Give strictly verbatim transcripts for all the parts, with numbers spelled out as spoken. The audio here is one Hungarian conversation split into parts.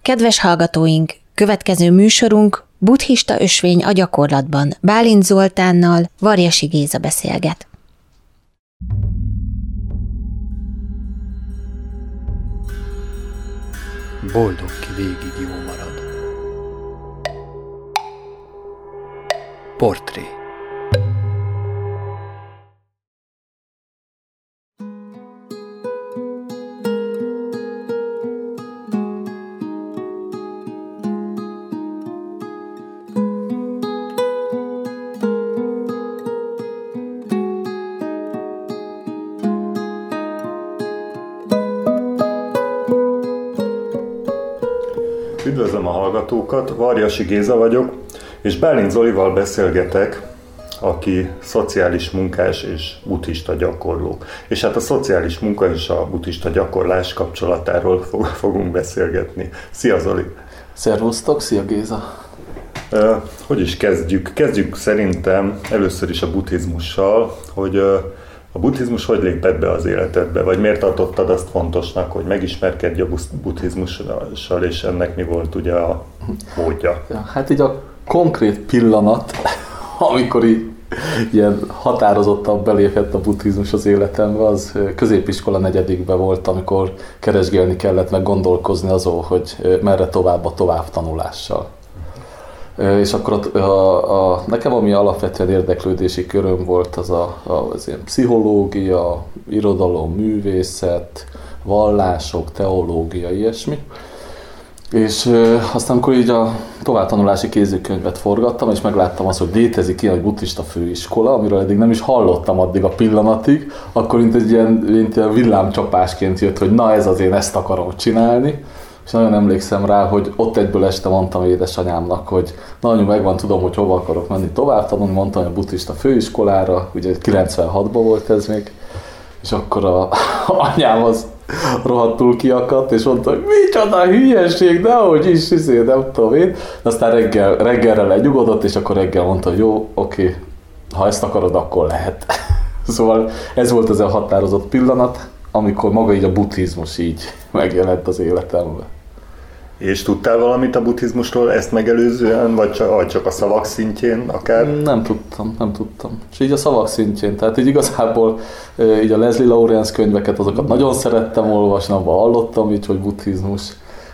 Kedves hallgatóink, következő műsorunk Buddhista ösvény a gyakorlatban. Bálint Zoltánnal Varjasi Géza beszélget. Boldog, ki végig jó marad. Portré. Üdvözlöm a hallgatókat, Varjasi Géza vagyok, és Bálint Zolival beszélgetek, aki szociális munkás és buddhista gyakorló. És hát a szociális munka és a buddhista gyakorlás kapcsolatáról fogunk beszélgetni. Szia Zoli! Szervusztok, szia Géza! Uh, hogy is kezdjük? Kezdjük szerintem először is a buddhizmussal, hogy uh, a buddhizmus hogy lépett be az életedbe, vagy miért tartottad azt fontosnak, hogy megismerkedj a buddhizmussal, és ennek mi volt ugye a módja? Ja, hát így a konkrét pillanat, amikor így ilyen határozottan belépett a buddhizmus az életembe, az középiskola negyedikben volt, amikor keresgélni kellett, meg gondolkozni azon, hogy merre tovább a továbbtanulással. És akkor a, a, a, nekem ami alapvetően érdeklődési köröm volt, az a, a, az ilyen pszichológia, irodalom, művészet, vallások, teológia, ilyesmi. És ö, aztán amikor így a továbbtanulási kézikönyvet forgattam, és megláttam azt, hogy létezik ilyen, hogy buddhista főiskola, amiről eddig nem is hallottam addig a pillanatig, akkor mint egy ilyen, mint ilyen villámcsapásként jött, hogy na ez az, én ezt akarom csinálni. És nagyon emlékszem rá, hogy ott egyből este mondtam édesanyámnak, hogy na anyu, megvan, tudom, hogy hova akarok menni tovább tanulni, mondtam, hogy a buddhista főiskolára, ugye kilencvenhatban volt ez még, és akkor a, a anyám az rohadtul kiakadt, és mondta, hogy micsoda hülyeség, de ahogy is, izé, nem tudom én. De aztán reggel, reggelre lenyugodott, és akkor reggel mondta, hogy jó, oké, ha ezt akarod, akkor lehet. Szóval ez volt az a határozott pillanat, amikor maga így a buddhizmus így megjelent az életemben. És tudtál valamit a buddhizmusról ezt megelőzően, vagy csak, vagy csak a szavak szintjén akár? Nem tudtam, nem tudtam. És így a szavak szintjén, tehát így igazából így a Leslie Lawrence könyveket, azokat nagyon szerettem olvasni, abban hallottam így, hogy buddhizmus.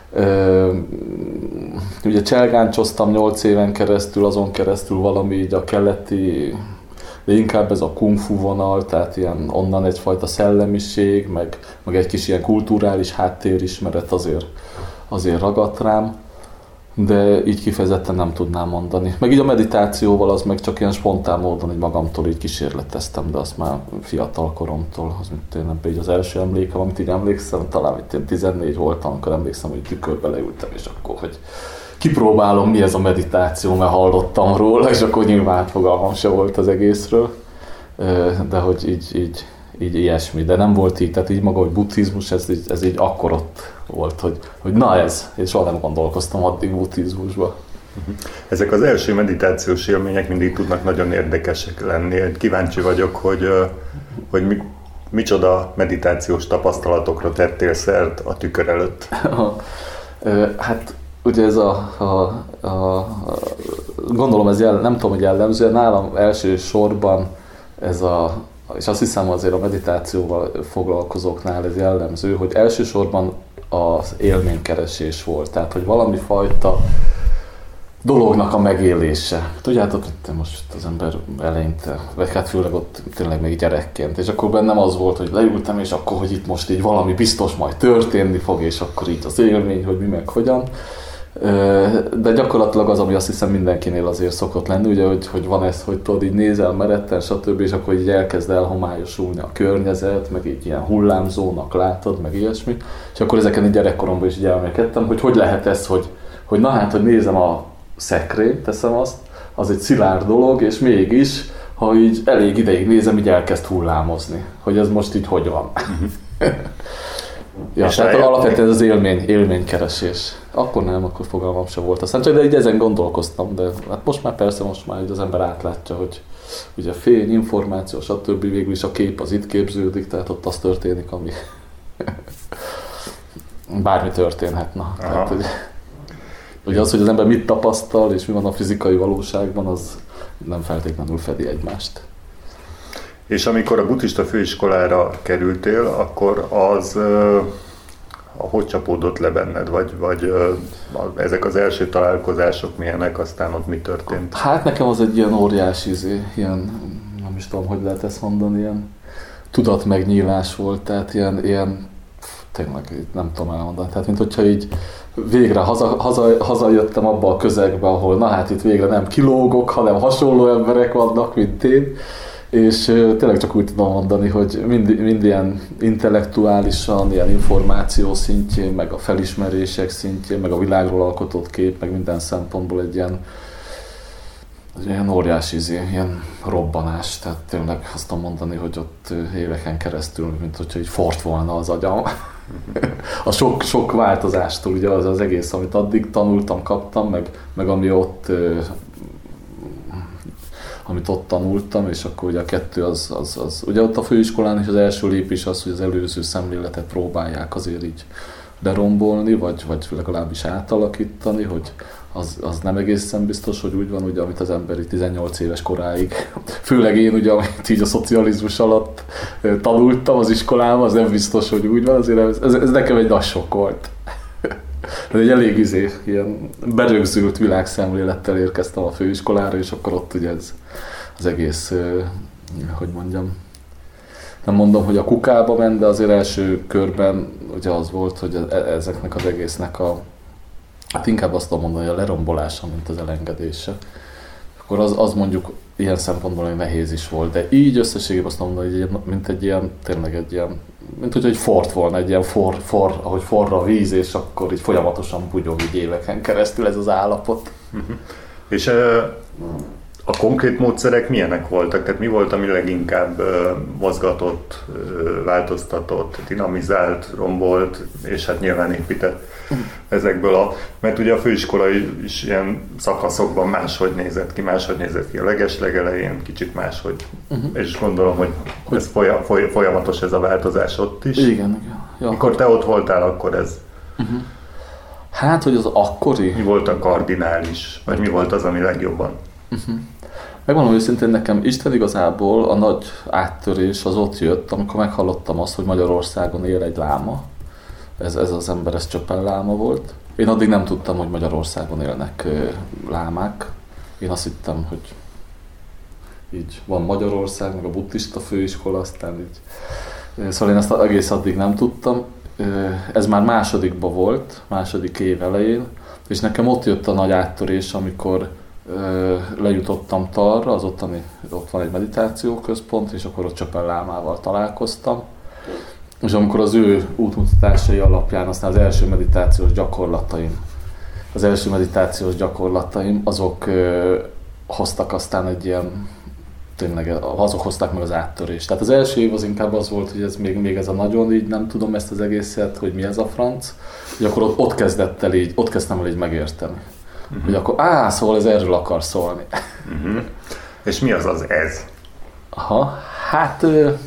Ugye cselgáncsoztam nyolc éven keresztül, azon keresztül valami így a keleti, de inkább ez a kung fu vonal, tehát ilyen onnan egyfajta szellemiség, meg, meg egy kis ilyen kulturális háttérismeret azért, azért ragadt rám, de így kifejezetten nem tudnám mondani. Meg így a meditációval az meg csak ilyen spontán módon, hogy magamtól így kísérleteztem, de azt már fiatal koromtól, az mint tényleg így az első emlékem, amit így emlékszem, talán itt én tizennégy voltam, amikor emlékszem, hogy tükörbe leültem, és akkor, hogy kipróbálom, mi ez a meditáció, mert hallottam róla, és akkor nyilván fogalmam se volt az egészről, de hogy így, így, így ilyesmi, de nem volt így, tehát így maga, hogy buddhizmus, ez így, ez így akkor ott volt, hogy, hogy na ez, és soha nem gondolkoztam addig buddhizmusba. Ezek az első meditációs élmények mindig tudnak nagyon érdekesek lenni. Kíváncsi vagyok, hogy, hogy mi, micsoda meditációs tapasztalatokra tettél szert a tükör előtt. Hát ugye ez a, a, a, a gondolom ez jel, nem tudom, hogy jellemző, nálam elsősorban ez a, és azt hiszem azért a meditációval foglalkozóknál ez jellemző, hogy elsősorban az élménykeresés volt, tehát hogy valami fajta dolognak a megélése. Tudjátok, itt most az ember eleinte, vagy hát főleg ott tényleg még gyerekként, és akkor bennem az volt, hogy leültem, és akkor, hogy itt most így valami biztos majd történni fog, és akkor így az élmény, hogy mi meg hogyan. De gyakorlatilag az, ami azt hiszem mindenkinél azért szokott lenni, ugye, hogy, hogy van ez, hogy tudod, így nézel meretten, stb., és akkor így elkezd elhomályosulni a környezet, meg így ilyen hullámzónak látod, meg ilyesmi. És akkor ezeken így gyerekkoromban is így elmélkedtem, hogy hogy lehet ez, hogy, hogy na hát, hogy nézem a szekrényt, teszem azt, az egy szilárd dolog, és mégis, ha így elég ideig nézem, így elkezd hullámozni, hogy ez most így hogy van. Ja, tehát alapvetően ez az élmény, élménykeresés. Akkor nem, akkor fogalmam sem volt. Aztán csak de így ezen gondolkoztam, de hát most már persze, most már az ember átlátja, hogy ugye fény, információ, stb. Végül is a kép az itt képződik, tehát ott az történik, ami bármi történhet. Na, tehát, hogy... Ugye az, hogy az ember mit tapasztal, és mi van a fizikai valóságban, az nem feltétlenül fedi egymást. És amikor a buddhista főiskolára kerültél, akkor az uh, hogy csapódott le benned, vagy, vagy uh, ezek az első találkozások milyenek, aztán ott mi történt? Hát nekem az egy ilyen óriási, ilyen, nem is tudom, hogy lehet ezt mondani, ilyen tudatmegnyílás volt, tehát ilyen, ilyen tényleg nem tudom elmondani, tehát mint hogyha így végre haza, haza, hazajöttem abba a közegbe, ahol na hát itt végre nem kilógok, hanem hasonló emberek vannak, mint én, és tényleg csak úgy tudom mondani, hogy mind, mind ilyen intellektuálisan, ilyen információ szintjén, meg a felismerések szintjén, meg a világról alkotott kép, meg minden szempontból egy ilyen, egy ilyen óriási, ilyen robbanás, tehát tényleg azt tudom mondani, hogy ott éveken keresztül, mint hogyha így fort volna az agyam. A sok, sok változástól, ugye az az egész, amit addig tanultam, kaptam, meg, meg ami ott, amit ott tanultam, és akkor ugye a kettő az, az, az, ugye ott a főiskolán is az első lépés az, hogy az előző szemléletet próbálják azért így lerombolni, vagy, vagy legalábbis átalakítani, hogy az, az nem egészen biztos, hogy úgy van, ugye, amit az ember tizennyolc éves koráig, főleg én ugye, amit így a szocializmus alatt tanultam az iskolában, az nem biztos, hogy úgy van, azért ez, ez, ez nekem egy nagy sok volt. Ez egy elég izé, ilyen berögzült világszemlélettel érkeztem a főiskolára, és akkor ott ugye ez az egész, hogy mondjam, nem mondom, hogy a kukába ment, de azért első körben ugye az volt, hogy ezeknek az egésznek a, hát inkább azt tudom mondani, hogy a lerombolása, mint az elengedése. Akkor az, az mondjuk ilyen szempontból nehéz is volt, de így összességében azt mondom, hogy mint egy ilyen, tényleg egy ilyen, mint hogy egy fort volna, egy ilyen for, for, ahogy forra a víz, és akkor így folyamatosan bugyog így éveken keresztül ez az állapot. Uh-huh. És a konkrét módszerek milyenek voltak? Tehát mi volt, ami leginkább mozgatott, változtatott, dinamizált, rombolt, és hát nyilván épített ezekből a... Mert ugye a főiskola is ilyen szakaszokban máshogy nézett ki, máshogy nézett ki a legeslegelején, kicsit máshogy. Uh-huh. És gondolom, hogy, hogy ez folyam, folyamatos ez a változás ott is. Igen, igen. Ja. Mikor te ott voltál, akkor ez... Uh-huh. Hát, hogy az akkori... Mi volt a kardinális? Vagy mi volt az, ami legjobban? Uh-huh. Megmondom őszintén, nekem Isten igazából a nagy áttörés az ott jött, amikor meghallottam azt, hogy Magyarországon él egy láma. Ez, ez az ember, ez Csöppen láma volt. Én addig nem tudtam, hogy Magyarországon élnek ö, lámák. Én azt hittem, hogy így van Magyarország, meg a buddhista főiskola, aztán így. Szóval én ezt egész addig nem tudtam. Ez már másodikban volt, második év elején, és nekem ott jött a nagy áttörés, amikor lejutottam Tarra, az ottani, ott van egy meditációközpont, és akkor ott Csöppen lámával találkoztam. És amikor az ő útmutatásai alapján aztán az első meditációs gyakorlataim, az első meditációs gyakorlataim, azok ö, hoztak aztán egy ilyen, tényleg azok hozták meg az áttörést. Tehát az első év az inkább az volt, hogy ez még, még ez a nagyon így nem tudom ezt az egészet, hogy mi ez a franc, hogy akkor ott, ott kezdett el így, ott kezdtem el így megérteni. Uh-huh. Hogy akkor, á, szóval ez erről akar szólni. Uh-huh. És mi az az ez? Aha, hát...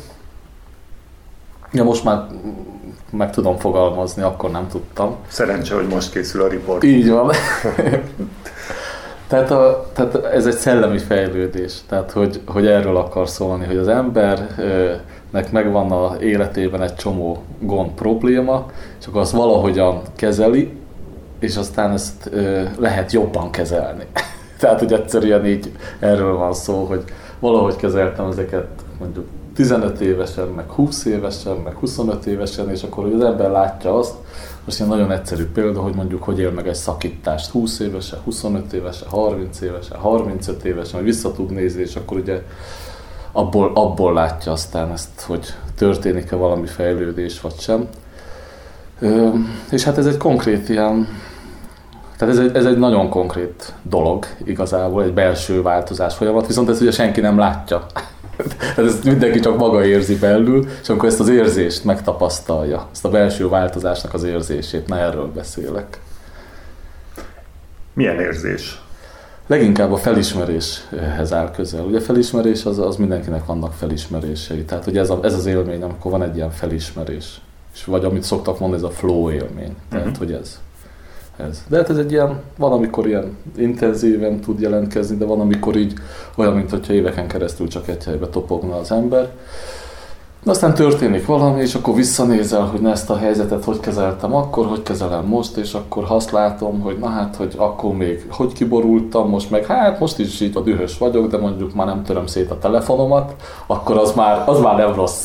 Ja, most már meg tudom fogalmazni, akkor nem tudtam. Szerencse, hogy most készül a riport. Így van. tehát, a, tehát ez egy szellemi fejlődés, tehát hogy, hogy erről akar szólni, hogy az embernek megvan az életében egy csomó gond, probléma, és akkor azt valahogyan kezeli, és aztán ezt ö, lehet jobban kezelni. Tehát, hogy egyszerűen így erről van szó, hogy valahogy kezeltem ezeket mondjuk tizenöt évesen, meg húsz évesen, meg huszonöt évesen, és akkor hogy az ember látja azt, most ilyen nagyon egyszerű példa, hogy mondjuk hogy él meg egy szakítást húsz évesen, huszonöt évesen, harminc évesen, harmincöt évesen, hogy vissza tud nézni, és akkor ugye abból, abból látja aztán ezt, hogy történik-e valami fejlődés, vagy sem. Ö, és hát ez egy konkrét ilyen, tehát ez egy, ez egy nagyon konkrét dolog igazából, egy belső változás folyamat, viszont ezt ugye senki nem látja. Ezt mindenki csak maga érzi belül, és amikor ezt az érzést megtapasztalja, ezt a belső változásnak az érzését, na erről beszélek. Milyen érzés? Leginkább a felismeréshez áll közel. Ugye felismerés az, az mindenkinek vannak felismerései, tehát ugye ez, a, ez az élmény, amikor van egy ilyen felismerés, és vagy amit szoktak mondani, ez a flow élmény, tehát uh-huh. hogy ez. ez. De hát ez egy ilyen, van amikor ilyen intenzíven tud jelentkezni, de van amikor így olyan, mint hogyha éveken keresztül csak egy helybe topogna az ember. De aztán történik valami, és akkor visszanézel, hogy na ezt a helyzetet hogy kezeltem akkor, hogy kezelem most, és akkor ha azt látom, hogy na hát, hogy akkor még hogy kiborultam, most meg hát most is így a dühös vagyok, de mondjuk már nem töröm szét a telefonomat, akkor az már, az már nem rossz.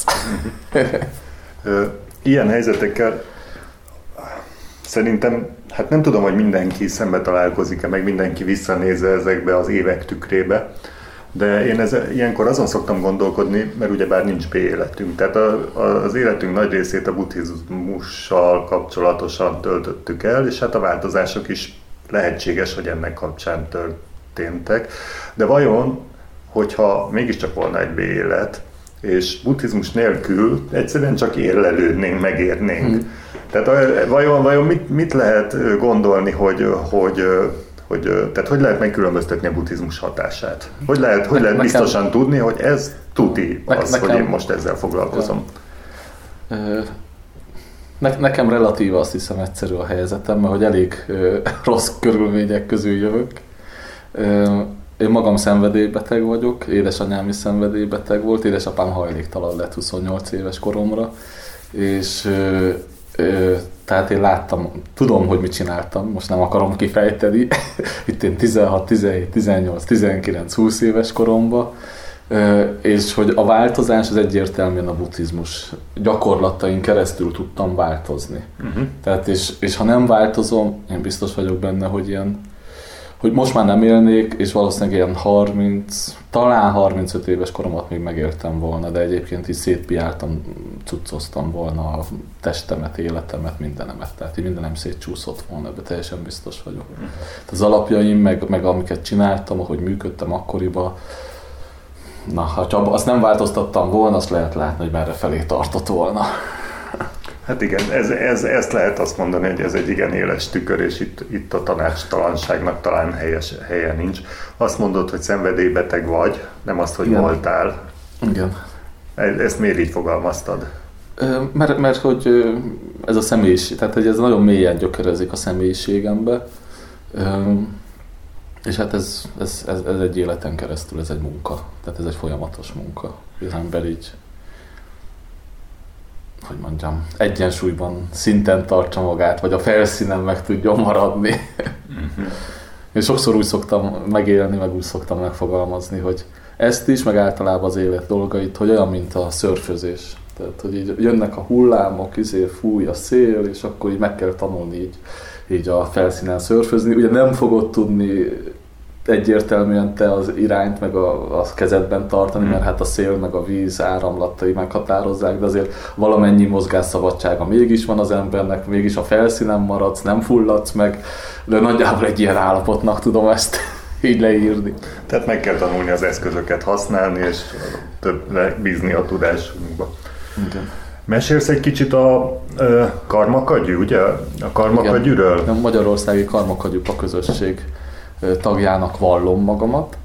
Ilyen helyzetekkel szerintem, hát nem tudom, hogy mindenki szembe találkozik-e, meg mindenki visszanézze ezekbe az évek tükrébe, de én ez, ilyenkor azon szoktam gondolkodni, mert ugyebár nincs B-életünk. Tehát a, a, az életünk nagy részét a buddhizmussal kapcsolatosan töltöttük el, és hát a változások is lehetséges, hogy ennek kapcsán történtek. De vajon, hogyha mégiscsak volna egy B-élet, és buddhizmus nélkül egyszerűen csak érlelődnénk, megérnénk. Hmm. Tehát vajon, vajon mit, mit lehet gondolni, hogy, hogy, hogy, tehát hogy lehet megkülönböztetni a buddhizmus hatását? Hogy lehet, hogy lehet biztosan nekem, tudni, hogy ez tuti az, nekem, hogy én most ezzel foglalkozom? Ne, nekem relatíva azt hiszem egyszerű a helyzetem, mert hogy elég ö, rossz körülmények közül jövök. Ö, Én magam szenvedélybeteg vagyok, édesanyám is szenvedélybeteg volt, édesapám hajléktalan lett huszonnyolc éves koromra, és ö, ö, tehát én láttam, tudom, hogy mit csináltam, most nem akarom kifejteni, itt én tizenhat, tizenhét, tizennyolc, tizenkilenc, húsz éves koromban, ö, és hogy a változás az egyértelműen a buddhizmus gyakorlatain keresztül tudtam változni. Uh-huh. Tehát és, és ha nem változom, én biztos vagyok benne, hogy ilyen hogy most már nem élnék, és valószínűleg ilyen harminc, talán harmincöt éves koromat még megéltem volna, de egyébként így szétpiáltam, cuccoztam volna a testemet, életemet, mindenemet. Tehát így mindenem szétcsúszott volna, de teljesen biztos vagyok. Az alapjaim, meg, meg amiket csináltam, ahogy működtem akkoriban, na, ha azt nem változtattam volna, azt lehet látni, hogy merre felé tartott volna. Hát igen, ez, ez, ezt lehet azt mondani, hogy ez egy igen éles tükör, és itt, itt a tanácstalanságnak talán helyes, helye nincs. Azt mondod, hogy szenvedélybeteg vagy, nem azt, hogy igen. voltál. Igen. Ezt miért így fogalmaztad? Mert, mert hogy ez a személyiség, tehát hogy ez nagyon mélyen gyökerezik a személyiségembe, és hát ez, ez, ez, ez egy életen keresztül, ez egy munka, tehát ez egy folyamatos munka. Az ember így, hogy mondjam, egyensúlyban szinten tartsa magát, vagy a felszínen meg tudjon maradni. Uh-huh. Én sokszor úgy szoktam megélni, meg úgy szoktam megfogalmazni, hogy ezt is, meg általában az élet dolgait, hogy olyan, mint a szörfözés. Tehát, hogy így jönnek a hullámok, izé fúj a szél, és akkor így meg kell tanulni így, így a felszínen szörfözni. Ugye nem fogod tudni egyértelműen te az irányt meg a, a kezedben tartani, hmm. mert hát a szél meg a víz áramlatai meghatározzák, de azért valamennyi mozgásszabadsága mégis van az embernek, mégis a felszínen maradsz, nem fulladsz meg, de nagyjából egy ilyen állapotnak tudom ezt így leírni. Tehát meg kell tanulni az eszközöket használni, és több bízni a tudásunkba. Igen. Mesélsz egy kicsit a e, Karmakagyű, ugye? A Karmakagyűről? A Magyarországi Karmakagyupa közösség tagjának vallom magamat.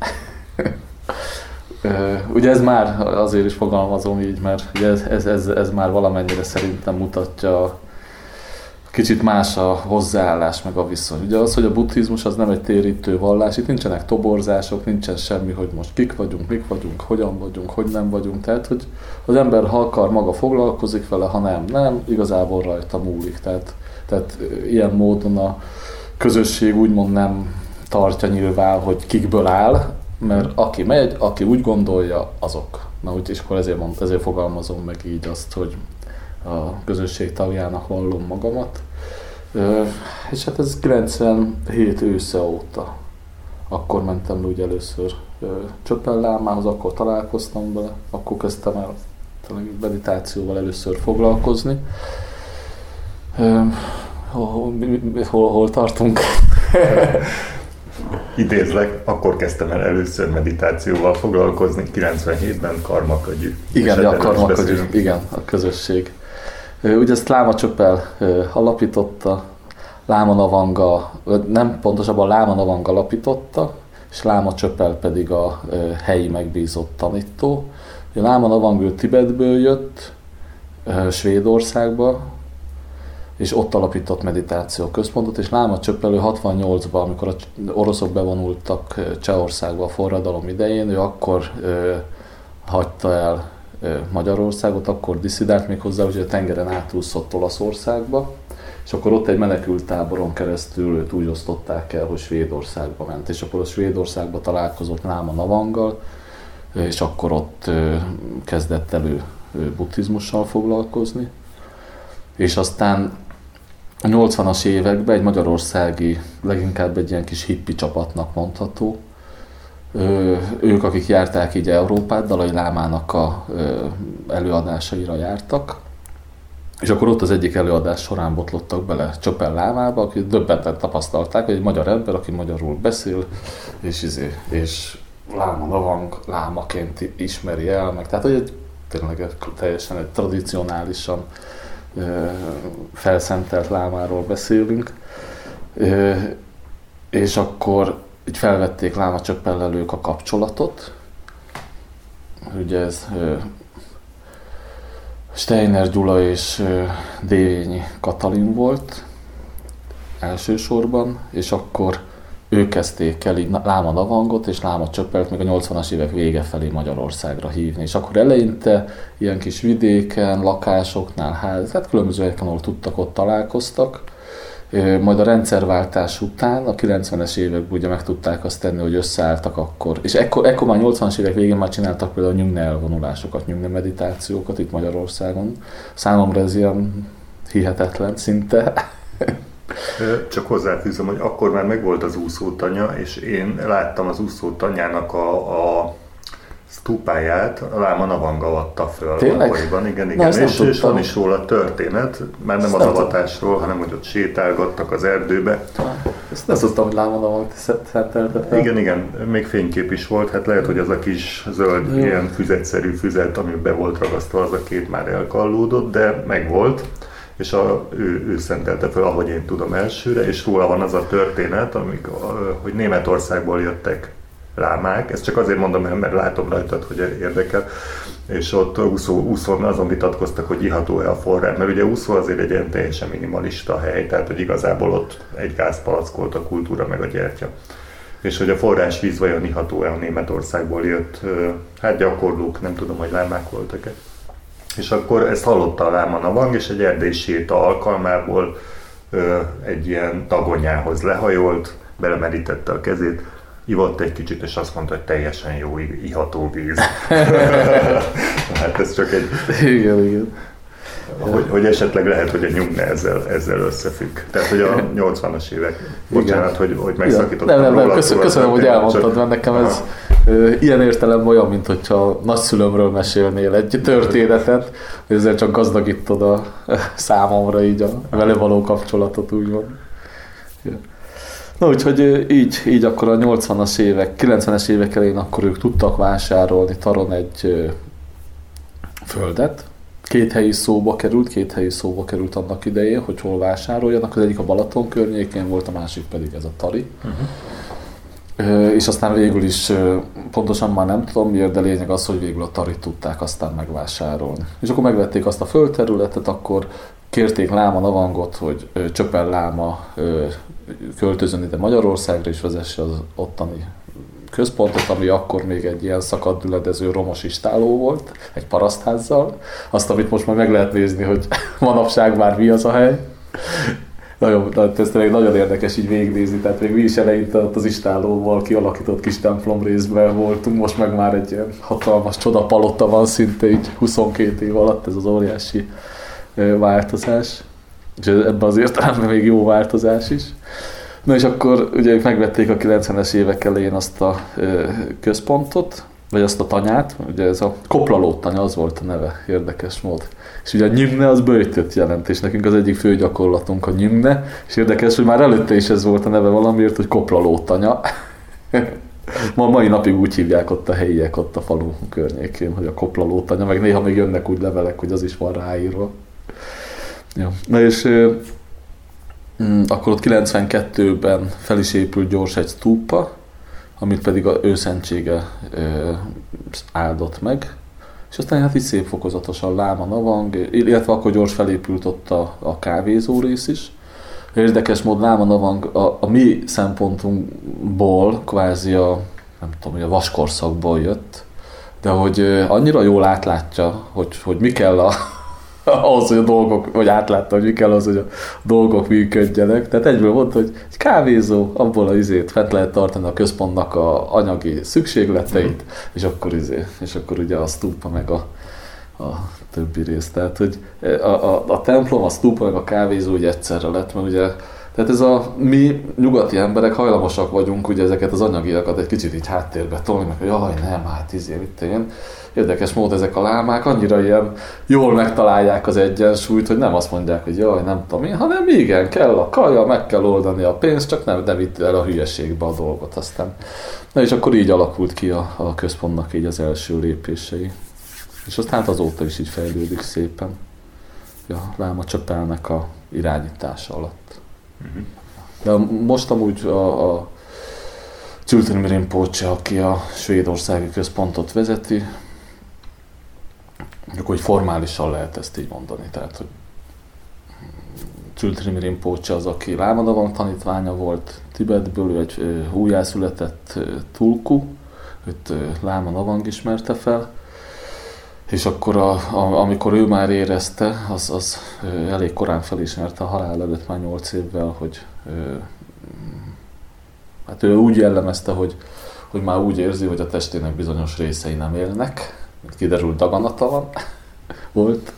Ugye ez már azért is fogalmazom így, mert ugye ez, ez, ez, ez már valamennyire szerintem mutatja, kicsit más a hozzáállás meg a viszony. Ugye az, hogy a buddhizmus az nem egy térítő vallás, itt nincsenek toborzások, nincsen semmi, hogy most kik vagyunk, mik vagyunk, hogyan vagyunk, hogy nem vagyunk. Tehát, hogy az ember ha akar, maga foglalkozik vele, ha nem, nem, igazából rajta múlik. Tehát, tehát ilyen módon a közösség úgymond nem tartja nyilván, hogy kikből áll, mert aki megy, aki úgy gondolja, azok. Na úgy, és akkor ezért, mond, ezért fogalmazom meg így azt, hogy a közösség tagjának vallom magamat. És hát ez kilencvenhét ősze óta. Akkor mentem úgy először Csöppel-Lámához, akkor találkoztam vele, akkor kezdtem el meditációval először foglalkozni. Hol, hol, hol tartunk? Idézlek, akkor kezdtem el először meditációval foglalkozni, kilencvenhétben Karmakagyű. Igen, a Karmakagyű, igen, a közösség. Ugye ezt Láma Csöppel alapította, Láma Navanga, nem pontosabban Láma Navanga alapította, és Láma Csöppel pedig a helyi megbízott tanító. Láma Navanga Tibetből jött, Svédországba, és ott alapított meditáció központot, és Láma Csöppelő hatvannyolcban, amikor az oroszok bevonultak Csehországba a forradalom idején, ő akkor ö, hagyta el ö, Magyarországot, akkor disszidált még hozzá, hogy a tengeren átúszott Olaszországba, és akkor ott egy menekülttáboron keresztül őt úgy osztották el, hogy Svédországba ment, és akkor a Svédországba találkozott Láma Navanggal, és akkor ott ö, kezdett elő buddhizmussal foglalkozni. És aztán a nyolcvanas években egy magyarországi, leginkább egy ilyen kis hippi csapatnak mondható, ö, ők, akik járták így Európát, Dalai Lámának a ö, előadásaira jártak, és akkor ott az egyik előadás során botlottak bele Csöppel Lámába, akik döbbenten tapasztalták, hogy egy magyar ember, aki magyarul beszél, és, izé, és Láma Navang lámaként ismeri el, meg tehát, hogy egy, tényleg teljesen egy tradicionálisan ö, felszentelt lámáról beszélünk, ö, és akkor így felvették Láma Csöppellel ők a kapcsolatot. Ugye ez ö, Steiner Gyula és Dévényi Katalin volt elsősorban, és akkor ők kezdték el így Láma Navangot és Láma Csöppelt még a nyolcvanas évek vége felé Magyarországra hívni. És akkor eleinte ilyen kis vidéken, lakásoknál, ház, hát különböző helyeken, ahol tudtak, ott találkoztak. Majd a rendszerváltás után, a kilencvenes években ugye meg tudták azt tenni, hogy összeálltak akkor, és ekkor, ekkor már nyolcvanas évek végén már csináltak például nyugne elvonulásokat, nyugne meditációkat itt Magyarországon. Számomra ez ilyen hihetetlen szinte. Csak hozzáfűzöm, hogy akkor már megvolt az úszótanya, és én láttam az úszótanyának a, a sztúpáját, a Láma Navang avatta föl. Tényleg? Akkoriban, igen, igen. És, és van is róla történet, már nem az avatásról, hanem hogy ott sétálgattak az erdőbe. Ezt nem tudtam, hogy Láma Navang szenteltet. Igen, igen, még fénykép is volt, hát lehet, hogy az a kis zöld, Jó. ilyen füzetszerű füzet, ami be volt ragasztva, az a kép már elkallódott, de megvolt. És a, ő, ő szentelte fel, ahogy én tudom, elsőre, és róla van az a történet, amik, hogy Németországból jöttek lámák, ezt csak azért mondom el, mert látom rajtad, hogy érdekel, és ott úszó, úszón azon vitatkoztak, hogy iható-e a forrás, mert ugye úszó azért egy ilyen teljesen minimalista hely, tehát hogy igazából ott egy gázpalack volt a kultúra meg a gyertya. És hogy a forrásvíz vajon iható-e a Németországból jött, hát gyakorlók, nem tudom, hogy lámák voltak-e. És akkor ezt hallotta a Láma Navang, és egy erdei séta alkalmából ö, egy ilyen tagonyához lehajolt, belemerítette a kezét, ivott egy kicsit, és azt mondta, hogy teljesen jó, iható víz. Hát ez csak egy... Igen, igen. Hogy, hogy esetleg lehet, hogy a nyugne ezzel, ezzel összefügg. Tehát, hogy a nyolcvanas évek, bocsánat, hogy, hogy megszakítottam. Nem, nem, nem, köszönöm, köszönöm hogy elmondtad, csak... mert nekem ez ö, ilyen értelemben olyan, mint hogyha nagyszülőmről mesélnél egy történetet, hogy ezzel csak gazdagítod a számomra így a vele való kapcsolatot, úgymond. Ja. Na, úgyhogy így, így akkor a nyolcvanas évek, kilencvenes évek elején akkor ők tudtak vásárolni Taron egy ö, földet. Két helyi szóba került, két helyi szóba került annak idején, hogy hol vásároljanak. Az egyik a Balaton környékén volt, a másik pedig ez a Tari. Uh-huh. És aztán végül is, pontosan már nem tudom miért, de lényeg az, hogy végül a Tarit tudták aztán megvásárolni. És akkor megvették azt a földterületet, akkor kérték Láma Navangot, hogy Csöppel Láma költözön ide Magyarországra, és vezesse az ottani központot, ami akkor még egy ilyen szakaddüledező romos istáló volt, egy parasztházzal. Azt, amit most már meg lehet nézni, hogy manapság már mi az a hely. Nagyon, ez tényleg nagyon érdekes így végignézni, tehát még mi is eleinte ott az istálóval kialakított kis templom részben voltunk, most meg már egy ilyen hatalmas csodapalota van szinte így huszonkét év alatt, ez az óriási változás. És ebben az értelemben még jó változás is. Na és akkor ugye megvették a kilencvenes évek elején azt a ö, központot, vagy azt a tanyát, ugye ez a Koplalótanya, az volt a neve, érdekes mód. És ugye a nyügne az böjtöt jelent, és nekünk az egyik fő gyakorlatunk a nyügne, és érdekes, hogy már előtte is ez volt a neve valamiért, hogy Koplalótanya. Ma mai napig úgy hívják ott a helyiek, ott a falu környékén, hogy a Koplalótanya, meg néha még jönnek úgy levelek, hogy az is van ráírva. Ja. Na és ö, akkor ott kilencvenkettőben fel is épült gyors egy stúpa, amit pedig az ő szentsége ö, áldott meg, És aztán hát így szép fokozatosan Láma Navang, illetve akkor gyors felépült ott a, a kávézó rész is. Érdekes módon Láma Navang a, a mi szempontunkból, kvázi a, nem tudom, hogy a vaskorszakból jött, de hogy annyira jól átlátja, hogy, hogy mi kell a, ahhoz, hogy a dolgok, vagy átlátta, hogy mi kell az, hogy a dolgok működjenek. Tehát egyből mondta, hogy egy kávézó, abból a izét fent lehet tartani a központnak a anyagi szükségleteit, és akkor izé, és akkor ugye a stúpa meg a, a többi rész. Tehát, hogy a, a, a templom, a stúpa meg a kávézó ugye egyszerre lett, mert ugye tehát ez a mi nyugati emberek hajlamosak vagyunk ugye ezeket az anyagiakat egy kicsit így háttérbe tolni, meg hogy jaj, nem, hát izé, mit én. Érdekes mód ezek a lámák annyira ilyen jól megtalálják az egyensúlyt, hogy nem azt mondják, hogy jaj, nem tudom én, hanem igen, kell a kaja, meg kell oldani a pénzt, csak nem, nem vitt el a hülyeségbe a dolgot aztán. Na és akkor így alakult ki a, a központnak így az első lépései. És aztán hát azóta is így fejlődik szépen a Láma Csepelnek a irányítása alatt. De most amúgy a, a Chultrim Rinpoche, aki a svédországi központot vezeti, akkor hogy formálisan lehet ezt így mondani. Tehát, hogy Chultrim Rinpoche az, aki Láma Navang tanítványa volt Tibetből, ő egy újjászületett tulku, őt Láma Navang ismerte fel, és akkor a, a, amikor ő már érezte, az, az elég korán felismerte a halál előtt már nyolc évvel, hogy hát ő úgy jellemezte, hogy, hogy már úgy érzi, hogy a testének bizonyos részei nem élnek, mint kiderült daganata van, volt,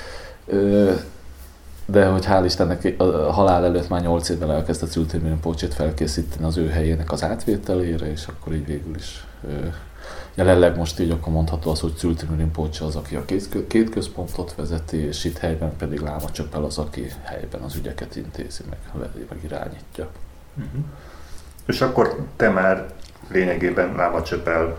de hogy hál' Istennek a halál előtt már nyolc évvel elkezdte Chultrim Rinpoche-t felkészíteni az ő helyének az átvételére, és akkor így végül is jelenleg most így akkor mondható az, hogy Chultrim Rinpoche az, aki a két, két központot vezeti, és itt helyben pedig Láma Csepel az, aki helyben az ügyeket intézi, meg, meg irányítja. Uh-huh. És akkor te már lényegében Láma Csepel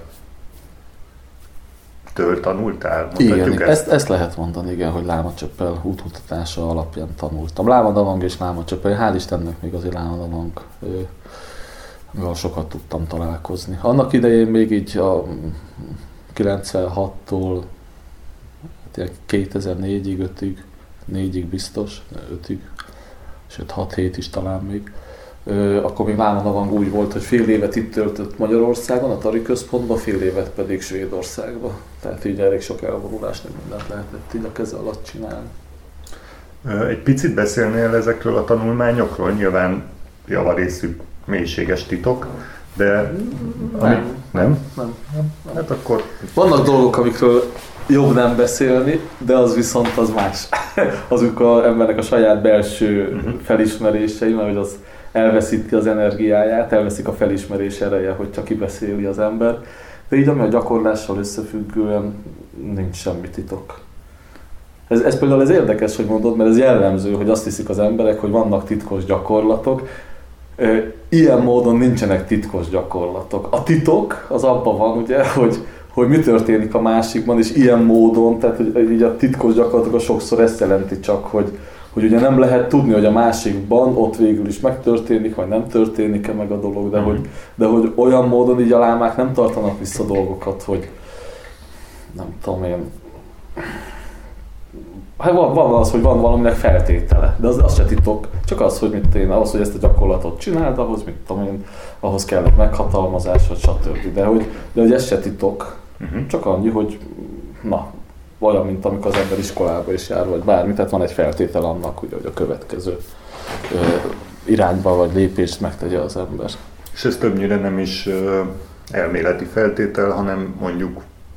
től tanultál? Igen, ezt? Ezt, ezt lehet mondani, igen, hogy Láma Csepel útmutatása alapján tanultam. Láma Navang és Láma Csepel, hál' Istennek még azért Láma Navang, mivel sokat tudtam találkozni. Annak idején még így a kilencvenhattól kétezer-négyig, ötig, négyig biztos, ötig, sőt hat-hét is talán még. Akkor még Láma Navang úgy volt, hogy fél évet itt töltött Magyarországon, a Tari központban, fél évet pedig Svédországban. Tehát így elég sok elvonulásnak mindent lehetett így a keze alatt csinálni. Egy picit beszélnél ezekről a tanulmányokról? Nyilván javarészük mélységes titok, de... Nem. Ami... Nem? Nem. Nem? Hát akkor... Vannak dolgok, amikről jobb nem beszélni, de az viszont az más. Azok az embernek a saját belső uh-huh. felismerései, mert hogy az elveszíti az energiáját, elveszik a felismerés ereje, hogy csak kibeszéli az ember. De így, ami a gyakorlással összefüggően nincs semmi titok. Ez, ez például ez érdekes, hogy mondod, mert ez jellemző, hogy azt hiszik az emberek, hogy vannak titkos gyakorlatok. Ilyen módon nincsenek titkos gyakorlatok. A titok az abban van, ugye, hogy, hogy mi történik a másikban, és ilyen módon, tehát hogy így a titkos gyakorlatok sokszor ezt jelenti csak, hogy, hogy ugye nem lehet tudni, hogy a másikban ott végül is megtörténik, vagy nem történik-e meg a dolog, de, mm. hogy, de hogy olyan módon így a lámák nem tartanak vissza dolgokat, hogy nem tudom én... Hát van, van az, hogy van valaminek feltétele, de az, az se titok, csak az, hogy mit én, ahhoz, hogy ezt a gyakorlatot csináld, ahhoz, mit tudom én, ahhoz kellett meghatalmazás, vagy stb. De hogy, de hogy ez se titok, uh-huh. csak annyi, hogy na, olyan, mint amikor az ember iskolába is jár, vagy bármi, tehát van egy feltétel annak, ugye, hogy a következő ö, irányba vagy lépést megtegye az ember. És ez többnyire nem is ö, elméleti feltétel, hanem mondjuk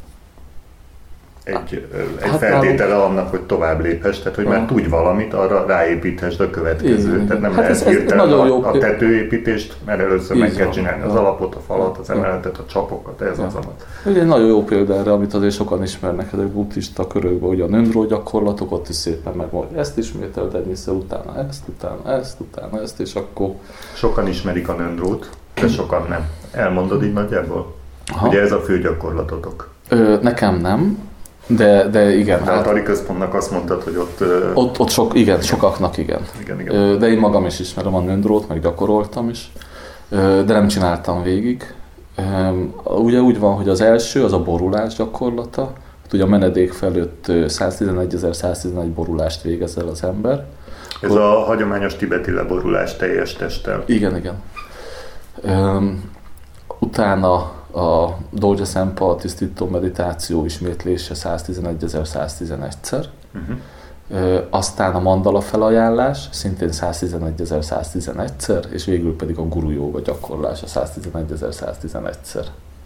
egy, egy hát feltétele nálunk... annak, hogy tovább léphess, tehát hogy már tudj valamit, arra ráépíthessd a következőt. Tehát nem hát lehet hirtelen a, jó... a tetőépítést, mert először meg kell csinálni az alapot, a falat, az emeletet, a csapokat, ez az amat. Ugye egy nagyon jó példa erre, amit azért sokan ismernek ezek buddhista körökben, ugye a nöndró gyakorlatok, ott is szépen megmondja, ezt ismételd egyszer, utána ezt, utána ezt, utána ezt, és akkor... Sokan ismerik a nöndrót, de sokan nem. Elmondod így nagyjából? Aha. Ugye ez a fő gyakorlatotok. Ö, nekem nem. De, de igen. De a Tari központnak azt mondtad, hogy ott... Ott, ott sok, igen, sokaknak igen. igen, igen. De én magam is ismerem a nöndrót, meg gyakoroltam is, de nem csináltam végig. Ugye úgy van, hogy az első, az a borulás gyakorlata. ugye a menedék felett száztizenegyezer-száztizenegy borulást végez el az ember. Ez Akkor... a hagyományos tibeti leborulás teljes testtel. Igen, igen. Um, utána a Dorje Sempa tisztító meditáció ismétlése száztizenegyezer-száztizenegyszer. Uh-huh. Uh, aztán a mandala felajánlás, szintén száztizenegyezer-száztizenegyszer, és végül pedig a guru jóga gyakorlása száztizenegyezer-száztizenegyszer.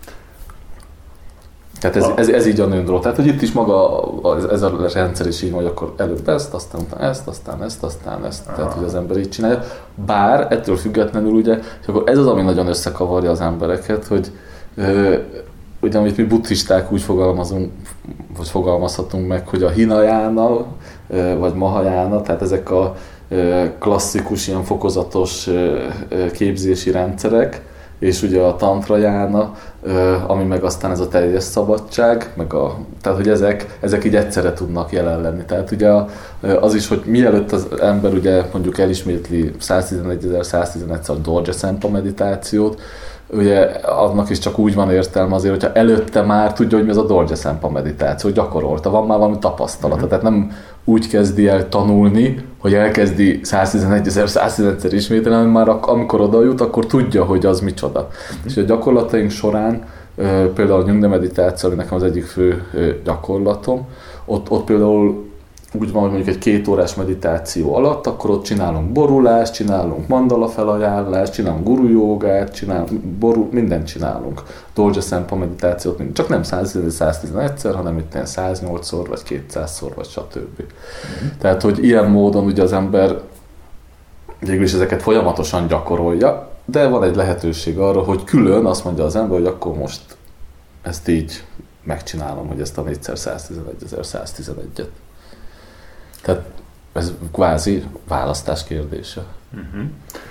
Tehát ez, ez, ez így a nőndról. Tehát, hogy itt is maga ez a rendszer is így, hogy akkor előbb ezt, aztán ezt, aztán ezt, aztán ezt. Aha. Tehát, hogy az ember így csinálja. Bár ettől függetlenül ugye, és akkor ez az, ami nagyon összekavarja az embereket, hogy ö, ugye, amit mi buddhisták úgy fogalmazunk, vagy fogalmazhatunk meg, hogy a hinajána, vagy mahajána, tehát ezek a klasszikus, ilyen fokozatos képzési rendszerek, és ugye a tantrajána, ami meg aztán ez a teljes szabadság, meg a, tehát hogy ezek, ezek így egyszerre tudnak jelen lenni. Tehát ugye az is, hogy mielőtt az ember ugye mondjuk elismétli száztizenegyezer-száztizenegyszer a Dorje Sempa meditációt, ugye annak is csak úgy van értelme azért, hogyha előtte már tudja, hogy mi az a Dorje Sempa meditáció, hogy gyakorolta, van már valami tapasztalata. Mm-hmm. Tehát nem úgy kezdi el tanulni, hogy elkezdi száztizenegyezer-száztizenegyszer ismételni, hanem már amikor oda jut, akkor tudja, hogy az micsoda. Mm-hmm. És a gyakorlataink során, például a Nyugde meditáció, ami nekem az egyik fő gyakorlatom, ott, ott például úgy van, hogy mondjuk egy két órás meditáció alatt, akkor ott csinálunk borulást, csinálunk mandala felajánlást, csinálunk guru jógát, csinálunk boru, mindent csinálunk. Dorje Sempa meditációt, csak nem száztizenegyszer, hanem itt száznyolcszor, vagy kétszázszor, vagy stb. Mm-hmm. Tehát, hogy ilyen módon ugye az ember végülis ezeket folyamatosan gyakorolja, de van egy lehetőség arra, hogy külön azt mondja az ember, hogy akkor most ezt így megcsinálom, hogy ezt a négyszer száztizenegyezer-száztizenegyet. Tehát ez kvázi választás kérdése. Uh-huh.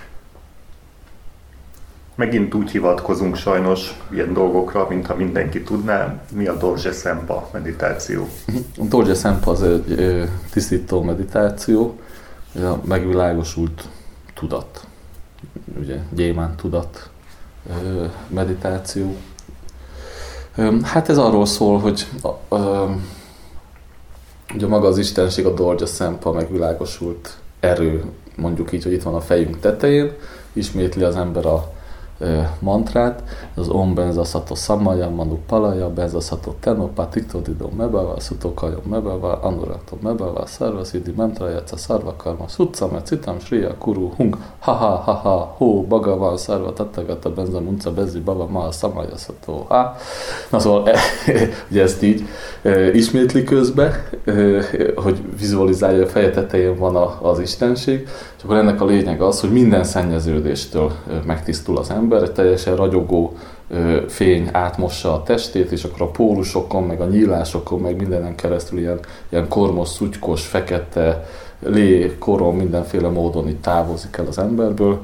Megint úgy hivatkozunk sajnos ilyen dolgokra, mintha mindenki tudná, mi a Dorje Sempa meditáció. A Dorje Sempa az egy ö, tisztító meditáció, a megvilágosult tudat, ugye gyémánt tudat ö, meditáció. Ö, hát ez arról szól, hogy ö, ö, ugye maga az istenség, a Dorje Sempa megvilágosult erő, mondjuk így, hogy itt van a fejünk tetején, ismétli az ember a e, mantrát, az Om Benza Sato Samaya Manu Palaya Benza Sato Tenopa Tiktodidom Mebava Sutokajom Mebava Anuratom Mebava Sarva Siddhi Mantrayaca Sarva Karma Sutsame Citam Shriya Kuru Hung Haha Haha Ho Bhagavan Sarva Tattagata Benza Munca Bezi Baba Maha Samaya Sato Ha. Na szóval ugye ezt így e, ismétli közbe, e, hogy vizualizálja, a feje tetején van a, az istenség, és akkor ennek a lényeg az, hogy minden szennyeződéstől megtisztul az ember, egy teljesen ragyogó fény átmossa a testét, és akkor a pórusokon, meg a nyílásokon, meg mindenen keresztül ilyen, ilyen kormos, szutykos, fekete lé, korom, mindenféle módon itt távozik el az emberből.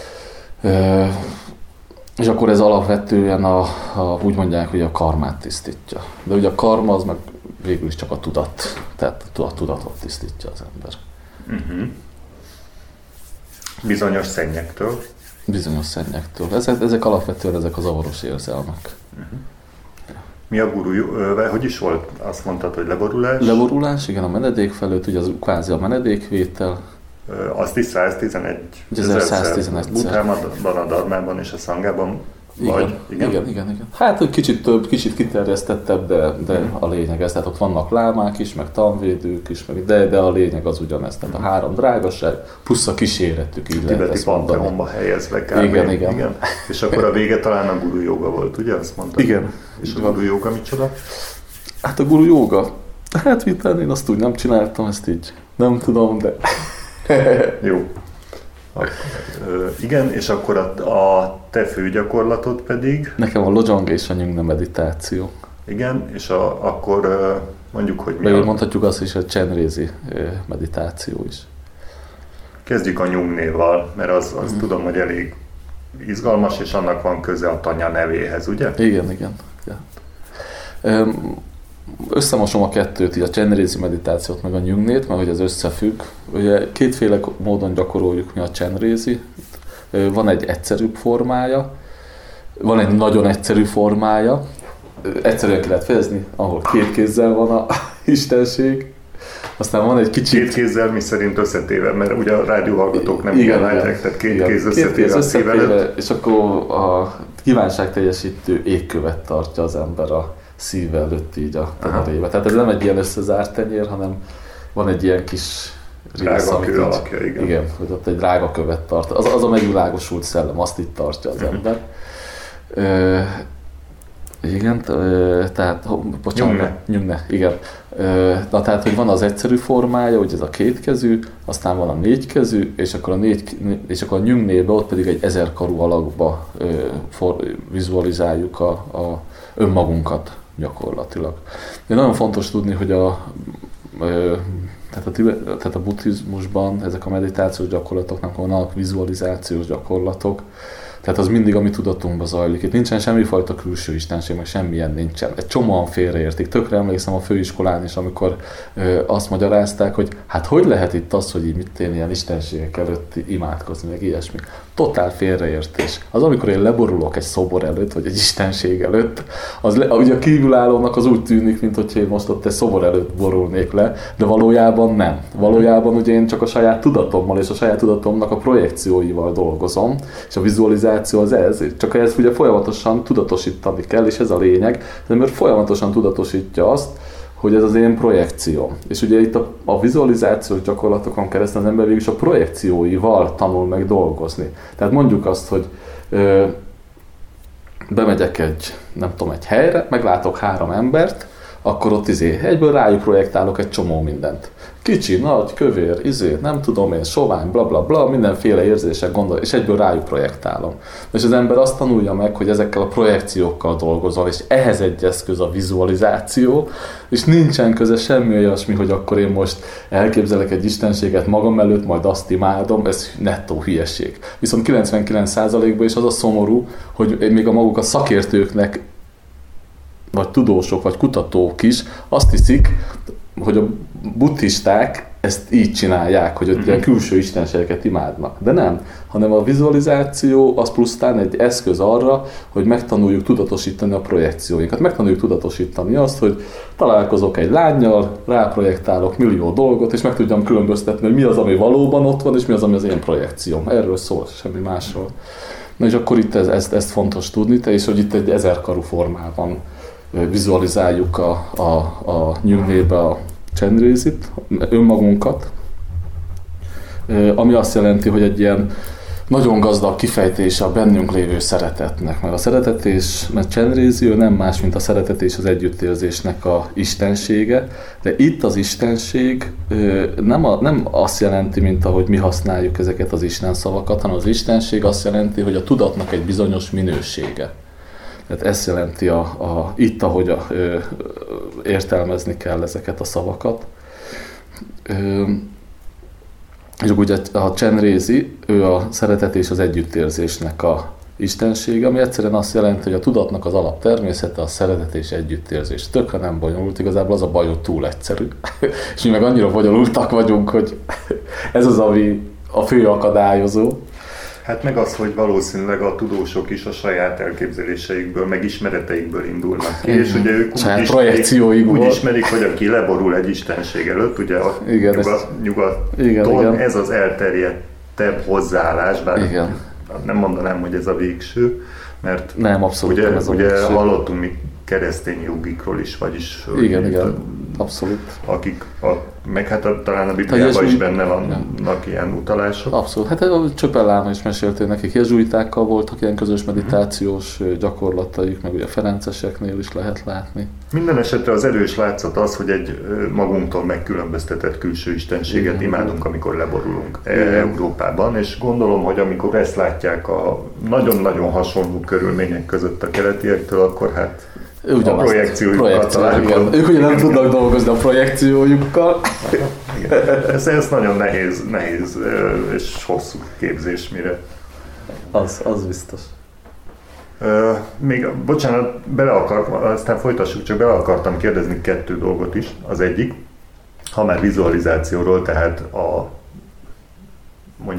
És akkor ez alapvetően a, a, úgy mondják, hogy a karmát tisztítja. De ugye a karma az meg végül is csak a tudat, tehát a tudatot tisztítja az ember. Uh-huh. Bizonyos szennyektől. Bizonyos szennyektől. Ezek, ezek alapvetően ezek a zavaros érzelmek. Uh-huh. Mi a guru, hogy is volt? Azt mondtad, hogy leborulás? Leborulás, igen, a menedék felőtt, ugye az kvázi a menedékvétel. Azt is száztizenegy ezerszáztizenegy Buddhában, a Dharmában és a Szangában igen, vagy? Igen, igen, igen, igen. Hát kicsit több, kicsit kiterjesztettebb, de, de a lényeg ez. Tehát ott vannak lámák is, meg tanvédők is, meg, de, de a lényeg az ugyanez. Tehát a három drágaság plusz a kíséretük, így lehet ezt mondani. Tibeti pantheonba helyezve kb. Igen, igen, igen. És akkor a vége talán a guru jóga volt, ugye? Azt mondtad? Igen. És a guru jóga micsoda? Hát a guru jóga? Hát mit tenni, én azt úgy nem csináltam, ezt így nem tudom, de... Jó. Akkor, ö, igen, és akkor a, a te fő gyakorlatod pedig? Nekem a Lojong és a Nyugde meditáció. Igen, és a, akkor ö, mondjuk, hogy mi a... mondhatjuk azt is, hogy Chenrezi meditáció is. Kezdjük a Nyugnéval, mert az, az mm. tudom, hogy elég izgalmas, és annak van köze a Tanya nevéhez, ugye? Igen, igen. Ja. Um, Összemosom a kettőt, így a Chenrezi meditációt meg a Nyugnét, mert hogy ez összefügg. Ugye kétféle módon gyakoroljuk mi a Chenrezi. Van egy egyszerűbb formája, van egy nagyon egyszerű formája, egyszerűen ki lehet fejezni, ahol két kézzel van a istenség. Aztán van egy kicsit... Két kézzel mi szerint összetéve, mert ugye a rádióhallgatók nem igen, igen látják, tehát két igen. kéz összetéve, két kéz a szív előtt. És akkor a kívánságteljesítő égkövet tartja az ember a szíve előtt így a tenyérébe. Tehát ez nem egy ilyen összezárt tenyér, hanem van egy ilyen kis rész, amit így, alakja, igen. igen, hogy ott egy drága követ tart. Az, az a megvilágosult szellem, azt itt tartja az ember. Ö, igen, tehát, bocsánat, Nyugne. Nyugne, igen. Na, tehát, hogy van az egyszerű formája, hogy ez a kétkezű, aztán van a négykezű, és akkor a, négy, és akkor a nyugnébe ott pedig egy ezerkarú alakba for, vizualizáljuk a, a önmagunkat gyakorlatilag. De nagyon fontos tudni, hogy a, tehát a, tehát a buddhizmusban ezek a meditációs gyakorlatoknak vannak vizualizációs gyakorlatok, tehát az mindig a mi tudatunkban zajlik. Itt nincsen semmifajta külső istenség, meg semmilyen nincsen. Egy csomóan félreértik. Tökre emlékszem a főiskolán is, amikor ö, azt magyarázták, hogy hát hogy lehet itt az, hogy így mit én ilyen istenségek előtt imádkozni, meg ilyesmi. Totál félreértés. Az, amikor én leborulok egy szobor előtt, vagy egy istenség előtt, az le, ugye a kívülállónak az úgy tűnik, mint hogy én most ott egy szobor előtt borulnék le, de valójában nem. Valójában ugye én csak a saját tudatommal és a saját tudatomnak a projekcióival dolgozom, és a vizualizáció az ez, csak ez ugye folyamatosan tudatosítani kell, és ez a lényeg, mert folyamatosan tudatosítja azt, hogy ez az én projekcióm. És ugye itt a, a vizualizációs gyakorlatokon keresztül az ember végülis a projekcióival tanul meg dolgozni. Tehát mondjuk azt, hogy ö, bemegyek egy, nem tudom, egy helyre, meglátok három embert, akkor ott izé, egyből rájuk projektálok egy csomó mindent. Kicsi, nagy, kövér, izé, nem tudom én, sovány, bla bla bla, mindenféle érzések, gondol, és egyből rájuk projektálom. És az ember azt tanulja meg, hogy ezekkel a projekciókkal dolgozol, és ehhez egy eszköz a vizualizáció, és nincsen köze semmi olyasmi, hogy akkor én most elképzelek egy istenséget magam előtt, majd azt imádom, ez nettó hülyeség. Viszont kilencvenkilenc százalékban is az a szomorú, hogy még a maguk a szakértőknek, vagy tudósok, vagy kutatók is azt hiszik, hogy a buddhisták ezt így csinálják, hogy ott ilyen külső istenségeket imádnak. De nem, hanem a vizualizáció az plusztán egy eszköz arra, hogy megtanuljuk tudatosítani a projekcióinkat. Megtanuljuk tudatosítani azt, hogy találkozok egy lánnyal, ráprojektálok millió dolgot, és meg tudjam különböztetni, hogy mi az, ami valóban ott van, és mi az, ami az én projekcióm. Erről szól, semmi másról. Na és akkor itt ez, ezt, ezt fontos tudni, és hogy itt egy ezerkarú formában vizualizáljuk a, a, a nyugnébe a csendrézit, önmagunkat, ami azt jelenti, hogy egy ilyen nagyon gazdag kifejtése a bennünk lévő szeretetnek, mert a szeretet és mert csendrézi, ő nem más, mint a szeretet és az együttérzésnek a istensége, de itt az istenség nem, a, nem azt jelenti, mint ahogy mi használjuk ezeket az isten szavakat, hanem az istenség azt jelenti, hogy a tudatnak egy bizonyos minősége. Tehát ezt jelenti a, a, itt, ahogy a, ö, értelmezni kell ezeket a szavakat. Ö, és ugye a Csenrézi, ő a szeretet és az együttérzésnek a istensége, ami egyszerűen azt jelenti, hogy a tudatnak az alaptermészete a szeretet és együttérzés. Tökre nem bonyolult, igazából az a baj, hogy túl egyszerű. És mi meg annyira bonyolultak vagyunk, hogy ez az, ami a fő akadályozó. Hát meg az, hogy valószínűleg a tudósok is a saját elképzeléseikből, meg ismereteikből indulnak ki, és ugye ők úgy, ismerik, úgy ismerik, hogy aki leborul egy istenség előtt, ugye a igen, nyugat, ez, nyugaton igen, igen. Ez az elterjedtebb hozzáállás, bár igen. nem mondanám, hogy ez a végső, mert nem, abszolút ugye, nem ez a ugye végső. Hallottunk mi keresztény jogikról is, vagyis igen, igen. Abszolút. Akik, a, meg hát a, talán a Bibliában is benne vannak igen. ilyen utalások. Abszolút. Hát a Csöpelláma is meséltél nekik, jezsuitákkal voltak ilyen közös meditációs gyakorlataik, meg ugye Ferenceseknél is lehet látni. Minden esetre az erős látszat az, hogy egy magunktól megkülönböztetett külső istenséget igen. imádunk, amikor leborulunk igen. Európában, és gondolom, hogy amikor ezt látják a nagyon-nagyon hasonló körülmények között a keletiektől, akkor hát ugyanazt, a projekciójukkal találkozunk. Ők ugye nem tudnak dolgozni a projekciójukkal. Ez, ez nagyon nehéz, nehéz és hosszú képzés, mire. Az, az biztos. Még, bocsánat, bele akartam, aztán folytassuk, csak bele akartam kérdezni kettő dolgot is. Az egyik, ha már vizualizációról, tehát a mondjuk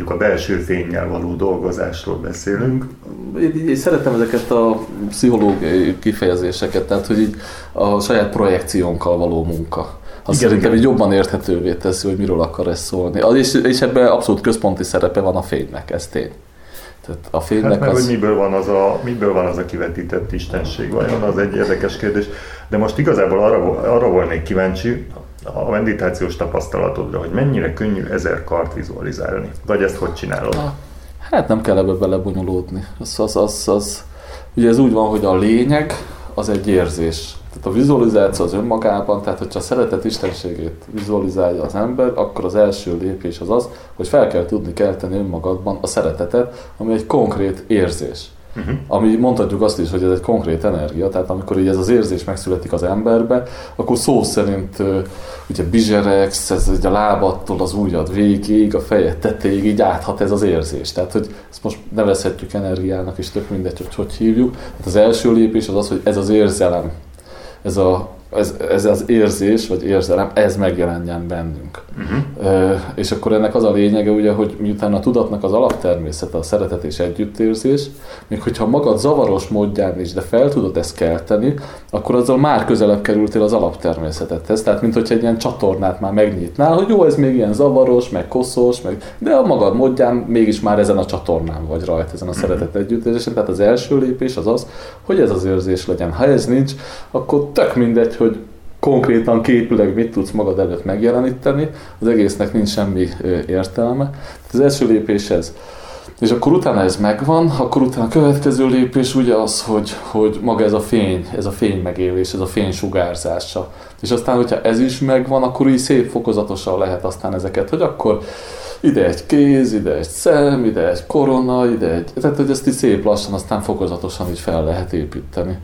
mondjuk a belső fénnyel való dolgozásról beszélünk. Én, én szeretem ezeket a pszichológiai kifejezéseket, tehát hogy így a saját projekciónkkal való munka. Azt igen, szerintem igen. Így jobban érthetővé teszi, hogy miről akar ez szólni. És, és ebben abszolút központi szerepe van a fénynek, ez tény. Tehát a fénynek hát meg, az... hogy miből van az, a, miből van az a kivetített istenség, vajon az egy érdekes kérdés. De most igazából arra, arra volnék kíváncsi, a meditációs tapasztalatodra, hogy mennyire könnyű ezer kart vizualizálni. Vagy ezt hogy csinálod? Hát nem kell ebbe belebonyolódni. Az, az, az, az, ugye ez úgy van, hogy a lényeg az egy érzés. Tehát a vizualizáció az önmagában, tehát hogyha a szeretet istenségét vizualizálja az ember, akkor az első lépés az az, hogy fel kell tudni kelteni önmagadban a szeretetet, ami egy konkrét érzés. Uh-huh. Ami mondhatjuk azt is, hogy ez egy konkrét energia, tehát amikor így ez az érzés megszületik az emberbe, akkor szó szerint ugye bizseregsz, ez ugye a lábadtól az ujjad végig, a fejed tetejéig így áthat ez az érzés. Tehát, hogy ezt most nevezhetjük energiának, és tök mindegy, hogy hogy hívjuk. Tehát az első lépés az az, hogy ez az érzelem, ez, a, ez, ez az érzés, vagy érzelem, ez megjelenjen bennünk. Uh-huh. E, és akkor ennek az a lényege, ugye, hogy miután a tudatnak az alaptermészete a szeretet és együttérzés, még hogyha magad zavaros módján is, de fel tudod ezt kelteni, akkor azzal már közelebb kerültél az alaptermészetedhez. Tehát, mint hogyha egy ilyen csatornát már megnyitnál, hogy jó, ez még ilyen zavaros, meg koszos, meg, de a magad módján mégis már ezen a csatornán vagy rajta, ezen a uh-huh. szeretet együttérzésen. Tehát az első lépés az az, hogy ez az érzés legyen. Ha ez nincs, akkor tök mindegy, hogy konkrétan képileg mit tudsz magad előtt megjeleníteni, az egésznek nincs semmi értelme. Az első lépés ez. És akkor utána ez megvan, akkor utána a következő lépés ugye az, hogy, hogy maga ez a fény, ez a fény megélés, ez a fény sugárzása. És aztán, hogyha ez is megvan, akkor így szép fokozatosan lehet aztán ezeket, hogy akkor ide egy kéz, ide egy szem, ide egy korona, ide egy... Tehát, hogy ezt így szép lassan, aztán fokozatosan így fel lehet építeni.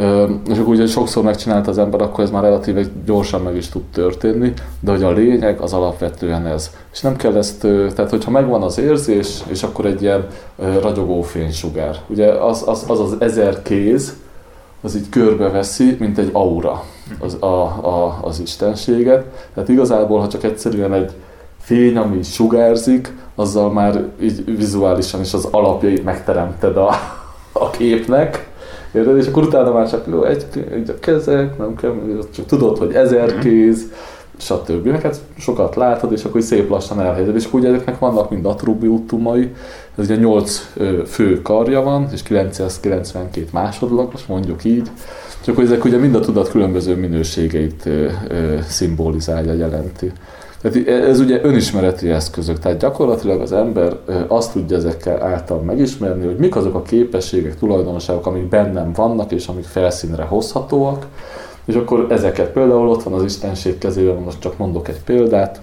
És akkor ugye sokszor megcsinálta az ember, akkor ez már relatíve gyorsan meg is tud történni, de hogy a lényeg az alapvetően ez. És nem kell ezt, tehát hogyha megvan az érzés, és akkor egy ilyen ragyogó fénysugár. Ugye az az, az, az ezer kéz, az így körbeveszi, mint egy aura az, a, a, az istenséget. Tehát igazából, ha csak egyszerűen egy fény, ami sugárzik, azzal már így vizuálisan is az alapjait megteremted a, a képnek. Érted? És akkor utána már csak jó, egy, egy a kezek, nem kell, csak tudod, hogy ezer kéz, stb. Hát sokat látod, és akkor szép lassan elhelyezed. És akkor ugye ezeknek vannak mind attribútumai, ez ugye nyolc fő karja van, és kilencszázkilencvenkét másodlagos, mondjuk így. És akkor ezek ugye mind a tudat különböző minőségeit ö, ö, szimbolizálja, jelenti. Tehát ez ugye önismereti eszközök, tehát gyakorlatilag az ember azt tudja ezekkel által megismerni, hogy mik azok a képességek, tulajdonságok, amik bennem vannak, és amik felszínre hozhatóak, és akkor ezeket például ott van az istenség kezében, most csak mondok egy példát,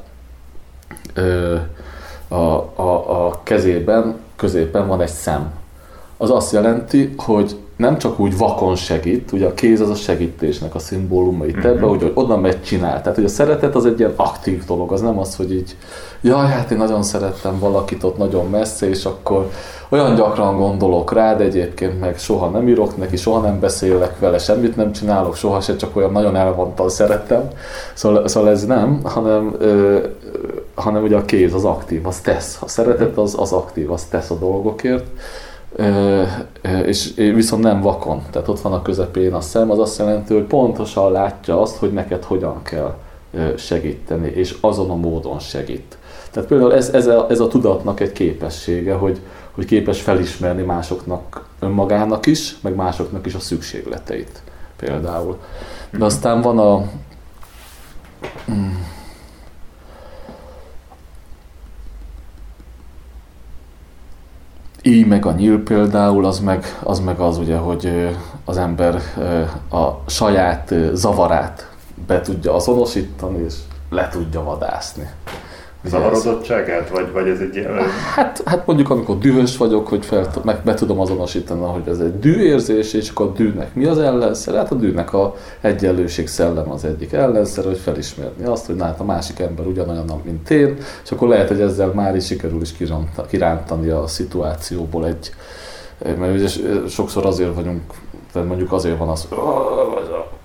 a, a, a kezében, középen van egy szem. Az azt jelenti, hogy nem csak úgy vakon segít, ugye a kéz az a segítésnek a szimbóluma itt ebben, hogy oda megy csinál. Tehát, hogy a szeretet az egy ilyen aktív dolog, az nem az, hogy így jaj, hát én nagyon szerettem valakit ott nagyon messze, és akkor olyan gyakran gondolok rá, de egyébként meg soha nem írok neki, soha nem beszélek vele, semmit nem csinálok, soha se, csak olyan nagyon elvontan szeretem. Szóval, szóval ez nem, hanem, ö, hanem ugye a kéz az aktív, az tesz. A szeretet az, az aktív, az tesz a dolgokért. És viszont nem vakon, tehát ott van a közepén a szem, az azt jelenti, hogy pontosan látja azt, hogy neked hogyan kell segíteni, és azon a módon segít. Tehát például ez, ez, a, ez a tudatnak egy képessége, hogy, hogy képes felismerni másoknak önmagának is, meg másoknak is a szükségleteit például. De aztán van a... Hmm, így meg a nyíl például, az meg, az meg az ugye, hogy az ember a saját zavarát be tudja azonosítani, és le tudja vadászni. Zavarodottságát? Vagy, vagy ez egy ilyen... Hát, hát mondjuk amikor dühös vagyok, hogy fel, meg be tudom azonosítani, hogy ez egy dűérzés, és akkor a dűnek mi az ellenszer? Hát a dűnek a egyenlőség szellem az egyik ellenszer, hogy felismerni azt, hogy hát a másik ember ugyanolyan, mint én, és akkor lehet, hogy ezzel már is sikerül is kirántani a szituációból egy... Mert ugye sokszor azért vagyunk, tehát mondjuk azért van az,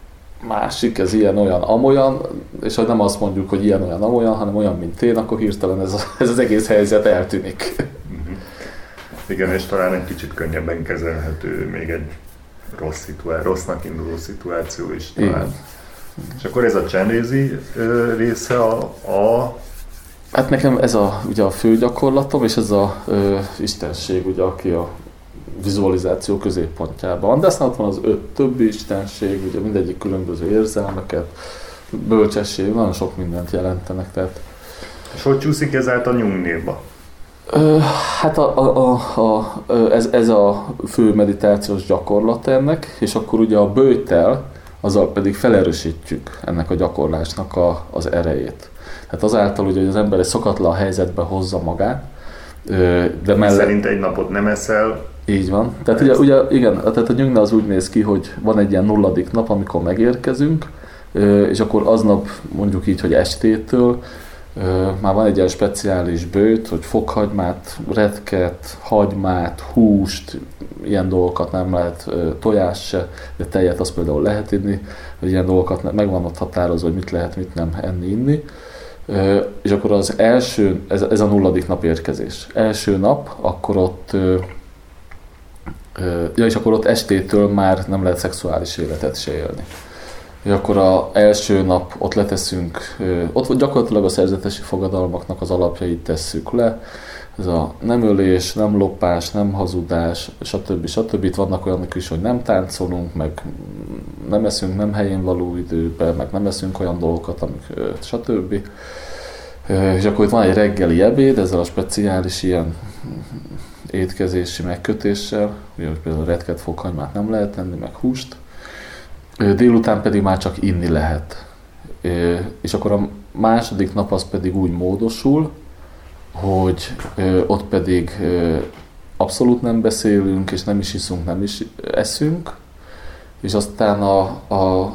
másik, ez ilyen, olyan, amolyan, és ha nem azt mondjuk, hogy ilyen, olyan, amolyan, hanem olyan, mint én, akkor hirtelen ez, a, ez az egész helyzet eltűnik. Uh-huh. Igen, és talán egy kicsit könnyebben kezelhető még egy rossz szituáció, rossznak induló szituáció is talán. Igen. És akkor ez a csendézi része a, a... Hát nekem ez a, ugye a fő gyakorlatom, és ez a ö, istenség, ugye, aki a vizualizáció középpontjában van, de aztán ott van az öt többi istenség, ugye mindegyik különböző érzelmeket, bölcsesség, nagyon sok mindent jelentenek. Tehát... És hogy csúszik ez át a nyugnéba? Ö, hát a, a, a, a, ez, ez a fő meditációs gyakorlat ennek, és akkor ugye a böjtel, azzal pedig felerősítjük ennek a gyakorlásnak a, az erejét. Tehát azáltal, ugye, hogy az ember egy szokatlan helyzetbe hozza magát, de mellett... Szerint egy napot nem eszel. Így van. Tehát ugye, ugye, igen, tehát a nyugna az úgy néz ki, hogy van egy ilyen nulladik nap, amikor megérkezünk, és akkor aznap mondjuk így, hogy estétől már van egy ilyen speciális bőt, hogy fokhagymát, retket, hagymát, húst, ilyen dolgokat nem lehet, tojás se, de tejet azt például lehet inni, hogy ilyen dolgokat meg van ott határozva, hogy mit lehet, mit nem enni, inni. És akkor az első, ez, ez a nulladik nap érkezés. Első nap, akkor ott, ja, és akkor ott estétől már nem lehet szexuális életet se élni. És akkor az első nap ott leteszünk, ott gyakorlatilag a szerzetesi fogadalmaknak az alapjait tesszük le. Ez a nem ölés, nem lopás, nem hazudás, stb. stb. Itt vannak olyanok is, hogy nem táncolunk, meg nem eszünk nem helyén való időben, meg nem eszünk olyan dolgokat, amik stb. És akkor itt van egy reggeli ebéd, ezzel a speciális ilyen étkezési megkötéssel, ugye, hogy például retket, fokhagymát nem lehet enni, meg húst. Délután pedig már csak inni lehet. És akkor a második nap az pedig úgy módosul, hogy ott pedig abszolút nem beszélünk, és nem is iszunk, nem is eszünk, és aztán a, a,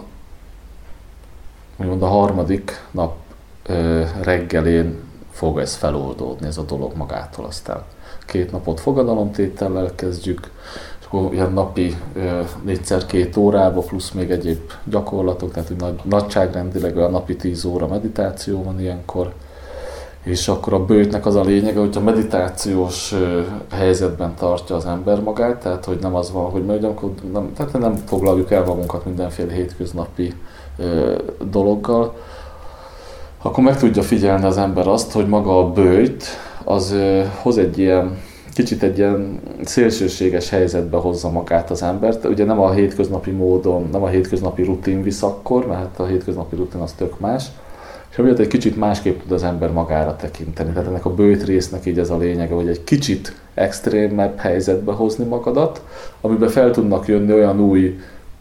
a harmadik nap reggelén fog ez feloldódni, ez a dolog magától. Aztán két napot fogadalomtétellel kezdjük, és akkor ilyen napi négyszer két órába, plusz még egyéb gyakorlatok, tehát hogy nagy, nagyságrendileg a napi tíz óra meditáció van ilyenkor. És akkor a böjtnek az a lényege, hogy a meditációs helyzetben tartja az ember magát, tehát hogy nem az van, hogy majd akkor nem, tehát nem foglaljuk el magunkat mindenféle hétköznapi ö, dologgal, akkor meg tudja figyelni az ember azt, hogy maga a böjt az ö, hoz egy ilyen, kicsit egy ilyen szélsőséges helyzetbe hozza magát az embert. Ugye nem a hétköznapi módon, nem a hétköznapi rutin visz akkor, mert a hétköznapi rutin az tök más, és amiatt egy kicsit másképp tud az ember magára tekinteni. Tehát ennek a böjt résznek így ez a lényege, hogy egy kicsit extrémebb helyzetbe hozni magadat, amiben fel tudnak jönni olyan új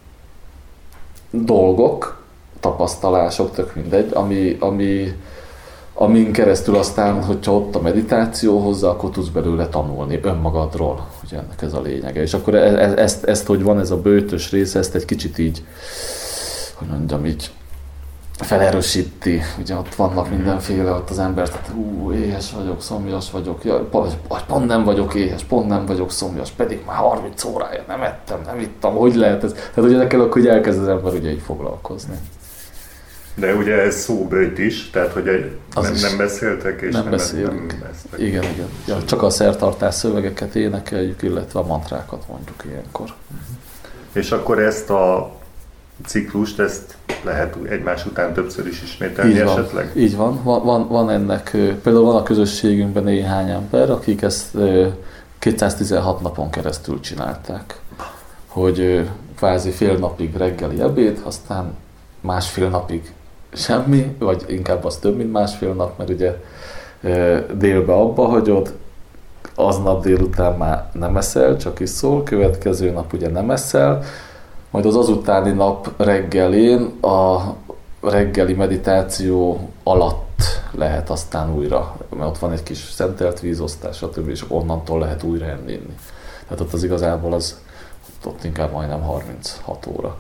dolgok, tapasztalások, tök mindegy, ami, ami, amin keresztül aztán, hogyha ott a meditáció hozzá, akkor tudsz belőle tanulni önmagadról. Ugye ennek ez a lényege. És akkor e- e- ezt, ezt, hogy van ez a böjtös része, ezt egy kicsit így, hogy mondjam így, felerősíti, ugye ott vannak mindenféle, ott az ember, tehát ú, éhes vagyok, szomjas vagyok, ja, pont nem vagyok éhes, pont nem vagyok szomjas, pedig már harminc órája nem ettem, nem ittam, hogy lehet ez? Tehát ugye ezekkel akkor ugye elkezd az ember ugye így foglalkozni. De ugye ez szóböjt is, tehát hogy nem, nem beszéltek és nem, nem beszélünk. Nem beszéltek. Igen, igen. Ja, csak a szertartás szövegeket énekeljük, illetve a mantrákat mondjuk ilyenkor. És akkor ezt a ciklust, ezt lehet egymás után többször is ismételni így van, esetleg? Így van. Van, van, van ennek, például van a közösségünkben néhány ember, akik ezt kétszáztizenhat napon keresztül csinálták. Hogy kvázi fél napig reggeli ebéd, aztán másfél napig semmi, vagy inkább az több, mint másfél nap, mert ugye délbe abba hagyod, aznap délután már nem eszel, csak iszol, következő nap ugye nem eszel, majd az azutáni nap reggelén a reggeli meditáció alatt lehet aztán újra, mert ott van egy kis szentelt vízosztás, stb. És onnantól lehet újra enni. Tehát ott az igazából az, ott inkább majdnem harminchat óra.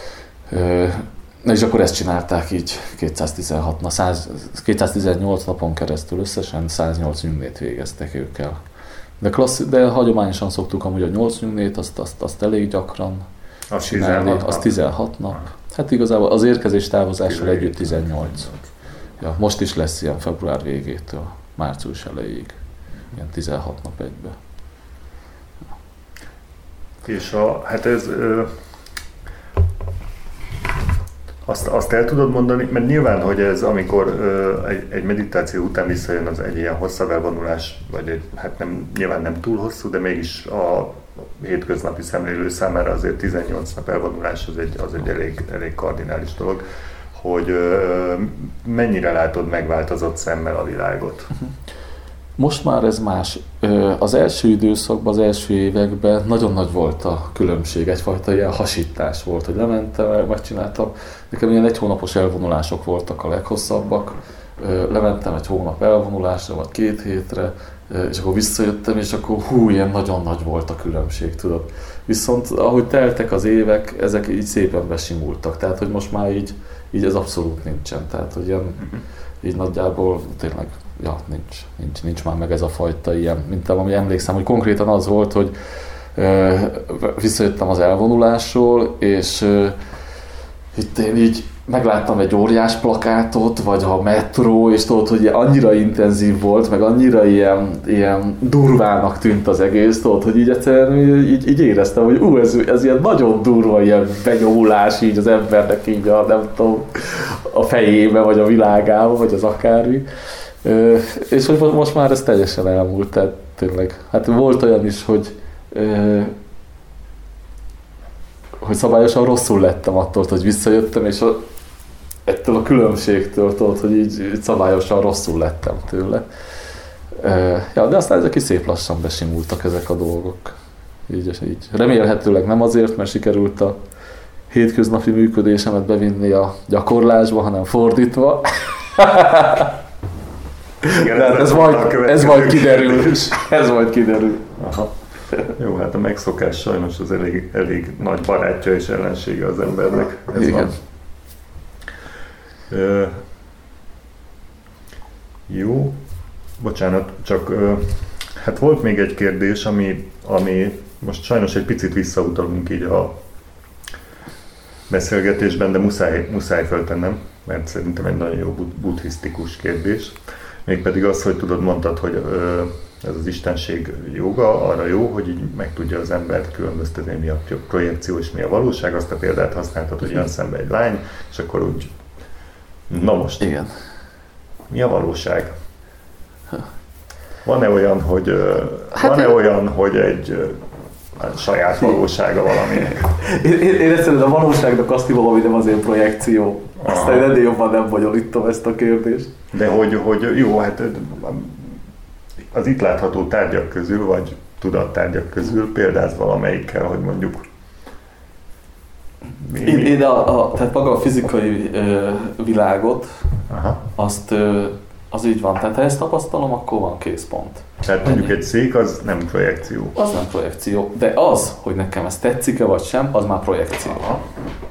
Na és akkor ezt csinálták így kétszáztizenhat, na száz, kétszáztizennyolc napon keresztül összesen száznyolc nyugvét végeztek ők el. De, klassz, de hagyományosan szoktuk amúgy a nyolc nyugvét, azt, azt, azt elég gyakran az csinálni, tizenhat az nap. tizenhat nap. Hát igazából az érkezés távozással együtt tizennyolc. Ja, most is lesz ilyen február végétől március elejéig. Ilyen tizenhat nap egybe. És a, hát ez... Ö, azt, azt el tudod mondani, mert nyilván, hogy ez amikor ö, egy, egy meditáció után visszajön az egy ilyen hosszabb elvonulás, vagy egy, hát nem, nyilván nem túl hosszú, de mégis a hétköznapi szemlélő számára azért tizennyolc nap elvonulás az egy, az egy elég, elég kardinális dolog, hogy ö, mennyire látod megváltozott szemmel a világot. Most már ez más. Az első időszakban, az első években nagyon nagy volt a különbség, egyfajta ilyen hasítás volt, hogy lementem, megcsináltam. Nekem ilyen egy hónapos elvonulások voltak a leghosszabbak. Lementem egy hónap elvonulásra, vagy két hétre, és akkor visszajöttem, és akkor hú, ilyen nagyon nagy volt a különbség, tudod. Viszont ahogy teltek az évek, ezek így szépen besimultak, tehát hogy most már így, így ez abszolút nincsen, tehát hogy ilyen, így nagyjából tényleg, ja, nincs, nincs, nincs már meg ez a fajta ilyen, mint ami emlékszem, hogy konkrétan az volt, hogy ö, visszajöttem az elvonulásról, és ö, itt én így megláttam egy óriás plakátot, vagy a metró, és tudod, hogy annyira intenzív volt, meg annyira ilyen, ilyen durvának tűnt az egész, tudod, hogy így egyszerűen így, így éreztem, hogy ú, ez, ez ilyen nagyon durva, ilyen benyomulás így az embernek így a, nem tudom, a fejébe, vagy a világába, vagy az akármi. És hogy most már ez teljesen elmúlt, tehát tényleg. Hát volt olyan is, hogy hogy szabályosan rosszul lettem attól, hogy visszajöttem, és a, ettől a különbségtől, tudod, hogy így, így szabályosan rosszul lettem tőle. Ja, de aztán ezek is szép lassan besimultak ezek a dolgok. Így, így. Remélhetőleg nem azért, mert sikerült a hétköznapi működésemet bevinni a gyakorlásba, hanem fordítva. Igen, de ez, ez, majd, ez majd kiderül. Ez majd kiderül. Aha. Jó, hát a megszokás sajnos az elég, elég nagy barátja és ellensége az embernek. Ez igen. Van. Ö, jó, bocsánat, csak ö, hát volt még egy kérdés, ami, ami most sajnos egy picit visszautalunk így a beszélgetésben, de muszáj, muszáj feltennem, mert szerintem egy nagyon jó buddhisztikus kérdés. Mégpedig az, hogy tudod, mondtad, hogy ö, ez az istenség joga arra jó, hogy így meg tudja az embert különböztetni, mi a projekció és mi a valóság. Azt a példát használtad, hogy jön szembe egy lány, és akkor úgy, na most, igen. Mi a valóság? Van-e olyan, hogy, hát van-e én... olyan, hogy egy saját valósága valaminek? Én, én, én egyszerűen a valóságnak azt hívom, ami nem az én projekció. Aztán én ennél jobban nem bonyolítom ezt a kérdést. De hogy, hogy jó, hát az itt látható tárgyak közül, vagy tudattárgyak közül példáz valamelyikkel, hogy mondjuk mi, én, én a, a, tehát maga a fizikai ö, világot, aha. azt ö, az így van. Tehát ha ezt tapasztalom, akkor van készpont. Tehát mondjuk egy szék az nem projekció. Az nem projekció, de az, hogy nekem ez tetszik-e vagy sem, az már projekció. Aha.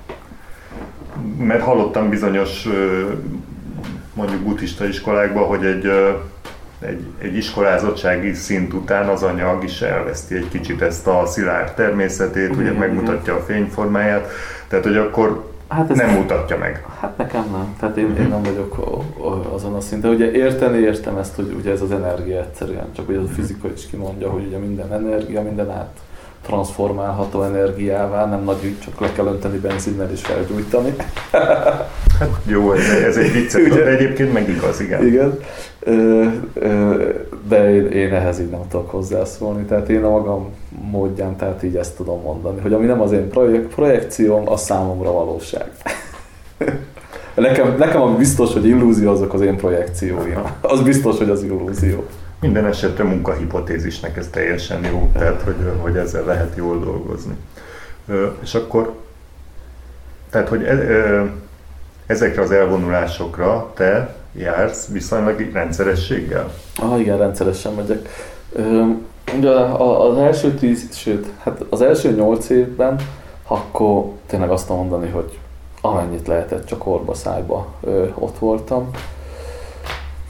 Mert hallottam bizonyos mondjuk buddhista iskolákban, hogy egy, egy, egy iskolázottsági szint után az anyag is elveszti egy kicsit ezt a szilárd természetét, ugye megmutatja a fényformáját, tehát hogy akkor hát nem mutatja meg. Hát nekem nem, tehát én, én nem vagyok azon a szinten. Ugye érteni értem ezt, hogy ugye ez az energia egyszerűen, csak ugye a fizika is kimondja, hogy ugye minden energia, minden át transformálható energiává, nem nagy ügy, csak le kell önteni benzinnel és felgyújtani. Hát jó, ez, ez egy vicces, de egyébként meg igaz, igen. Igen, de én, én ehhez így nem tudok hozzászólni, tehát én a magam módján, tehát így ezt tudom mondani, hogy ami nem az én projek- projekcióm, az számomra valóság. Nekem, nekem ami biztos, hogy illúzió, azok az én projekcióim. Az biztos, hogy az illúzió. Minden esetre munkahipotézisnek ez teljesen jó, tehát hogy, hogy ezzel lehet jól dolgozni. És akkor, tehát hogy ezekre az elvonulásokra te jársz viszonylag rendszerességgel? Ah, igen, rendszeresen megyek. Ugye az első tíz, sőt, hát az első nyolc évben, akkor tényleg azt mondani, hogy amennyit lehetett, csak orba szájba ott voltam. Ezt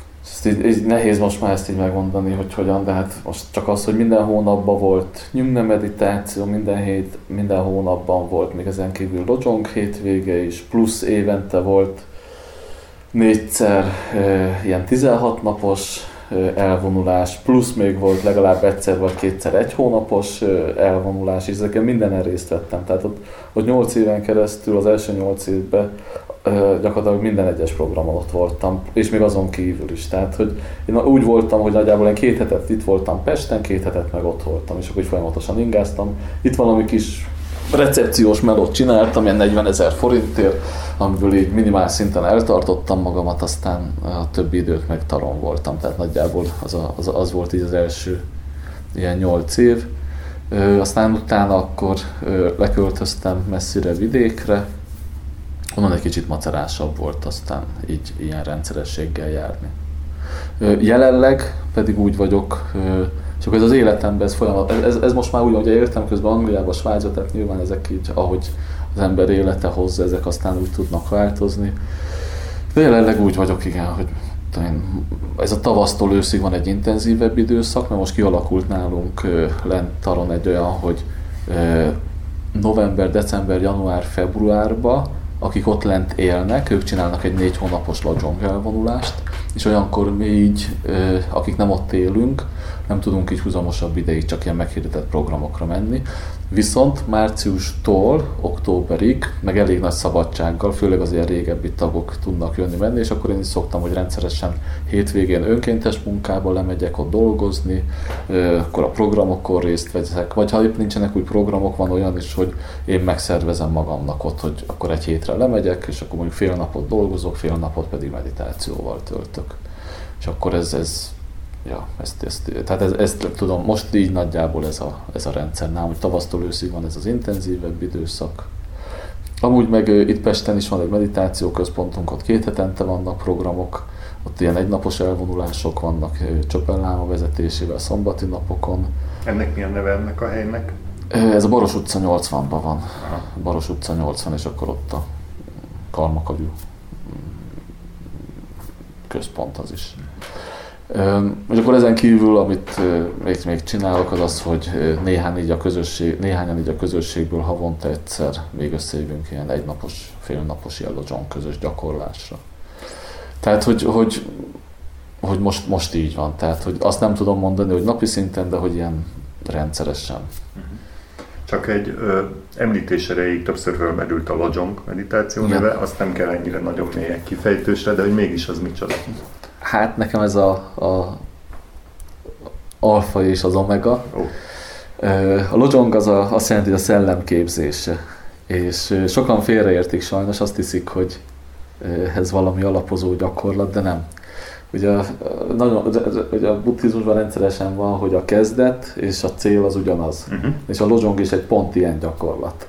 így, így nehéz most már ezt így megmondani, hogy hogyan, de hát most csak az, hogy minden hónapban volt nyugna meditáció, minden hét, minden hónapban volt még ezen kívül lodzsong hétvége is, plusz évente volt négyszer e, ilyen tizenhat napos e, elvonulás, plusz még volt legalább egyszer vagy kétszer egy hónapos e, elvonulás, és ezeken mindenen részt vettem. Tehát ott, ott nyolc éven keresztül, az első nyolc évben e, gyakorlatilag minden egyes programon ott voltam, és még azon kívül is. Tehát, hogy én úgy voltam, hogy nagyjából én két hetet itt voltam Pesten, két hetet meg ott voltam, és akkor így folyamatosan ingáztam. Itt valami kis recepciós melót csináltam, ilyen negyvenezer forintért, amiből így minimál szinten eltartottam magamat, aztán a többi időt meg taron voltam, tehát nagyjából az, a, az, az volt így az első ilyen nyolc év. Ö, aztán utána akkor ö, leköltöztem messzire vidékre, onnan egy kicsit macerásabb volt aztán így ilyen rendszerességgel járni. Ö, jelenleg pedig úgy vagyok, ö, és akkor ez az életemben, ez, folyamat, ez, ez most már úgy, hogy értem közben Angliába, Svájcba, tehát nyilván ezek így, ahogy az ember élete hozza, ezek aztán úgy tudnak változni. De jelenleg úgy vagyok, igen, hogy ez a tavasztól őszig van egy intenzívebb időszak, mert most kialakult nálunk lent taron egy olyan, hogy november, december, január, februárban, akik ott lent élnek, ők csinálnak egy négy hónapos lodzsong elvonulást, és olyankor mi így, akik nem ott élünk, nem tudunk így húzamosabb ideig csak ilyen meghirdetett programokra menni. Viszont márciustól októberig, meg elég nagy szabadsággal, főleg az ilyen régebbi tagok tudnak jönni-menni, és akkor én is szoktam, hogy rendszeresen hétvégén önkéntes munkába lemegyek ott dolgozni, akkor a programokon részt veszek, vagy ha épp nincsenek új programok, van olyan is, hogy én megszervezem magamnak ott, hogy akkor egy hétre lemegyek, és akkor mondjuk fél napot dolgozok, fél napot pedig meditációval töltök. És akkor ez, ez ja, ezt, ezt, tehát ez, ezt tudom, most így nagyjából ez a, ez a rendszer nálam, hogy tavasztól őszig van ez az intenzívebb időszak. Amúgy meg itt Pesten is van egy meditációközpontunk, ott két hetente vannak programok, ott ilyen egynapos elvonulások vannak Csöpelláma vezetésével szombati napokon. Ennek milyen neve ennek a helynek? Ez a Baros utca nyolcvanban van. Aha. Baros utca nyolcvan, és akkor ott a Karmakagyú központ az is. És akkor ezen kívül, amit még, még csinálok, az az, hogy néhány így a közösség, néhányan így a közösségből havonta egyszer még összejövünk ilyen egynapos, félnapos ilyen lodzsong közös gyakorlásra. Tehát, hogy, hogy, hogy most, most így van. Tehát, hogy azt nem tudom mondani, hogy napi szinten, de hogy ilyen rendszeresen. Csak egy ö, említés erejéig többször felmerült a lodzsong meditáció neve, azt nem kell ennyire nagyon mélyen kifejtősre, de hogy mégis az micsoda. Hát nekem ez a, a alfa és az omega. Oh. A lodzsong az a, azt jelenti, hogy a szellem képzése. És sokan félreértik sajnos, azt hiszik, hogy ez valami alapozó gyakorlat, de nem. Ugye a, nagyon, ugye a buddhizmusban rendszeresen van, hogy a kezdet és a cél az ugyanaz. Uh-huh. És a lodzsong is egy pont ilyen gyakorlat.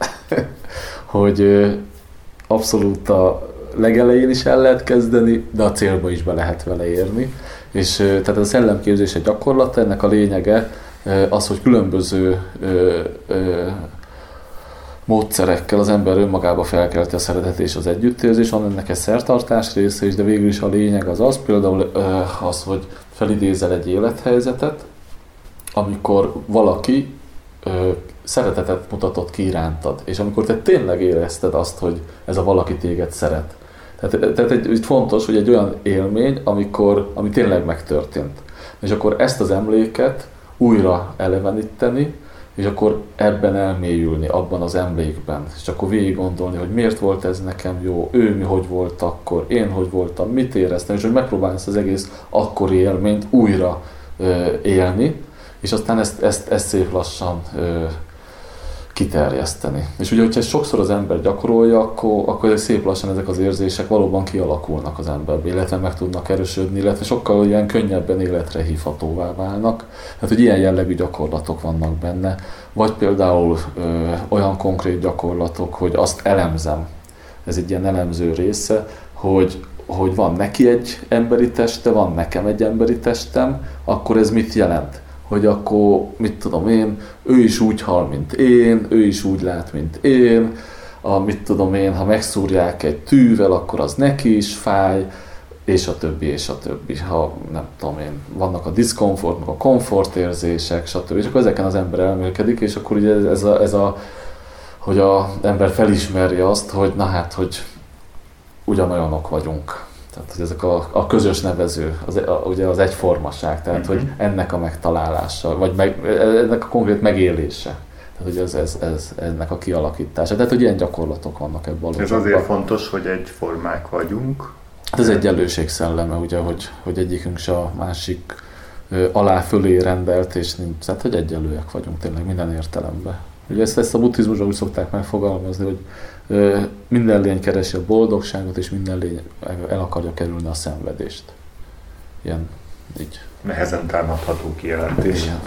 hogy abszolút a legelején is el lehet kezdeni, de a célba is be lehet vele érni. És tehát ez a szellemképzés egy gyakorlat, ennek a lényege az, hogy különböző ö, ö, módszerekkel az ember önmagába felkelti a szeretet és az együttérzés, van ennek egy szertartás része is, de végül is a lényeg az az, például az, hogy felidézel egy élethelyzetet, amikor valaki szeretetet mutatott ki irántad, és amikor te tényleg érezted azt, hogy ez a valaki téged szeret. Tehát, tehát egy, egy fontos, hogy egy olyan élmény, amikor, ami tényleg megtörtént. És akkor ezt az emléket újra eleveníteni, és akkor ebben elmélyülni, abban az emlékben, és akkor végig gondolni, hogy miért volt ez nekem jó, ő mi hogy volt akkor, én hogy voltam, mit éreztem, és hogy megpróbálni ezt az egész akkori élményt újra ö, élni, és aztán ezt, ezt, ezt szép lassan ö, kiterjeszteni. És ugye, hogyha sokszor az ember gyakorolja, akkor, akkor szép lassan ezek az érzések valóban kialakulnak az emberbe, illetve meg tudnak erősödni, illetve sokkal ilyen könnyebben életre hívhatóvá válnak. Tehát, hogy ilyen jellegű gyakorlatok vannak benne. Vagy például ö, olyan konkrét gyakorlatok, hogy azt elemzem, ez egy ilyen elemző része, hogy, hogy van neki egy emberi teste, van nekem egy emberi testem, akkor ez mit jelent? Hogy akkor, mit tudom én, ő is úgy hal, mint én, ő is úgy lát, mint én, a, mit tudom én, ha megszúrják egy tűvel, akkor az neki is fáj, és a többi, és a többi. Ha nem tudom én, vannak a diszkomfort, meg a komfortérzések, stb. És akkor ezeken az ember elmélkedik, és akkor ugye ez a, ez a hogy az ember felismerje azt, hogy na hát, hogy ugyanolyanok vagyunk. Tehát, hogy ezek a, a közös nevező, az, a, ugye az egyformaság, tehát, mm-hmm. hogy ennek a megtalálása, vagy meg, ennek a konkrét megélése. Tehát, hogy ez, ez, ez, ennek a kialakítása. Tehát, hogy ilyen gyakorlatok vannak ebben a Ez azért fontos, hogy egyformák vagyunk. Hát ez egyenlőség szelleme, ugye, hogy, hogy egyikünk se a másik alá fölé rendelt, és nincs, tehát, hogy egyenlőek vagyunk tényleg minden értelemben. Ugye ezt, ezt a buddhizmusban úgy szokták megfogalmazni, hogy ö, minden lény keresi a boldogságot, és minden lény el akarja kerülni a szenvedést. Ilyen, így. Nehezen támadható kijelentés. Igen.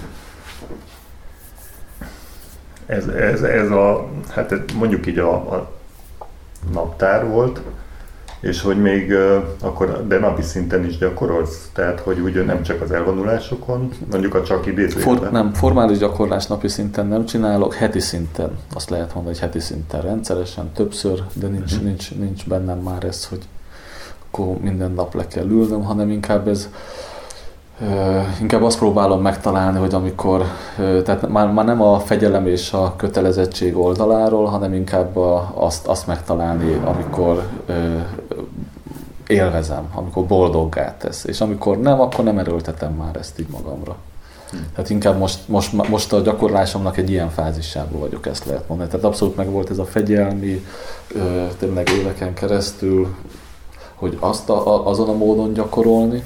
Ez, ez, ez a, hát mondjuk így a, a naptár volt, és hogy még akkor, de napi szinten is gyakorolsz, tehát hogy ugye nem csak az elvonulásokon, mondjuk a csak idézőjelben. For, nem, formális gyakorlás napi szinten nem csinálok, heti szinten, azt lehet mondani, hogy heti szinten rendszeresen, többször, de nincs, uh-huh. nincs, nincs bennem már ez, hogy akkor minden nap le kell ülnöm, hanem inkább ez, Uh, inkább azt próbálom megtalálni, hogy amikor, uh, tehát már, már nem a fegyelem és a kötelezettség oldaláról, hanem inkább a, azt, azt megtalálni, amikor uh, élvezem, amikor boldoggá tesz. És amikor nem, akkor nem erőltetem már ezt így magamra. Hmm. Tehát inkább most, most, most a gyakorlásomnak egy ilyen fázisában vagyok, ezt lehet mondani. Tehát abszolút meg volt ez a fegyelmi, uh, tényleg éveken keresztül, hogy azt a, a, azon a módon gyakorolni.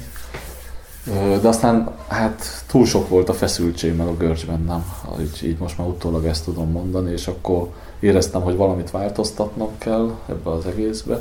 De aztán hát túl sok volt a feszültség meg a görcs bennem, így, így most már utólag ezt tudom mondani, és akkor éreztem, hogy valamit változtatnom kell ebbe az egészbe,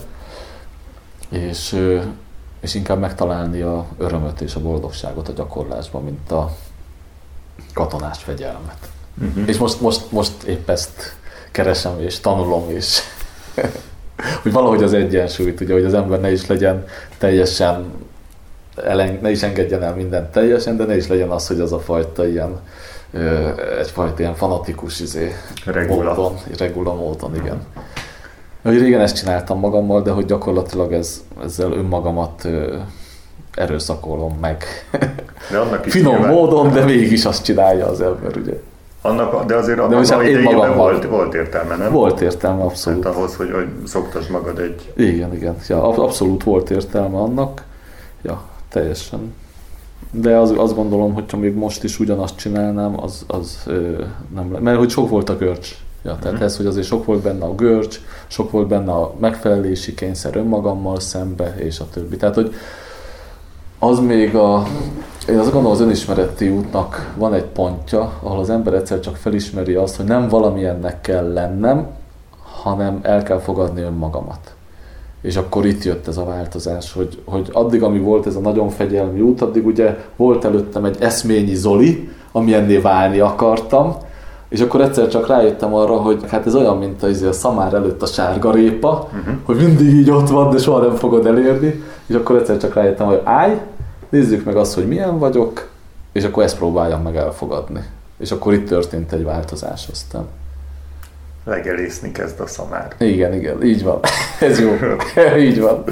és, és inkább megtalálni a örömöt és a boldogságot a gyakorlásban, mint a katonás fegyelmet. Uh-huh. És most, most, most épp ezt keresem és tanulom, és hogy valahogy az egyensúlyt, ugye, hogy az ember ne is legyen teljesen Ellen, ne is engedjen el mindent teljesen, de ne is legyen az, hogy az a fajta ilyen, ö, egyfajta ilyen fanatikus izé, regula. módon, regula módon, igen. Hogy régen ezt csináltam magammal, de hogy gyakorlatilag ez, ezzel önmagamat ö, erőszakolom meg. De annak is finom nyilván... módon, de mégis azt csinálja az ember, ugye. Annak, de azért de annak a idejében volt, volt értelme, nem? Volt értelme, abszolút. Hát ahhoz, hogy, hogy szoktasd magad egy... Igen, igen. Ja, abszolút volt értelme annak. Ja. Teljesen. De az, azt gondolom, hogyha még most is ugyanazt csinálnám, az, az ö, nem le. Mert hogy sok volt a görcs. Ja, tehát mm. ez, hogy azért sok volt benne a görcs, sok volt benne a megfelelési kényszer önmagammal szembe, és a többi. Tehát, hogy az még a... Én azt gondolom, az önismereti útnak van egy pontja, ahol az ember egyszer csak felismeri azt, hogy nem valamilyennek kell lennem, hanem el kell fogadni önmagamat. És akkor itt jött ez a változás, hogy, hogy addig, ami volt ez a nagyon fegyelmi út, addig ugye volt előttem egy eszményi Zoli, amilyenné válni akartam, és akkor egyszer csak rájöttem arra, hogy hát ez olyan, mint a, a szamár előtt a sárgarépa, uh-huh. hogy mindig így ott van, de soha nem fogod elérni, és akkor egyszer csak rájöttem, hogy állj, nézzük meg azt, hogy milyen vagyok, és akkor ezt próbáljam meg elfogadni. És akkor itt történt egy változás aztán. Legelészni kezd a szamár. Igen, igen, így van. Ez jó. Így van.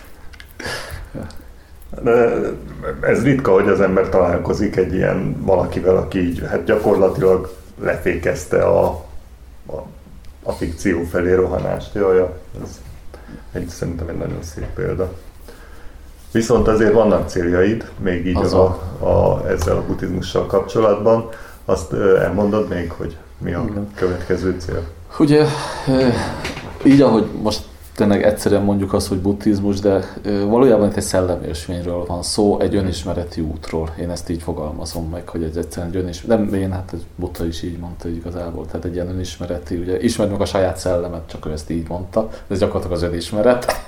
De ez ritka, hogy az ember találkozik egy ilyen valakivel, aki így, hát gyakorlatilag lefékezte a, a, a fikció felé rohanást. Jaj, ez egy, szerintem egy nagyon szép példa. Viszont azért vannak céljaid, még így a, a, ezzel a buddhizmussal kapcsolatban. Azt elmondod még, hogy mi a igen. következő cél? Ugye, így ahogy most tényleg egyszerűen mondjuk azt, hogy buddhizmus, de valójában itt egy szellemélsvényről van szó, egy önismereti útról. Én ezt így fogalmazom meg, hogy ez egyszerűen egy önismereti, nem én, hát Buddha is így mondta igazából, tehát egy ilyen önismereti, ugye ismerd meg a saját szellemet, csak ő ezt így mondta, de ez gyakorlatilag az önismeret.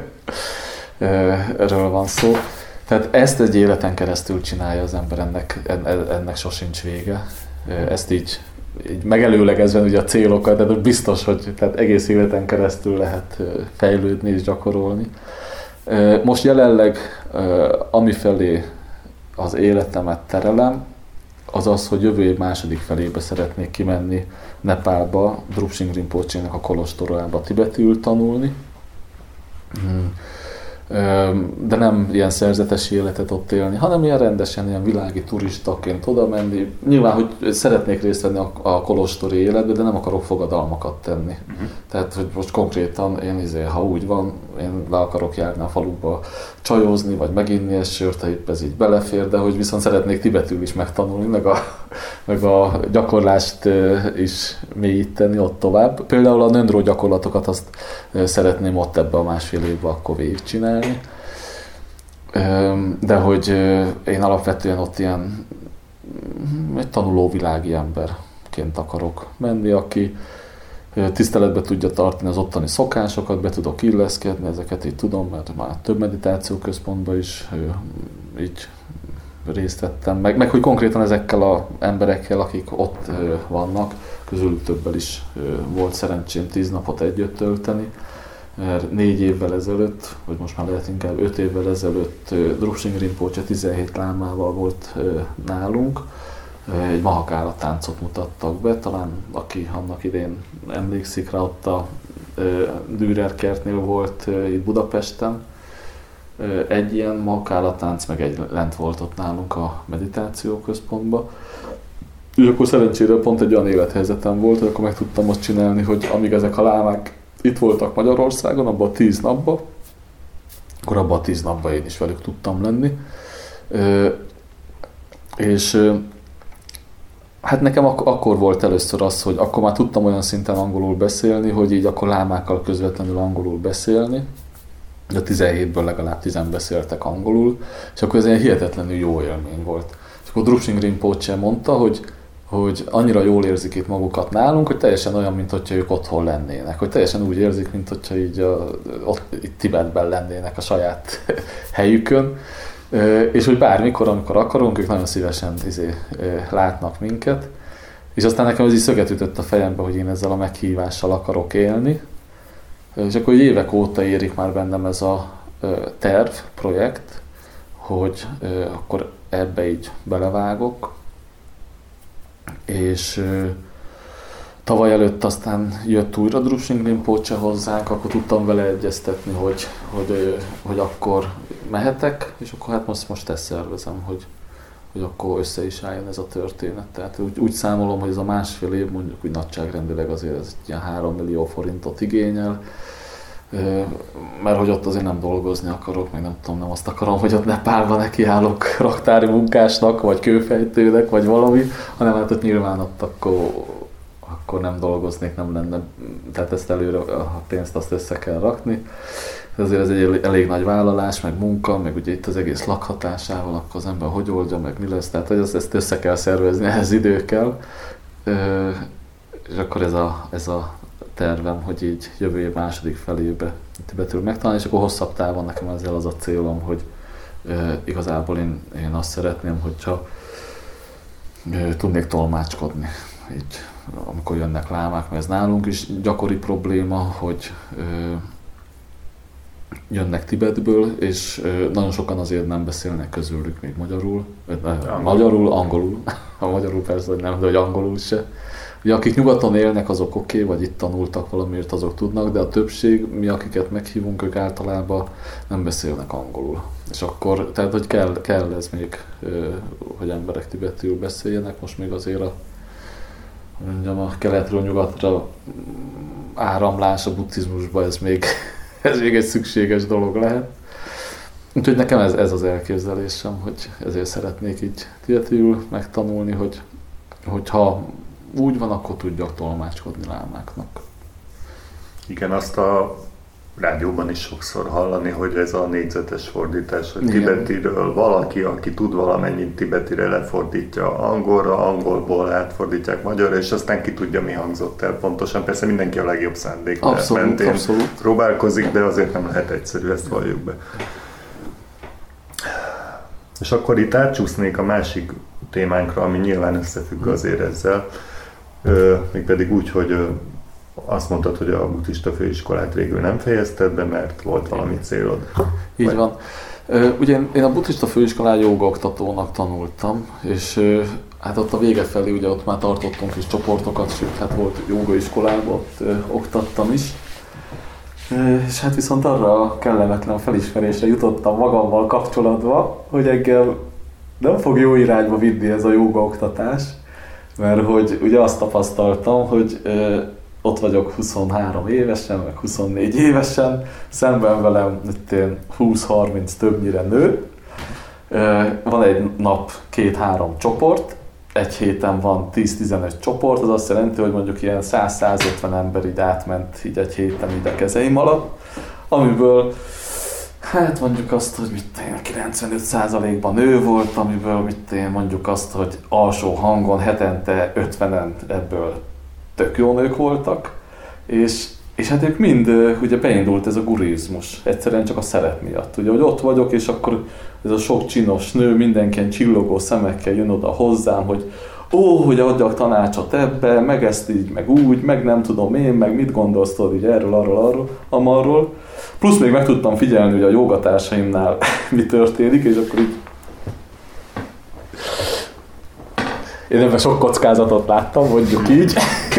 Erről van szó. Tehát ezt egy életen keresztül csinálja az ember, ennek, ennek sosincs vége. Ezt így így megelőlegezve ugye a célokat, de biztos, hogy tehát egész életen keresztül lehet fejlődni és gyakorolni. Most jelenleg amifelé az életemet terelem, az az, hogy jövő év második felébe szeretnék kimenni Nepálba, Drupsing Rinpoche-nek a kolostorába tibetül tanulni. de nem ilyen szerzetesi életet ott élni, hanem ilyen rendesen, ilyen világi turistaként oda menni. Nyilván, hogy szeretnék részt venni a, a kolostori életbe, de nem akarok fogadalmakat tenni. Uh-huh. Tehát, hogy most konkrétan én, izé, ha úgy van, én le akarok járni a faluba csajozni, vagy meginni egy sört, ha épp ez így belefér, de hogy viszont szeretnék tibetül is megtanulni, meg a, meg a gyakorlást is mélyíteni ott tovább. Például a nöndró gyakorlatokat azt szeretném ott ebbe a másfél évbe akkor végigcsinálni. De hogy én alapvetően ott ilyen egy tanuló világi emberként akarok menni, aki tiszteletbe tudja tartani az ottani szokásokat, be tudok illeszkedni, ezeket így tudom, mert már több meditációközpontban is így részt vettem, meg, meg hogy konkrétan ezekkel az emberekkel, akik ott vannak, közülük többel is volt szerencsém tíz napot együtt tölteni, mert négy évvel ezelőtt, vagy most már lehet inkább öt évvel ezelőtt Drupsing Rinpoche tizenhét lámával volt nálunk, egy mahakára táncot mutattak be, talán aki annak idén emlékszik rá, ott a Dürer kertnél volt itt Budapesten, egy ilyen mahakára tánc, meg egy lent volt ott nálunk a meditációközpontban. És akkor szerencsére pont egy olyan élethelyzetem volt, hogy akkor meg tudtam azt csinálni, hogy amíg ezek a lámák itt voltak Magyarországon, abban a tíz napban, akkor abban a tíz napban én is velük tudtam lenni. És hát nekem ak- akkor volt először az, hogy akkor már tudtam olyan szinten angolul beszélni, hogy így akkor lámákkal közvetlenül angolul beszélni. A tizenhétből legalább tizen beszéltek angolul, és akkor ez egy hihetetlenül jó élmény volt. És akkor Drupsing Rinpoche mondta, hogy, hogy annyira jól érzik itt magukat nálunk, hogy teljesen olyan, mint hogyha ők otthon lennének. Hogy teljesen úgy érzik, mint hogyha így a, ott, itt Tibetben lennének a saját helyükön. És hogy bármikor, amikor akarunk, ők nagyon szívesen izé, látnak minket. És aztán nekem ez így szöget ütött a fejembe, hogy én ezzel a meghívással akarok élni. És akkor évek óta érik már bennem ez a terv, projekt, hogy akkor ebbe így belevágok. És tavaly előtt aztán jött újra Drupsing Rinpoche hozzánk, akkor tudtam vele egyeztetni, hogy, hogy, hogy akkor mehetek, és akkor hát most, most ezt szervezem, hogy, hogy akkor össze is álljon ez a történet. Tehát úgy, úgy számolom, hogy ez a másfél év mondjuk úgy nagyságrendileg azért ez ilyen három millió forintot igényel, mert hogy ott azért nem dolgozni akarok, meg nem tudom, nem azt akarom, hogy ott Nepálban nekiállok raktári munkásnak, vagy kőfejtőnek, vagy valami, hanem hát ott nyilván ott akkor, akkor nem dolgoznék, nem lenne, tehát ezt előre a pénzt azt össze kell rakni. Ezért ez egy elég nagy vállalás, meg munka, meg ugye itt az egész lakhatásával, akkor az ember hogy oldja, meg mi lesz, tehát hogy ezt össze kell szervezni, ehhez idő kell. És akkor ez a, ez a tervem, hogy így jövő év második felébe Tibetről megtalálni, és akkor hosszabb távon nekem ezzel az a célom, hogy igazából én, én azt szeretném, hogyha tudnék tolmácskodni, így, amikor jönnek lámák, mert ez nálunk is gyakori probléma, hogy jönnek Tibetből, és nagyon sokan azért nem beszélnek közülük még magyarul, angol. magyarul, angolul, a magyarul persze, hogy nem, de hogy angolul se. Ugye akik nyugaton élnek, azok oké, okay, vagy itt tanultak valamiért, azok tudnak, de a többség, mi akiket meghívunk, ők általában nem beszélnek angolul. És akkor, tehát hogy kell, kell ez még, hogy emberek tibetül beszéljenek, most még azért a, mondjam, a keletről nyugatra áramlás a buddhizmusba, ez még ez még egy szükséges dolog lehet. Úgyhogy nekem ez, ez az elképzelésem, hogy ezért szeretnék így tibetül megtanulni, hogy, hogy ha úgy van, akkor tudjak tolmácskodni lámáknak. Igen, azt a rádióban is sokszor hallani, hogy ez a négyzetes fordítás, hogy tibetiről valaki, aki tud valamennyit tibetire, lefordítja angolra, angolból átfordítják magyarra, és aztán ki tudja, mi hangzott el pontosan. Persze mindenki a legjobb szándék mentén abszolút. próbálkozik, de azért nem lehet egyszerű, ezt valljuk be. És akkor itt átcsúsznék a másik témánkra, ami nyilván összefügg azért ezzel, mégpedig úgy, hogy azt mondtad, hogy a buddhista főiskolát végül nem fejezted be, mert volt valami célod. Így Vagy... van. Ugye én a buddhista főiskolán jogaoktatónak tanultam, és hát ott a vége felé ugye ott már tartottunk is csoportokat, sőt hát volt jogaiskolában, ott oktattam is. És hát viszont arra a kellemetlen felismerésre jutottam magammal kapcsolatban, hogy engem nem fog jó irányba vinni ez a jóga oktatás, mert hogy ugye azt tapasztaltam, hogy ö, ott vagyok huszonhárom évesen, meg huszonnégy évesen, szemben velem húsz-harminc többnyire nő, ö, van egy nap két-három csoport, egy héten van tíz-tizenöt csoport, az azt jelenti, hogy mondjuk ilyen száz-százötven ember így átment így egy héten ide kezeim alatt, amiből hát mondjuk azt, hogy mit én kilencvenöt százalékban nő volt, amiből mit én mondjuk azt, hogy alsó hangon hetente ötvenen ebből tök jó nők voltak, és, és hát ők mind, ugye beindult ez a gurizmus, egyszerűen csak a szerep miatt. Ugye, hogy ott vagyok, és akkor ez a sok csinos nő mindenkien csillogó szemekkel jön oda hozzám, hogy ó, hogy adjak tanácsot ebbe, meg ezt így, meg úgy, meg nem tudom én, meg mit gondolsz tudod így erről, arról, arról, amarról. Plusz még meg tudtam figyelni, hogy a jogatársaimnál mi történik, és akkor így... Én ebben sok kockázatot láttam, mondjuk így.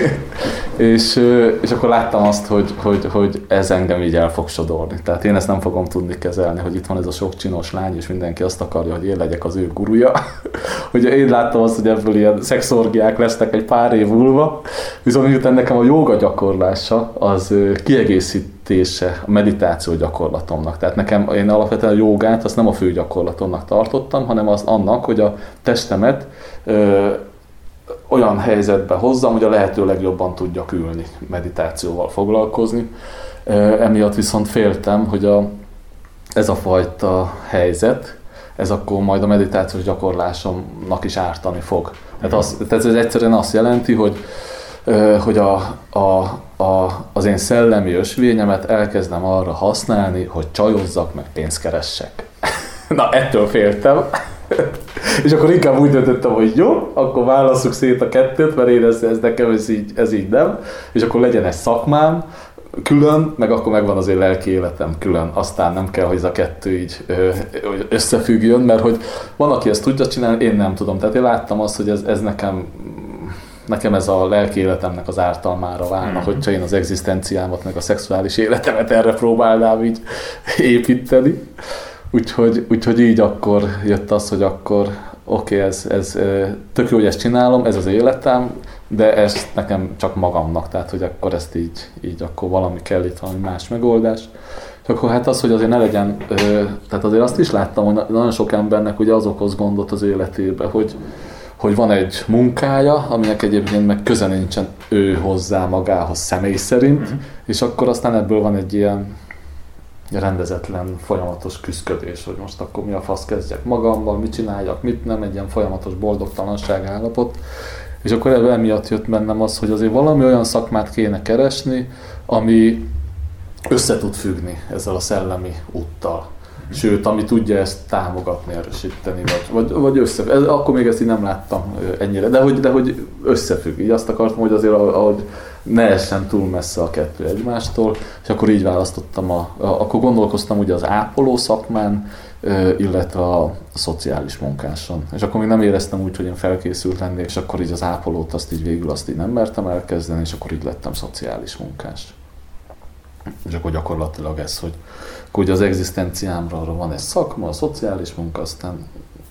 és, és akkor láttam azt, hogy, hogy, hogy ez engem így el fog sodorni. Tehát én ezt nem fogom tudni kezelni, hogy itt van ez a sok csinos lány, és mindenki azt akarja, hogy én legyek az ő guruja. Hogy én láttam azt, hogy ebből ilyen szexorgiák lesznek egy pár év múlva, viszont miután nekem a jóga gyakorlása az kiegészítése a meditáció gyakorlatomnak. Tehát nekem, én alapvetően a jogát azt nem a fő gyakorlatomnak tartottam, hanem az annak, hogy a testemet ö, olyan helyzetbe hozzam, hogy a lehető legjobban tudjak ülni, meditációval foglalkozni. Emiatt viszont féltem, hogy a, ez a fajta helyzet, ez akkor majd a meditációs gyakorlásomnak is ártani fog. Tehát, az, tehát ez egyszerűen azt jelenti, hogy, hogy a, a, a, az én szellemi ösvényemet elkezdem arra használni, hogy csajozzak, meg pénzt keressek. Na, ettől féltem. És akkor inkább úgy döntöttem, hogy jó, akkor válasszuk szét a kettőt, mert én ez, ez nekem ez így, ez így nem. És akkor legyen egy szakmám külön, meg akkor megvan az én lelki életem külön. Aztán nem kell, hogy ez a kettő így ö, összefüggjön, mert hogy van, aki ezt tudja csinálni, én nem tudom. Tehát én láttam azt, hogy ez, ez nekem, nekem ez a lelki életemnek az ártalmára válna, mm-hmm. hogyha én az egzisztenciámat, meg a szexuális életemet erre próbálnám így építeni. Úgyhogy, úgyhogy így akkor jött az, hogy akkor oké, okay, ez, ez tök jó, hogy ezt csinálom, ez az életem, de ezt nekem csak magamnak, tehát hogy akkor ezt így, így akkor valami kell itt, valami más megoldás. És akkor hát az, hogy azért ne legyen, tehát azért azt is láttam, hogy nagyon sok embernek ugye az okoz gondot az életébe, hogy, hogy van egy munkája, aminek egyébként meg köze nincsen ő hozzá magához személy szerint, mm-hmm. és akkor aztán ebből van egy ilyen rendezetlen, folyamatos küszködés, hogy most akkor mi a fasz kezdjek magammal, mit csináljak, mit nem, egy ilyen folyamatos boldogtalanság állapot. És akkor ebből emiatt jött bennem az, hogy azért valami olyan szakmát kéne keresni, ami össze tud függni ezzel a szellemi úttal. Sőt, ami tudja ezt támogatni, erősíteni, vagy, vagy, vagy összefügg. Ez, akkor még ezt így nem láttam ennyire, de hogy, de hogy összefügg. Így azt akartam, hogy azért ahogy ne essen túl messze a kettő egymástól, és akkor így választottam, a, a, akkor gondolkoztam ugye az ápoló szakmán, illetve a, a szociális munkáson. És akkor még nem éreztem úgy, hogy én felkészült lennék, és akkor így az ápolót azt így végül azt így nem mertem elkezdeni, és akkor így lettem szociális munkás. És akkor gyakorlatilag ez, hogy akkor ugye az egzisztenciámra arra van egy szakma, a szociális munka, aztán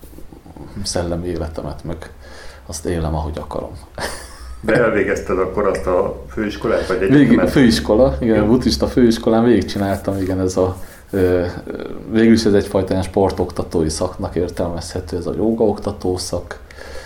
szellemi életemet meg azt élem, ahogy akarom. De elvégezted akkor azt a főiskolát, vagy egyetemet? Végig, a főiskola, igen, a buddhista főiskolán végigcsináltam, igen, ez a végül is ez egyfajta ilyen sportoktatói szaknak értelmezhető, ez a jógaoktató szak.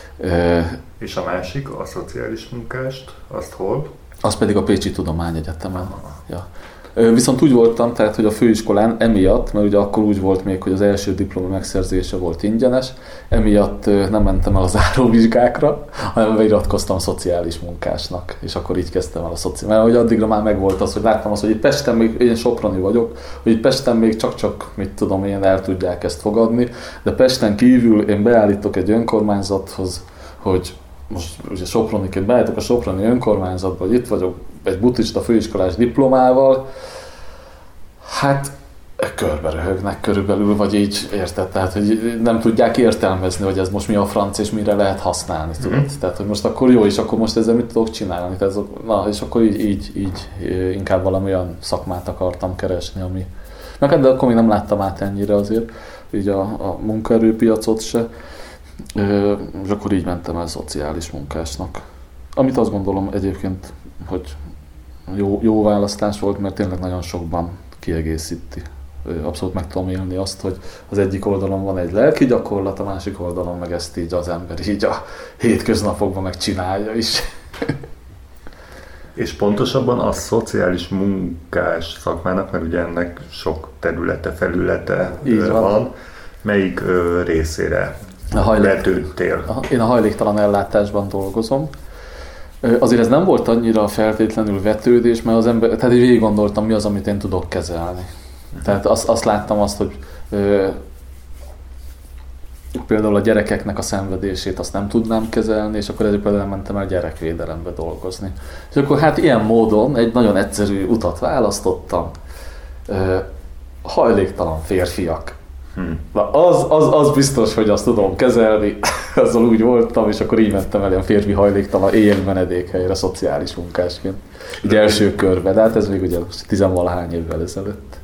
És a másik, a szociális munkást, azt hol? Az pedig a Pécsi Tudományegyetemen. Ja. Viszont úgy voltam, tehát, hogy a főiskolán emiatt, mert ugye akkor úgy volt még, hogy az első diploma megszerzése volt ingyenes, emiatt nem mentem el az záróvizsgákra, hanem beiratkoztam szociális munkásnak, és akkor így kezdtem el a szociális. Mert hogy addigra már megvolt az, hogy láttam azt, hogy itt Pesten még, én soproni vagyok, hogy itt Pesten még csak-csak, mit tudom én, el tudják ezt fogadni, de Pesten kívül én beállítok egy önkormányzathoz, hogy most ugye soproniként beállítok a soproni önkormányzatba, hogy itt vagyok egy buddhista főiskolás diplomával, hát körbe röhögnek körülbelül, vagy így érted, tehát hogy nem tudják értelmezni, hogy ez most mi a franc és mire lehet használni, tudod? Mm. Tehát, hogy most akkor jó, és akkor most ezzel mit tudok csinálni? Tehát, na, és akkor így, így, így inkább valami olyan szakmát akartam keresni, ami... Meg de akkor még nem láttam át ennyire azért, így a, a munkaerőpiacot se, és akkor így mentem el szociális munkásnak. Amit azt gondolom egyébként, hogy jó, jó választás volt, mert tényleg nagyon sokban kiegészíti. Abszolút meg tudom élni azt, hogy az egyik oldalon van egy lelki gyakorlat, a másik oldalon meg ezt így az ember így a hétköznapokban megcsinálja is. És pontosabban a szociális munkás szakmának, mert ugye ennek sok területe, felülete van. van, melyik ö, részére vetődtél? Én a hajléktalan ellátásban dolgozom. Azért ez nem volt annyira feltétlenül vetődés, mert az ember, tehát így végig gondoltam, mi az, amit én tudok kezelni. Tehát azt, azt láttam azt, hogy ö, például a gyerekeknek a szenvedését azt nem tudnám kezelni, és akkor ezért például mentem el gyerekvédelembe dolgozni. És akkor hát ilyen módon egy nagyon egyszerű utat választottam. Ö, hajléktalan férfiak. Hmm. Na az, az, az biztos, hogy azt tudom kezelni, azzal úgy voltam, és akkor így mentem el a férfi hajléktalan éjjeli menedékhelyre szociális munkásként. Így első körben, de hát ez még ugye tizenvalahány évvel ezelőtt.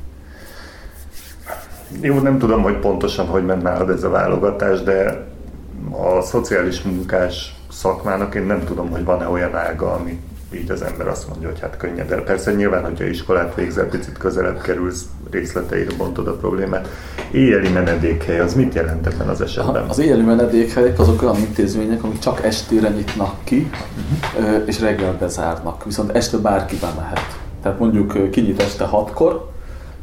Jó, nem tudom, hogy pontosan hogy ment nálad ez a válogatás, de a szociális munkás szakmának én nem tudom, hogy van-e olyan ága, ami így az ember azt mondja, hogy hát könnyed el. Persze nyilván, hogyha iskolát végzel, picit közelebb kerülsz, részleteire bontod a problémát. Éjjeli menedékhely, az mit jelent ebben az esetben? Az éjjeli menedékhelyek azok olyan intézmények, amik csak estére nyitnak ki, uh-huh. és reggel bezárnak. Viszont este bárki bemehet. Tehát mondjuk kinyit este hatkor,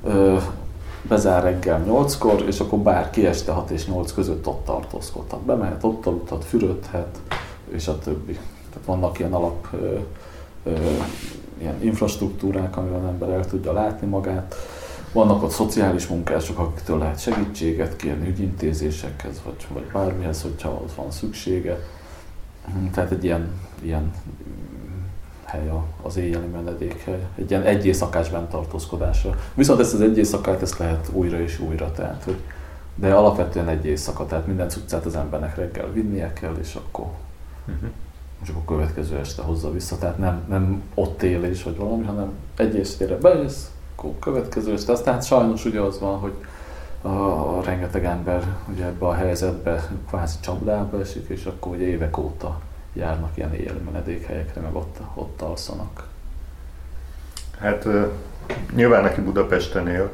bezár reggel nyolckor, és akkor bárki este hat és nyolc között ott tartózkodhat. Bemehet, ott aludhat, fürödhet, és a többi. Tehát vannak ilyen alap ö, ö, ilyen infrastruktúrák, amivel az ember el tudja látni magát. Vannak ott szociális munkások, akiktől lehet segítséget kérni ügyintézésekhez, vagy, vagy bármihez, hogyha ott van szüksége. Tehát egy ilyen, ilyen hely az éjjeli menedékhely, egy ilyen egy éjszakás bentartózkodásra. Viszont ezt az egy éjszakát ezt lehet újra és újra, tehát, hogy, de alapvetően egy éjszaka, tehát minden cuccát az embernek reggel vinnie kell, és akkor, uh-huh. és akkor következő este hozza vissza. Tehát nem, nem ott élés vagy valami, hanem egy éjszakére bejössz, akkor következő este. Aztán sajnos ugye az van, hogy a, a rengeteg ember ugye ebbe a helyzetbe kvázi csapdába esik, és akkor ugye évek óta járnak ilyen éjjeli menedékhelyekre, meg ott, ott alszanak. Hát uh, nyilván aki Budapesten él,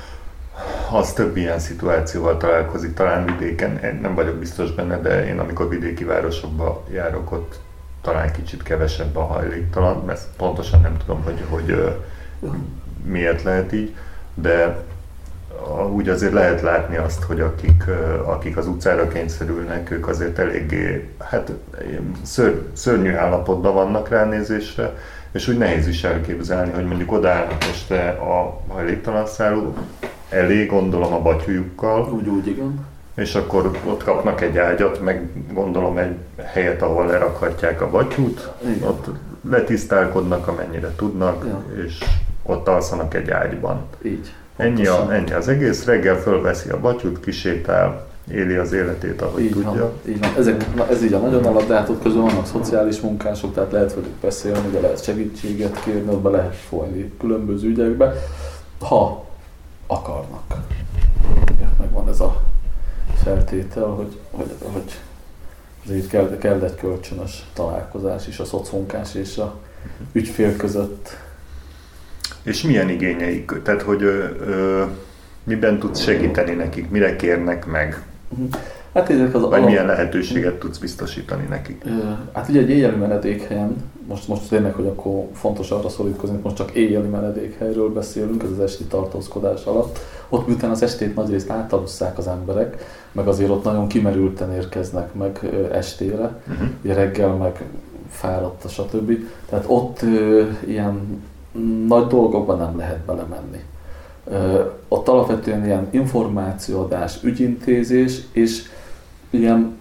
az több ilyen szituációval találkozik, talán vidéken, én nem vagyok biztos benne, de én amikor vidéki városokba járok, ott talán kicsit kevesebb a hajléktalan, ezt pontosan nem tudom, hogy, hogy uh, miért lehet így, de úgy azért lehet látni azt, hogy akik, akik az utcára kényszerülnek, ők azért eléggé hát, ször, szörnyű állapotban vannak ránézésre, és úgy nehéz is elképzelni, hogy mondjuk odaállnak este a hajléktalan szálló elé, gondolom a batyújukkal. Úgy, úgy, igen. És akkor ott kapnak egy ágyat, meg gondolom egy helyet, ahol lerakhatják a batyút, igen. Ott letisztálkodnak, amennyire tudnak, ja. És ott alszanak egy ágyban. Így. Ennyi, a, ennyi az egész, reggel fölveszi a batyút, kisétál, éli az életét, ahogy így tudja. Van, így van. Ezek, na, ez így a nagyon alap, de hát ott közül vannak szociális munkások, tehát lehet velük beszélni, de lehet segítséget kérni, ott be lehet folyni különböző ügyekbe, ha akarnak. Igen, megvan ez a feltétel, hogy, hogy, hogy azért kell, kell egy kölcsönös találkozás is a szocmunkás és a ügyfél között. És milyen igényeik? Tehát, hogy ö, ö, miben tudsz segíteni nekik? Mire kérnek meg? Hát ezek az Vagy alap... milyen lehetőséget tudsz biztosítani nekik? Hát ugye egy éjjeli menedékhelyen, most, most tényleg, hogy akkor fontos arra szorítkozni, most csak éjjeli menedékhelyről beszélünk, ez az esti tartózkodás alatt. Ott miután az estét nagyrészt átalusszák az emberek, meg azért ott nagyon kimerülten érkeznek meg estére, uh-huh. ugye reggel meg fáradt, stb. Tehát ott ö, ilyen nagy dolgokban nem lehet belemenni. Ö, ott alapvetően ilyen információadás, ügyintézés és ilyen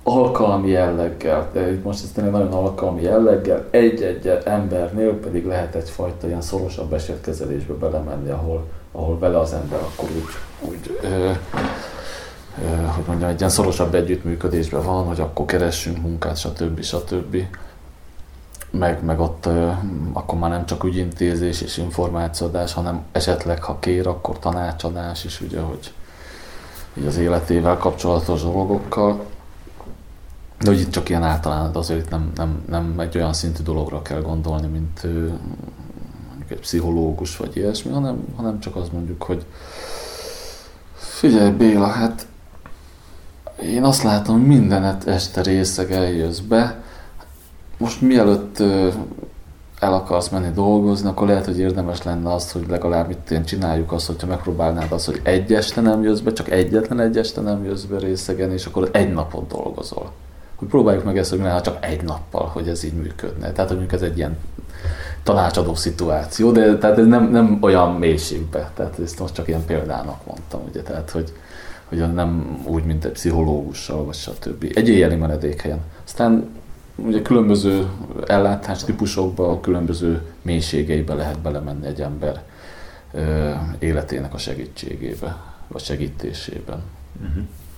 alkalmi jelleggel, de itt most ez tényleg nagyon alkalmi jelleggel, egy-egy embernél pedig lehet egyfajta ilyen szorosabb esetkezelésbe belemenni, ahol, ahol vele az ember akkor úgy, úgy ö, ö, hogy mondjam, egy ilyen szorosabb együttműködésben van, hogy akkor keressünk munkát, stb. stb. Meg, meg ott ö, akkor már nem csak ügyintézés és információadás, hanem esetleg, ha kér, akkor tanácsadás is, ugye, hogy így az életével kapcsolatos dolgokkal. De hogy itt csak ilyen általán, de azért nem, nem, nem egy olyan szintű dologra kell gondolni, mint ö, mondjuk egy pszichológus vagy ilyesmi, hanem, hanem csak azt mondjuk, hogy figyelj Béla, hát én azt látom, hogy minden este részeg eljössz be, most mielőtt ö, el akarsz menni dolgozni, akkor lehet, hogy érdemes lenne azt, hogy legalább itt én csináljuk azt, hogyha megpróbálnád azt, hogy egy este nem jössz be, csak egyetlen egy este nem jössz be részegen, és akkor egy napot dolgozol. Hogy próbáljuk meg ezt, hogy ha csak egy nappal, hogy ez így működne. Tehát, hogy ez egy ilyen tanácsadó szituáció, de tehát ez nem, nem olyan mélységbe. Tehát ezt most csak ilyen példának mondtam, ugye, tehát, hogy, hogy nem úgy, mint egy pszichológussal, vagy stb. Egy éjjeli menedékhelyen. Aztán ugye különböző ellátástípusokba, különböző mélységeibe lehet belemenni egy ember ö, életének a segítségébe, vagy segítésében. Uh-huh.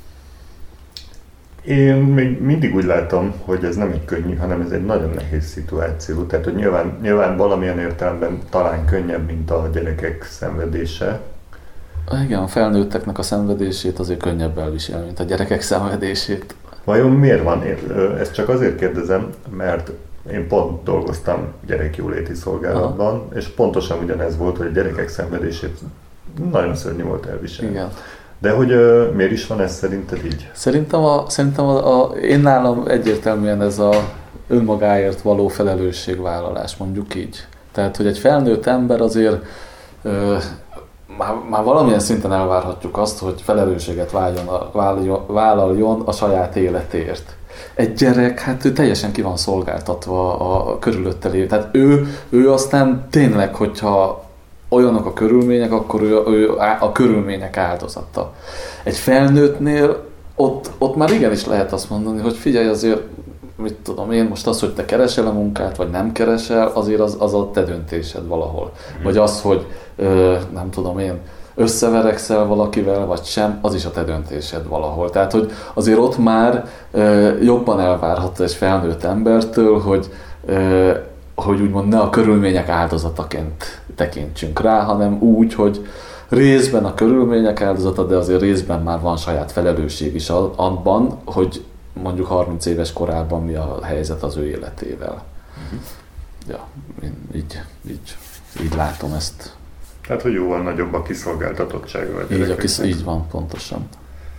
Én még mindig úgy látom, hogy ez nem egy könnyű, hanem ez egy nagyon nehéz szituáció. Tehát, hogy nyilván, nyilván valamilyen értelemben talán könnyebb, mint a gyerekek szenvedése. Igen, a felnőtteknek a szenvedését azért könnyebb elviselni, mint a gyerekek szenvedését. Vajon miért van? Ezt csak azért kérdezem, mert én pont dolgoztam gyerekjóléti szolgálatban, aha, és pontosan ugyanez volt, hogy a gyerekek szenvedését nagyon szörnyű volt elviselni. Igen. De hogy uh, miért is van ez szerinted így? Szerintem, a, szerintem a, a, én nálam egyértelműen ez a önmagáért való felelősségvállalás, mondjuk így. Tehát, hogy egy felnőtt ember azért ö, már, már valamilyen szinten elvárhatjuk azt, hogy felelősséget váljon a, vállaljon, vállaljon a saját életért. Egy gyerek, hát ő teljesen ki van szolgáltatva a, a körülötte lévő. Tehát ő, ő aztán tényleg, hogyha olyanok a körülmények, akkor ő, ő a körülmények áldozata. Egy felnőttnél ott, ott már igenis lehet azt mondani, hogy figyelj, azért, mit tudom én, most az, hogy te keresel a munkát, vagy nem keresel, azért az, az a te döntésed valahol. Mm. Vagy az, hogy ö, nem tudom én, összeverekszel valakivel, vagy sem, az is a te döntésed valahol. Tehát, hogy azért ott már ö, jobban elvárható egy felnőtt embertől, hogy ö, hogy úgymond ne a körülmények áldozataként tekintsünk rá, hanem úgy, hogy részben a körülmények áldozata, de azért részben már van saját felelősség is abban, hogy mondjuk harminc éves korában mi a helyzet az ő életével. Uh-huh. Ja, én így, így, így látom ezt. Tehát, hogy jóval nagyobb a kiszolgáltatottsága. Így, a kisz, így van, pontosan.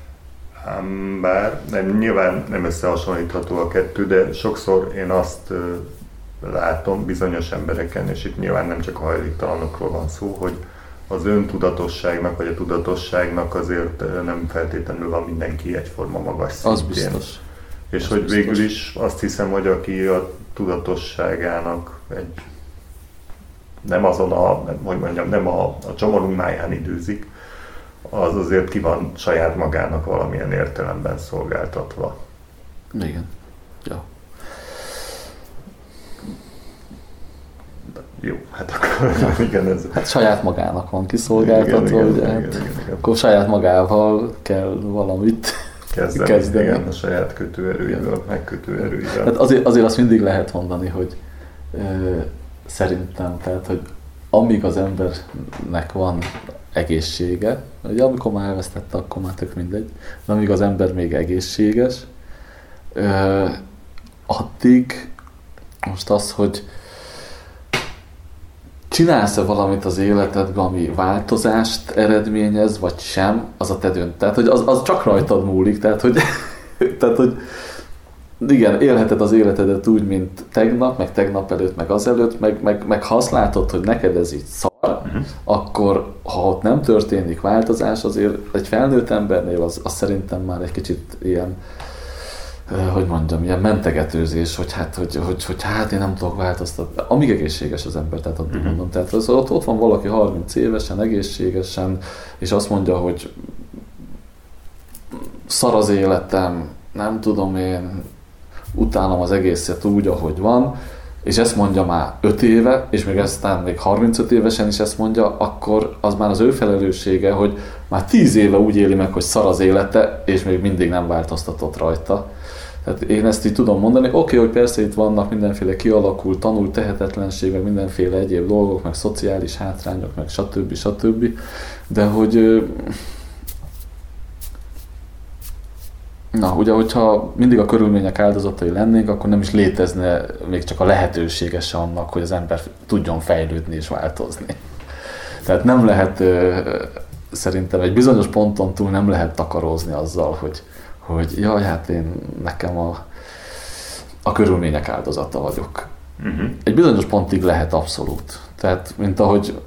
Um, bár nem, nyilván nem összehasonlítható a kettő, de sokszor én azt látom bizonyos embereken, és itt nyilván nem csak a hajléktalanokról van szó, hogy az öntudatosságnak, vagy a tudatosságnak azért nem feltétlenül van mindenki egyforma magas szintén. Az biztos. És az hogy biztos. Végül is azt hiszem, hogy aki a tudatosságának egy nem azon a, hogy mondjam, nem a, a csomorunk máján időzik, az azért ki van saját magának valamilyen értelemben szolgáltatva. Igen. Ja. Jó, hát akkor igen, ez... Hát saját magának van kiszolgáltatva, igen, ugye, igen, hát igen, igen, igen. Akkor saját magával kell valamit kezdeni. kezdeni. Igen, a saját kötőerőivel, megkötőerőivel. Hát azért, azért azt mindig lehet mondani, hogy e, szerintem, tehát, hogy amíg az embernek van egészsége, ugye amikor már elvesztette, akkor már tök mindegy, de amíg az ember még egészséges, e, addig most az, hogy csinálsz-e valamit az életedben, ami változást eredményez, vagy sem, az a te dönt. Tehát, hogy az, az csak rajtad múlik. Tehát, hogy, tehát, hogy igen, élheted az életedet úgy, mint tegnap, meg tegnap előtt, meg azelőtt, meg, meg, meg ha azt látod, hogy neked ez így szar, uh-huh. akkor ha ott nem történik változás, azért egy felnőtt embernél az, az szerintem már egy kicsit ilyen, hogy mondjam, ilyen mentegetőzés, hogy hát, hogy, hogy, hogy hát én nem tudok változtatni. Amíg egészséges az ember, tehát addig uh-huh. mondom. Tehát az, ott, ott van valaki harminc évesen, egészségesen, és azt mondja, hogy szar az életem, nem tudom én, utálom az egészet úgy, ahogy van, és ezt mondja már öt éve, és még aztán még harmincöt évesen is ezt mondja, akkor az már az ő felelőssége, hogy már tíz éve úgy éli meg, hogy szar az élete, és még mindig nem változtatott rajta. Tehát én ezt így tudom mondani, oké, okay, hogy persze itt vannak mindenféle kialakult, tanult tehetetlenség, meg mindenféle egyéb dolgok, meg szociális hátrányok, meg stb. stb. De hogy... Na, ugye, hogyha mindig a körülmények áldozatai lennénk, akkor nem is létezne még csak a lehetősége se annak, hogy az ember tudjon fejlődni és változni. Tehát nem lehet, szerintem egy bizonyos ponton túl nem lehet takarózni azzal, hogy, hogy jaj, hát én nekem a, a körülmények áldozata vagyok. Uh-huh. Egy bizonyos pontig lehet abszolút. Tehát, mint ahogy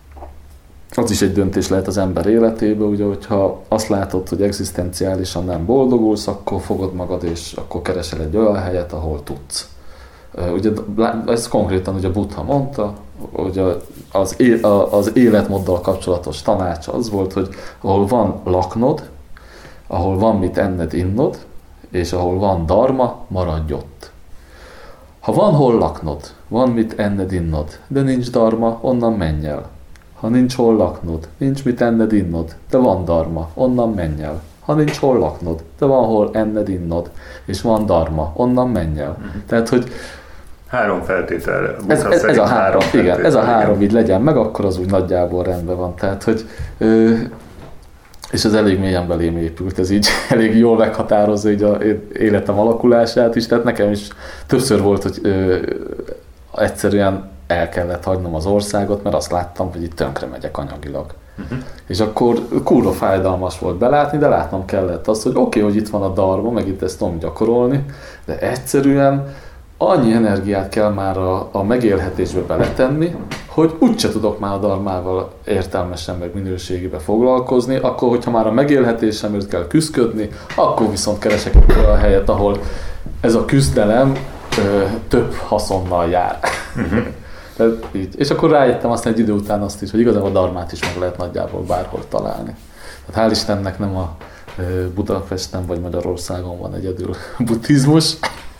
az is egy döntés lehet az ember életében, ugye, hogyha azt látod, hogy egzisztenciálisan nem boldogulsz, akkor fogod magad, és akkor keresel egy olyan helyet, ahol tudsz. Ugye ez konkrétan ugye Buddha mondta, hogy az, az életmóddal kapcsolatos tanács az volt, hogy ahol van laknod, ahol van mit enned, innod, és ahol van dharma, maradj ott. Ha van hol laknod, van mit enned, innod, de nincs dharma, onnan menj el. Ha nincs hol laknod, nincs mit enned, innod, de van dharma, onnan menj el. Ha nincs hol laknod, de van hol enned, innod, és van dharma, onnan menj el. Uh-huh. Tehát, hogy három feltétel. Ez, ez, ez a három, három feltétel, igen, ez a három így legyen meg, akkor az úgy nagyjából rendben van. Tehát, hogy, ö, és ez elég mélyen belém épült, ez így elég jól meghatározza így a életem alakulását is, tehát nekem is többször volt, hogy ö, egyszerűen el kellett hagynom az országot, mert azt láttam, hogy itt tönkre megyek anyagilag. Uh-huh. És akkor kurva fájdalmas volt belátni, de látnom kellett azt, hogy oké, okay, hogy itt van a dharma, meg itt ezt tudom gyakorolni, de egyszerűen annyi energiát kell már a, a megélhetésbe beletenni, hogy úgyse tudok már a dharmával értelmesen meg minőségében foglalkozni, akkor, hogyha már a megélhetésemért kell küzdködni, akkor viszont keresek egy olyan helyet, ahol ez a küzdelem ö, több haszonnal jár. Uh-huh. Így. És akkor rájöttem aztán egy idő után azt is, hogy igazából a dharmát is meg lehet nagyjából bárhol találni. Tehát hál' Istennek nem a Budapesten vagy Magyarországon van egyedül buddhizmus.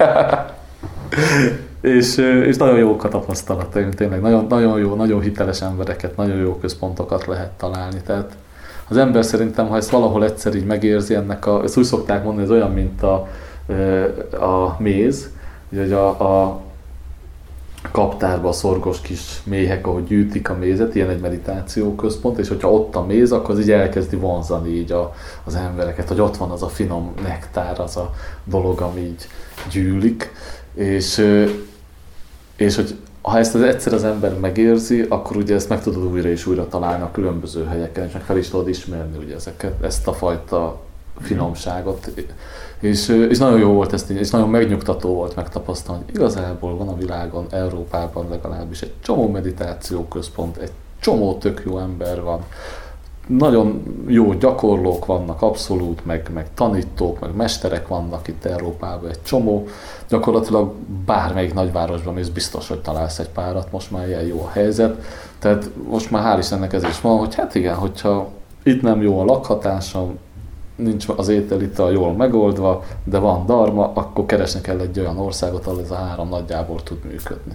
és, és nagyon jók a tapasztalataim, tényleg nagyon, nagyon jó, nagyon hiteles embereket, nagyon jó központokat lehet találni. Tehát az ember szerintem, ha ezt valahol egyszer így megérzi, ennek a, ezt úgy szokták mondani, ez olyan, mint a, a méz, hogy a, a kaptárba a szorgos kis méhek, ahogy gyűjtik a mézet, ilyen egy meditációközpont, és hogyha ott a méz, akkor az így elkezdi vonzani így a, az embereket, hogy ott van az a finom nektár, az a dolog, ami így gyűlik, és, és hogy ha ezt az egyszer az ember megérzi, akkor ugye ezt meg tudod újra és újra találni a különböző helyeken, és meg fel is tudod ismerni ugye ezeket, ezt a fajta finomságot. És, és nagyon jó volt ezt, és nagyon megnyugtató volt megtapasztalni, hogy igazából van a világon, Európában legalábbis egy csomó meditációközpont, egy csomó tök jó ember van, nagyon jó gyakorlók vannak abszolút, meg, meg tanítók, meg mesterek vannak itt Európában, egy csomó, gyakorlatilag bármelyik nagyvárosban mész, biztos, hogy találsz egy párat, most már ilyen jó a helyzet, tehát most már hál' Istennek ez is van, hogy hát igen, hogyha itt nem jó a lakhatásom, nincs az ételital jól megoldva, de van dharma, akkor keresni kell egy olyan országot, ahol ez a három nagyjából tud működni.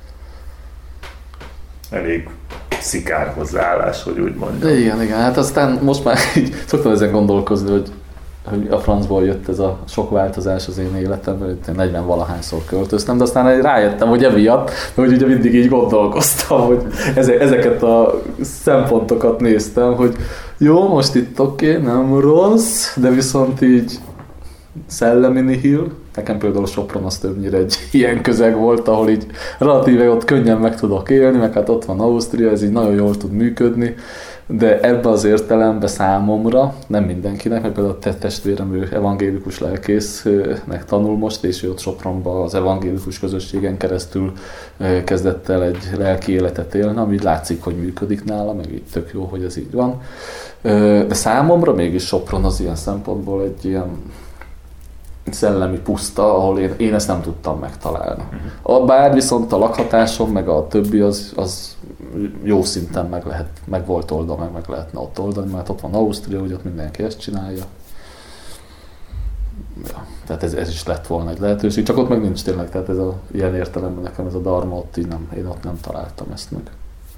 Elég szikár hozzáállás, hogy úgy mondjam. Igen, igen, hát aztán most már így szoktam ezen gondolkozni, hogy, hogy a francból jött ez a sok változás az én életemben, hogy én negyven-valahányszor költöztem, de aztán rájöttem, hogy emiatt, hogy ugye mindig így gondolkoztam, hogy ezeket a szempontokat néztem, hogy jó, most itt oké, okay, nem rossz, de viszont így szellemi nihil. Nekem például Sopron az többnyire egy ilyen közeg volt, ahol így relatíve ott könnyen meg tudok élni, meg hát ott van Ausztria, ez így nagyon jól tud működni, de ebbe az értelemben számomra, nem mindenkinek, mert például a te testvérem, ő evangélikus lelkésznek tanul most, és ő ott Sopronban az evangélikus közösségen keresztül kezdett el egy lelki életet élni, ami látszik, hogy működik nála, meg így tök jó, hogy ez így van. De számomra mégis Sopron az ilyen szempontból egy ilyen szellemi puszta, ahol én, én ezt nem tudtam megtalálni. Uh-huh. Bár viszont a lakhatásom, meg a többi az, az jó szinten meg, lehet, meg volt oldva, meg, meg lehetne ott oldani, mert ott van Ausztria, hogy ott mindenki ezt csinálja. Ja. Tehát ez, ez is lett volna egy lehetőség, csak ott meg nincs tényleg, tehát ez a, ilyen értelemben nekem ez a dharma, ott így nem, én ott nem találtam ezt meg.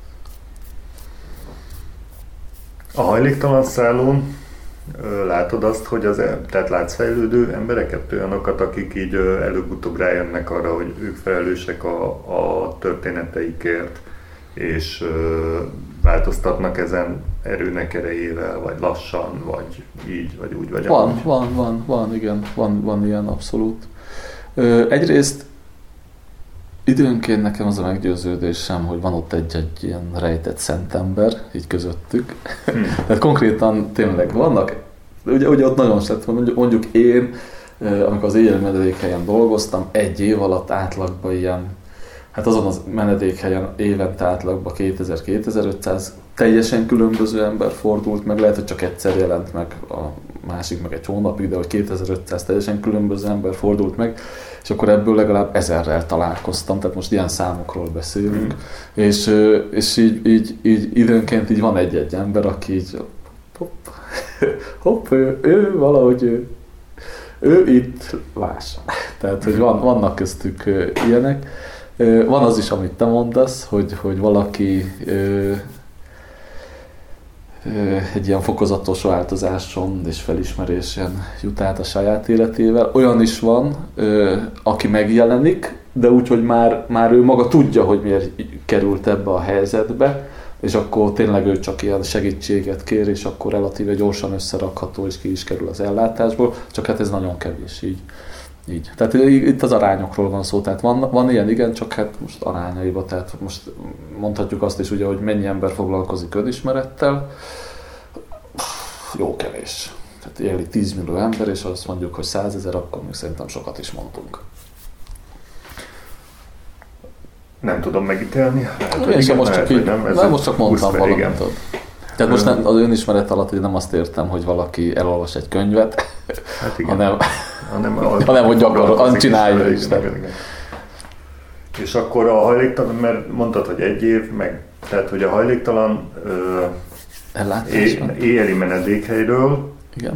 A hajléktalan szállón látod azt, hogy az, tehát látsz fejlődő embereket, olyanokat, akik így előbb-utóbb rájönnek arra, hogy ők felelősek a, a történeteikért, és ö, változtatnak ezen erőnek erejével, vagy lassan, vagy így, vagy úgy, vagy Van, amúgy. van, van, van, igen, van, van ilyen abszolút. Ö, egyrészt időnként nekem az a meggyőződésem, hogy van ott egy-egy ilyen rejtett szentember, így közöttük. Hmm. Tehát konkrétan tényleg vannak, ugye, ugye ott nagyon sett, mondjuk, mondjuk én, amikor az éjjeli menedékhelyen dolgoztam, egy év alatt átlagban ilyen, hát azon az menedékhelyen évente átlagban kétezer-kétezer-ötszáz teljesen különböző ember fordult meg, lehet, hogy csak egyszer jelent meg, a másik meg egy hónapig, de hogy kétezer-ötszáz teljesen különböző ember fordult meg, és akkor ebből legalább ezerrel találkoztam, tehát most ilyen számokról beszélünk, mm. és, és így, így, így időnként így van egy-egy ember, aki így hopp, hopp ő, ő valahogy ő, ő itt láss. Tehát, hogy van, vannak köztük ilyenek. Van az is, amit te mondasz, hogy, hogy valaki egy ilyen fokozatos változáson és felismerésen jut át a saját életével. Olyan is van, aki megjelenik, de úgy, hogy már, már ő maga tudja, hogy miért került ebbe a helyzetbe, és akkor tényleg ő csak ilyen segítséget kér, és akkor relatíve gyorsan összerakható, és ki is kerül az ellátásból, csak hát ez nagyon kevés így. Így. Tehát itt az arányokról van szó, tehát van, van ilyen, igen, csak hát most arányaiba, tehát most mondhatjuk azt is ugye, hogy mennyi ember foglalkozik önismerettel, jó kevés. Tehát éli tíz millió ember, és azt mondjuk, hogy százezer, akkor még szerintem sokat is mondtunk. Nem tudom megítélni. Hát, én sem most csak így, nem, nem most csak mondtam valamit. Tehát most nem, az önismeret alatt hogy nem azt értem, hogy valaki elolvas egy könyvet, hát igen. hanem, hanem, az, hanem hogy gyakorlatilag csinálja is. Igen, igen, igen. És akkor a hajléktalan, mert mondtad, hogy egy év, meg, tehát hogy a hajléktalan é, éjjeli menedékhelyről igen.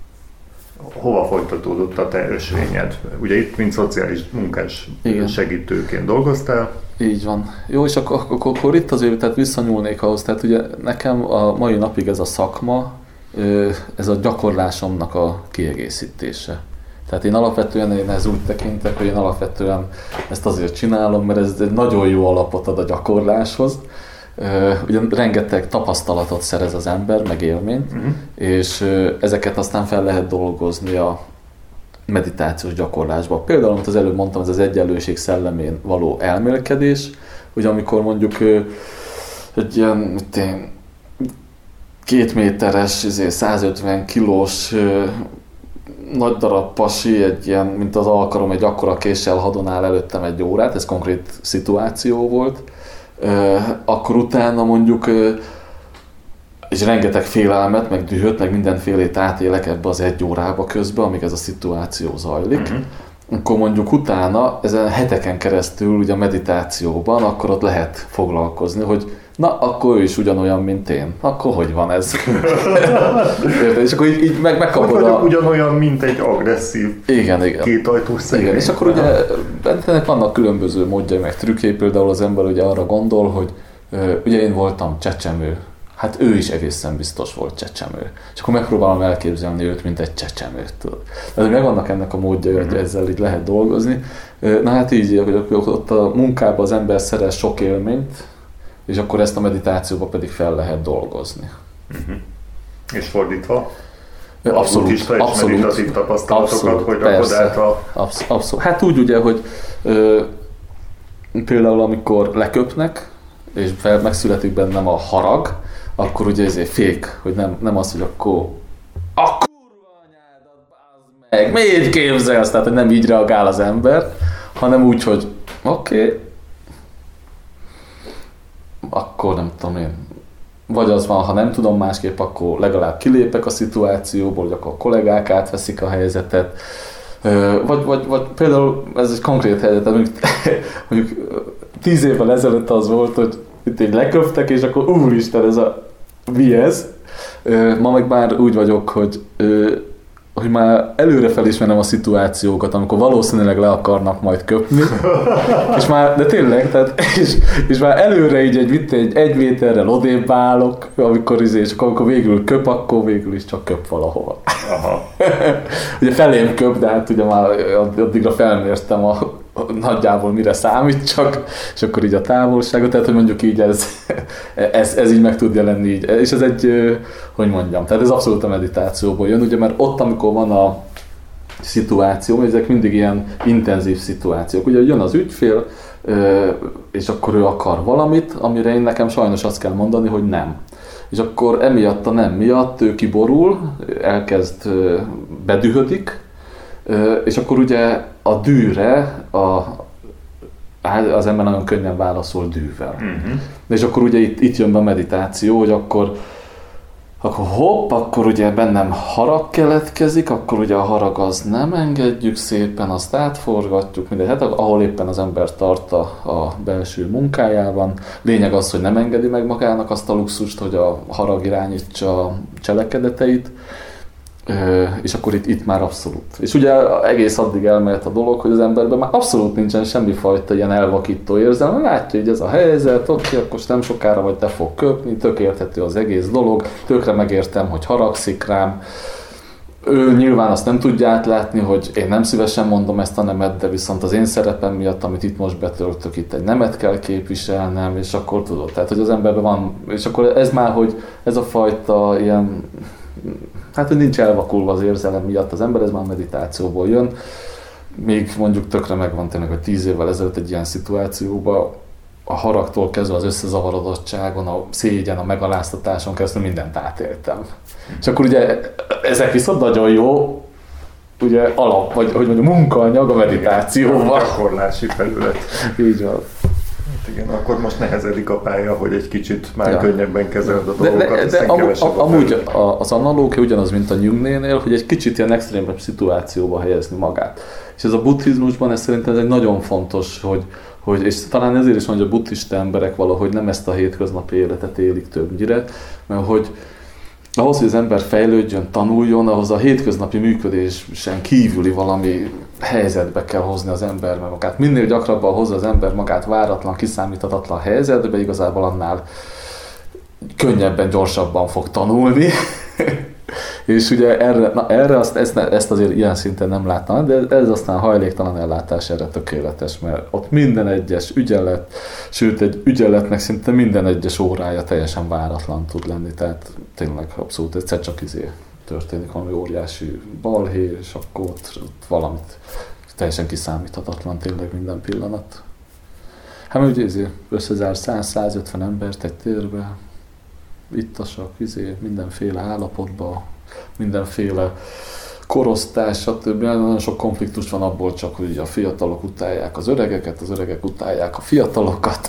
hova folytatódott a te ösvényed? Ugye itt, mint szociális munkás igen. segítőként dolgoztál. Így van. Jó, és akkor, akkor, akkor itt azért tehát visszanyúlnék ahhoz, tehát ugye nekem a mai napig ez a szakma, ez a gyakorlásomnak a kiegészítése. Tehát én alapvetően én ez úgy tekintek, hogy én alapvetően ezt azért csinálom, mert ez egy nagyon jó alapot ad a gyakorláshoz. Ugye rengeteg tapasztalatot szerez az ember, meg élményt, uh-huh. és ezeket aztán fel lehet dolgozni a meditációs gyakorlásba. Például, amit az előbb mondtam, ez az egyenlőség szellemén való elmélkedés, hogy amikor mondjuk egy ilyen mit én, két méteres, százötven kilós nagy darab pasi, egy ilyen, mint az alkarom, egy akkora késsel hadonál előttem egy órát, ez konkrét szituáció volt, akkor utána mondjuk és rengeteg félelmet, meg dühöt, meg mindenfélét átélek ebbe az egy órába közben, amíg ez a szituáció zajlik. Uh-huh. Akkor mondjuk utána, ezen heteken keresztül ugye a meditációban, akkor ott lehet foglalkozni, hogy na, akkor ő is ugyanolyan, mint én. Akkor hogy van ez? És akkor így, így meg, megkapod a... ugyanolyan, mint egy agresszív igen, igen. kétajtós szegény. Igen, és akkor ugye ennek vannak különböző módjai, meg trükkjei, például az ember ugye arra gondol, hogy ugye én voltam csecsemő, hát ő is egészen biztos volt csecsemő. És akkor megpróbálom elképzelni őt, mint egy csecsemőt. Tehát megvannak ennek a módjai, hogy ezzel így lehet dolgozni. Na hát így, hogy ott a munkában az ember szerez sok élményt, és akkor ezt a meditációba pedig fel lehet dolgozni. Uh-huh. És fordítva? Abszolút, buddhista és abszolút, meditatív tapasztalatokat, abszolút, hogy rakod át a... Abszolút, abszolút. Hát úgy ugye, hogy ö, például amikor leköpnek, és fel, megszületik bennem a harag, akkor ugye ezért fék, hogy nem, nem az, hogy akkor a kurva anyádat, bázd meg, miért képzelsz? Tehát, hogy nem így reagál az ember, hanem úgy, hogy oké, okay, akkor nem tudom én, vagy az van, ha nem tudom másképp, akkor legalább kilépek a szituációból, hogy akkor a kollégák átveszik a helyzetet, vagy, vagy, vagy például ez egy konkrét helyzet, mondjuk, mondjuk tíz évvel ezelőtt az volt, hogy itt így leköptek, és akkor úristen, ez a mi ez? Ma meg már úgy vagyok, hogy, hogy már előre felismerem a szituációkat, amikor valószínűleg le akarnak majd köpni, és már, de tényleg, tehát, és, és már előre így egy, egy, egy méterrel odébb állok, amikor, és amikor végül köp, akkor végül is csak köp valahova. Aha. Ugye felém köp, de hát ugye már addigra felmértem a, a nagyjából mire számít csak, és akkor így a távolságot, tehát hogy mondjuk így ez, ez, ez így meg tud jelenni így, és ez egy, hogy mondjam, tehát ez abszolút a meditációból jön, ugye, mert ott, amikor van a szituáció, ezek mindig ilyen intenzív szituációk, ugye jön az ügyfél, és akkor ő akar valamit, amire én nekem sajnos azt kell mondani, hogy nem. És akkor emiatt a nem miatt ő kiborul, elkezd, bedühödik, és akkor ugye a dűre a, az ember nagyon könnyen válaszol dűvel. Uh-huh. És akkor ugye itt, itt jön be a meditáció, hogy akkor, akkor hopp, akkor ugye bennem harag keletkezik, akkor ugye a harag az nem engedjük szépen, azt átforgatjuk, mindegy, hát ahol éppen az ember tart a, a belső munkájában. Lényeg az, hogy nem engedi meg magának azt a luxust, hogy a harag irányítsa a cselekedeteit, és akkor itt, itt már abszolút. És ugye egész addig elmehet a dolog, hogy az emberben már abszolút nincsen semmifajta ilyen elvakító érzelme, látja, hogy ez a helyzet, oké, akkor nem sokára vagy te fog köpni, tök érthető az egész dolog, tökre megértem, hogy haragszik rám. Ő nyilván azt nem tudja átlátni, hogy én nem szívesen mondom ezt a nemet, de viszont az én szerepem miatt, amit itt most betöltök, itt egy nemet kell képviselnem, és akkor tudod, tehát hogy az emberben van, és akkor ez már, hogy ez a fajta ilyen, hát, hogy nincs elvakulva az érzelem miatt az ember, ez már meditációból jön. Még mondjuk tökre megvan tényleg, hogy tíz évvel ezelőtt egy ilyen szituációban a haragtól kezdve az összezavarodottságon, a szégyen, a megaláztatáson keresztül mindent átéltem. És akkor ugye ezek viszont nagyon jó, ugye alap, vagy hogy mondjam, munkaanyag a meditációval. Gyakorlási felület. Így van. Igen, akkor most nehezedik a pálya, hogy egy kicsit már ja. könnyebben kezeld a dolgokat, de, de, de amúgy, amúgy az analógia ugyanaz, mint a Nyugnénél, hogy egy kicsit ilyen extrémebb szituációba helyezni magát. És ez a buddhizmusban ez szerintem ez egy nagyon fontos, hogy, hogy és talán ezért is mondja, hogy a buddhista emberek valahogy nem ezt a hétköznapi életet élik többnyire, mert hogy ahhoz, hogy az ember fejlődjön, tanuljon, ahhoz a hétköznapi működésen kívüli valami helyzetbe kell hozni az ember magát. Minél gyakrabban hozza az ember magát váratlan, kiszámíthatatlan helyzetbe, igazából annál könnyebben, gyorsabban fog tanulni. És ugye erre, na erre azt, ezt, ezt azért ilyen szinten nem láttam, de ez aztán hajléktalan ellátás erre tökéletes, mert ott minden egyes ügyelet, sőt egy ügyeletnek szinte minden egyes órája teljesen váratlan tud lenni, tehát tényleg abszolút egyszer csak izé történik valami óriási balhé, és akkor ott, ott valamit teljesen kiszámíthatatlan tényleg minden pillanat. Hát ugye izé összezár száz-százötven embert egy térbe, ittasak, izé, mindenféle állapotban, mindenféle korosztály, stb. Nagyon sok konfliktus van abból csak, hogy a fiatalok utálják az öregeket, az öregek utálják a fiatalokat.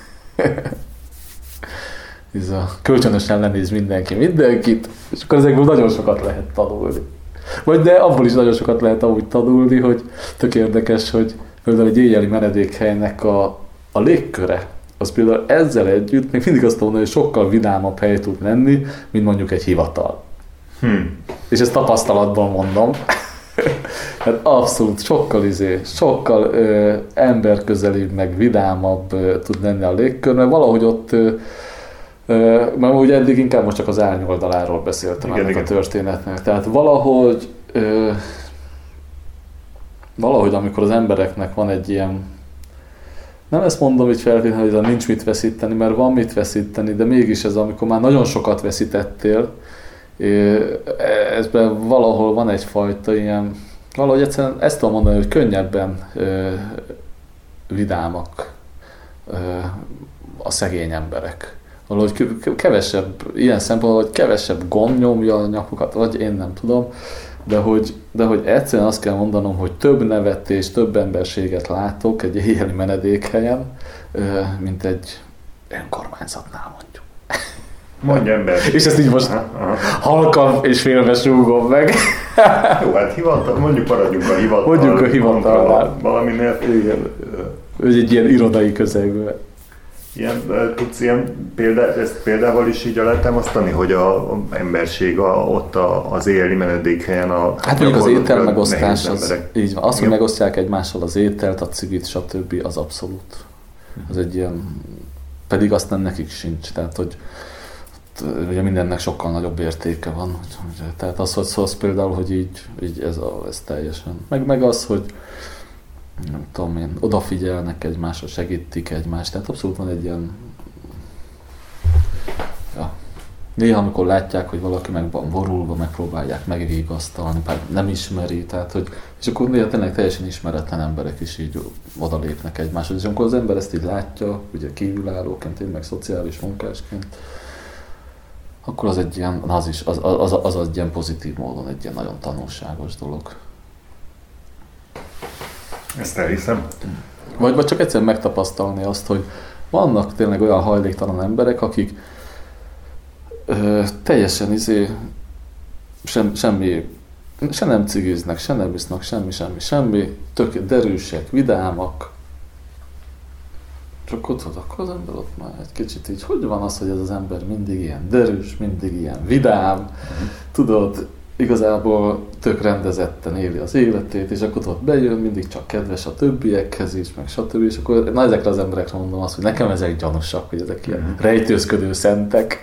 Ez a kölcsönösen lenéz mindenki mindenkit, és akkor ezekből nagyon sokat lehet tanulni. Vagy de abból is nagyon sokat lehet amúgy tanulni, hogy tök érdekes, hogy például egy éjjeli menedékhelynek a, a légköre, az például ezzel együtt még mindig azt mondom, hogy sokkal vidámabb hely tud lenni, mint mondjuk egy hivatal. Hmm. És ezt tapasztalatban mondom. Hát abszolút sokkal izé, sokkal ö, emberközelibb, meg vidámabb ö, tud lenni a légkör, mert valahogy ott, ö, ö, mert ugye eddig inkább most csak az árnyoldaláról beszéltem igen, ennek igen. a történetnek. Tehát valahogy, ö, valahogy amikor az embereknek van egy ilyen, nem ezt mondom, hogy feltétlenül, hogy nincs mit veszíteni, mert van mit veszíteni, de mégis ez, amikor már nagyon sokat veszítettél, ezben valahol van egyfajta ilyen, valahogy egyszerűen ezt tudom mondani, hogy könnyebben ö, vidámak ö, a szegény emberek. Valahogy kevesebb, ilyen szempontból, hogy kevesebb gond nyomja a nyakukat, vagy én nem tudom, de hogy, de hogy egyszerűen azt kell mondanom, hogy több nevetés, több emberséget látok egy éjjeli menedékhelyen, mint egy önkormányzatnál mondjuk. Mondj ember. És ezt így most halkan és félve súgom meg. Jó, hát hivatal, mondjuk maradjunk a hivatal. Mondjuk a hivatalnál. Valaminél. Igen. Ez egy ilyen irodai közegben. Ilyen, tudsz ilyen példá, ezt példával is így alátámasztani, hogy a, a emberség a, ott a, az éjjeli menedékhelyen a... Hát mondjuk az étel megosztás, az, így van. Az, hogy megosztják egymással az ételt, a cigit, stb. Az abszolút. Az egy ilyen... Pedig azt nem nekik sincs. Tehát, hogy ugye mindennek sokkal nagyobb értéke van. Tehát az, hogy szólsz például, hogy így, így ez, a, ez teljesen. Meg, meg az, hogy nem tudom én, odafigyelnek egymásra, segítik egymást, tehát abszolút van egy ilyen... Ja. Néha, amikor látják, hogy valaki meg van borulva, megpróbálják megvigasztalni, bár nem ismeri, tehát hogy... És akkor néha tényleg teljesen ismeretlen emberek is így odalépnek egymáshoz, és amikor az ember ezt így látja, ugye kívülállóként, én meg szociális munkásként, akkor az egy ilyen, az is, az, az, az, az egy ilyen pozitív módon egy ilyen nagyon tanulságos dolog. Ezt elhiszem. Vagy, vagy csak egyszerűen megtapasztalni azt, hogy vannak tényleg olyan hajléktalan emberek, akik ö, teljesen izé, sem, semmi, se nem cigiznek, se nem isznak, semmi, semmi, semmi, tök derűsek, vidámak. Csak ott, akkor az ember ott már egy kicsit így, hogy van az, hogy ez az ember mindig ilyen derűs, mindig ilyen vidám, mm. tudod, igazából tök rendezetten éli az életét, és akkor ott bejön, mindig csak kedves a többiekhez is, meg stb. És akkor na, ezekre az emberekre mondom azt, hogy nekem ezek gyanúsak, hogy ezek ilyen rejtőzködő szentek.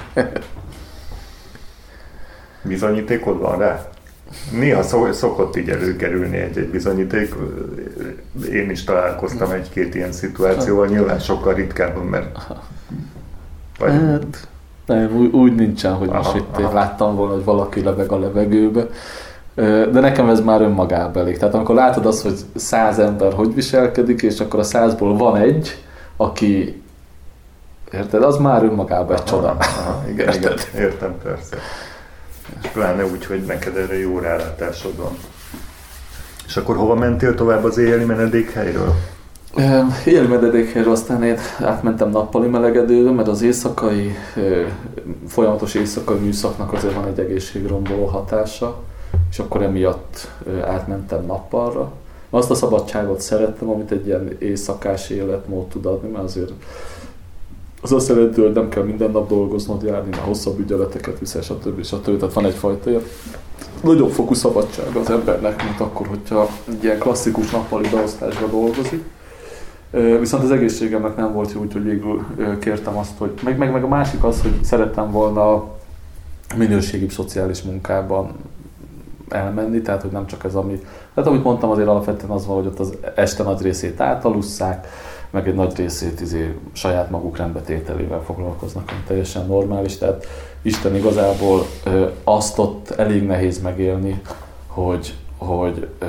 Bizonyítékod van rá? Néha szokott így előkerülni egy-egy bizonyíték. Én is találkoztam egy-két ilyen szituációval, nyilván sokkal ritkábban, mert... Vagy... Hát, nem, úgy, úgy nincsen, hogy aha, most itt én láttam volna, hogy valaki leveg a levegőbe. De nekem ez már önmagában elég. Tehát amikor látod azt, hogy száz ember hogy viselkedik, és akkor a százból van egy, aki... Érted? Az már önmagában egy csoda. Aha, igen, igen, értem, persze. És pláne úgy, hogy neked erre jó rálátásod van. És akkor hova mentél tovább az éjjeli menedékhelyről? Éjjeli menedékhelyről aztán én átmentem nappali melegedőre, mert az éjszakai, folyamatos éjszakai műszaknak azért van egy egészségromboló hatása, és akkor emiatt átmentem nappalra. Azt a szabadságot szerettem, amit egy ilyen éjszakás életmód tud adni, mert azért az azt jelenti, hogy nem kell minden nap dolgoznod, járni, mert hosszabb ügyeleteket viszel, stb. stb. Tehát van egyfajta ilyen nagyobb fokú szabadság az embernek, mint akkor, hogyha egy ilyen klasszikus nappali beosztásban dolgozik. Viszont az egészségemnek nem volt jó, úgyhogy végül kértem azt, hogy... Meg, meg, meg a másik az, hogy szerettem volna minőségibb szociális munkában elmenni, tehát hogy nem csak ez, ami... Tehát amit mondtam, azért alapvetően az van, hogy ott az este nagy részét átalusszák, meg egy nagy részét izé, saját maguk rendbetételével foglalkoznak, ami teljesen normális. Tehát Isten igazából ö, azt ott elég nehéz megélni, hogy, hogy ö,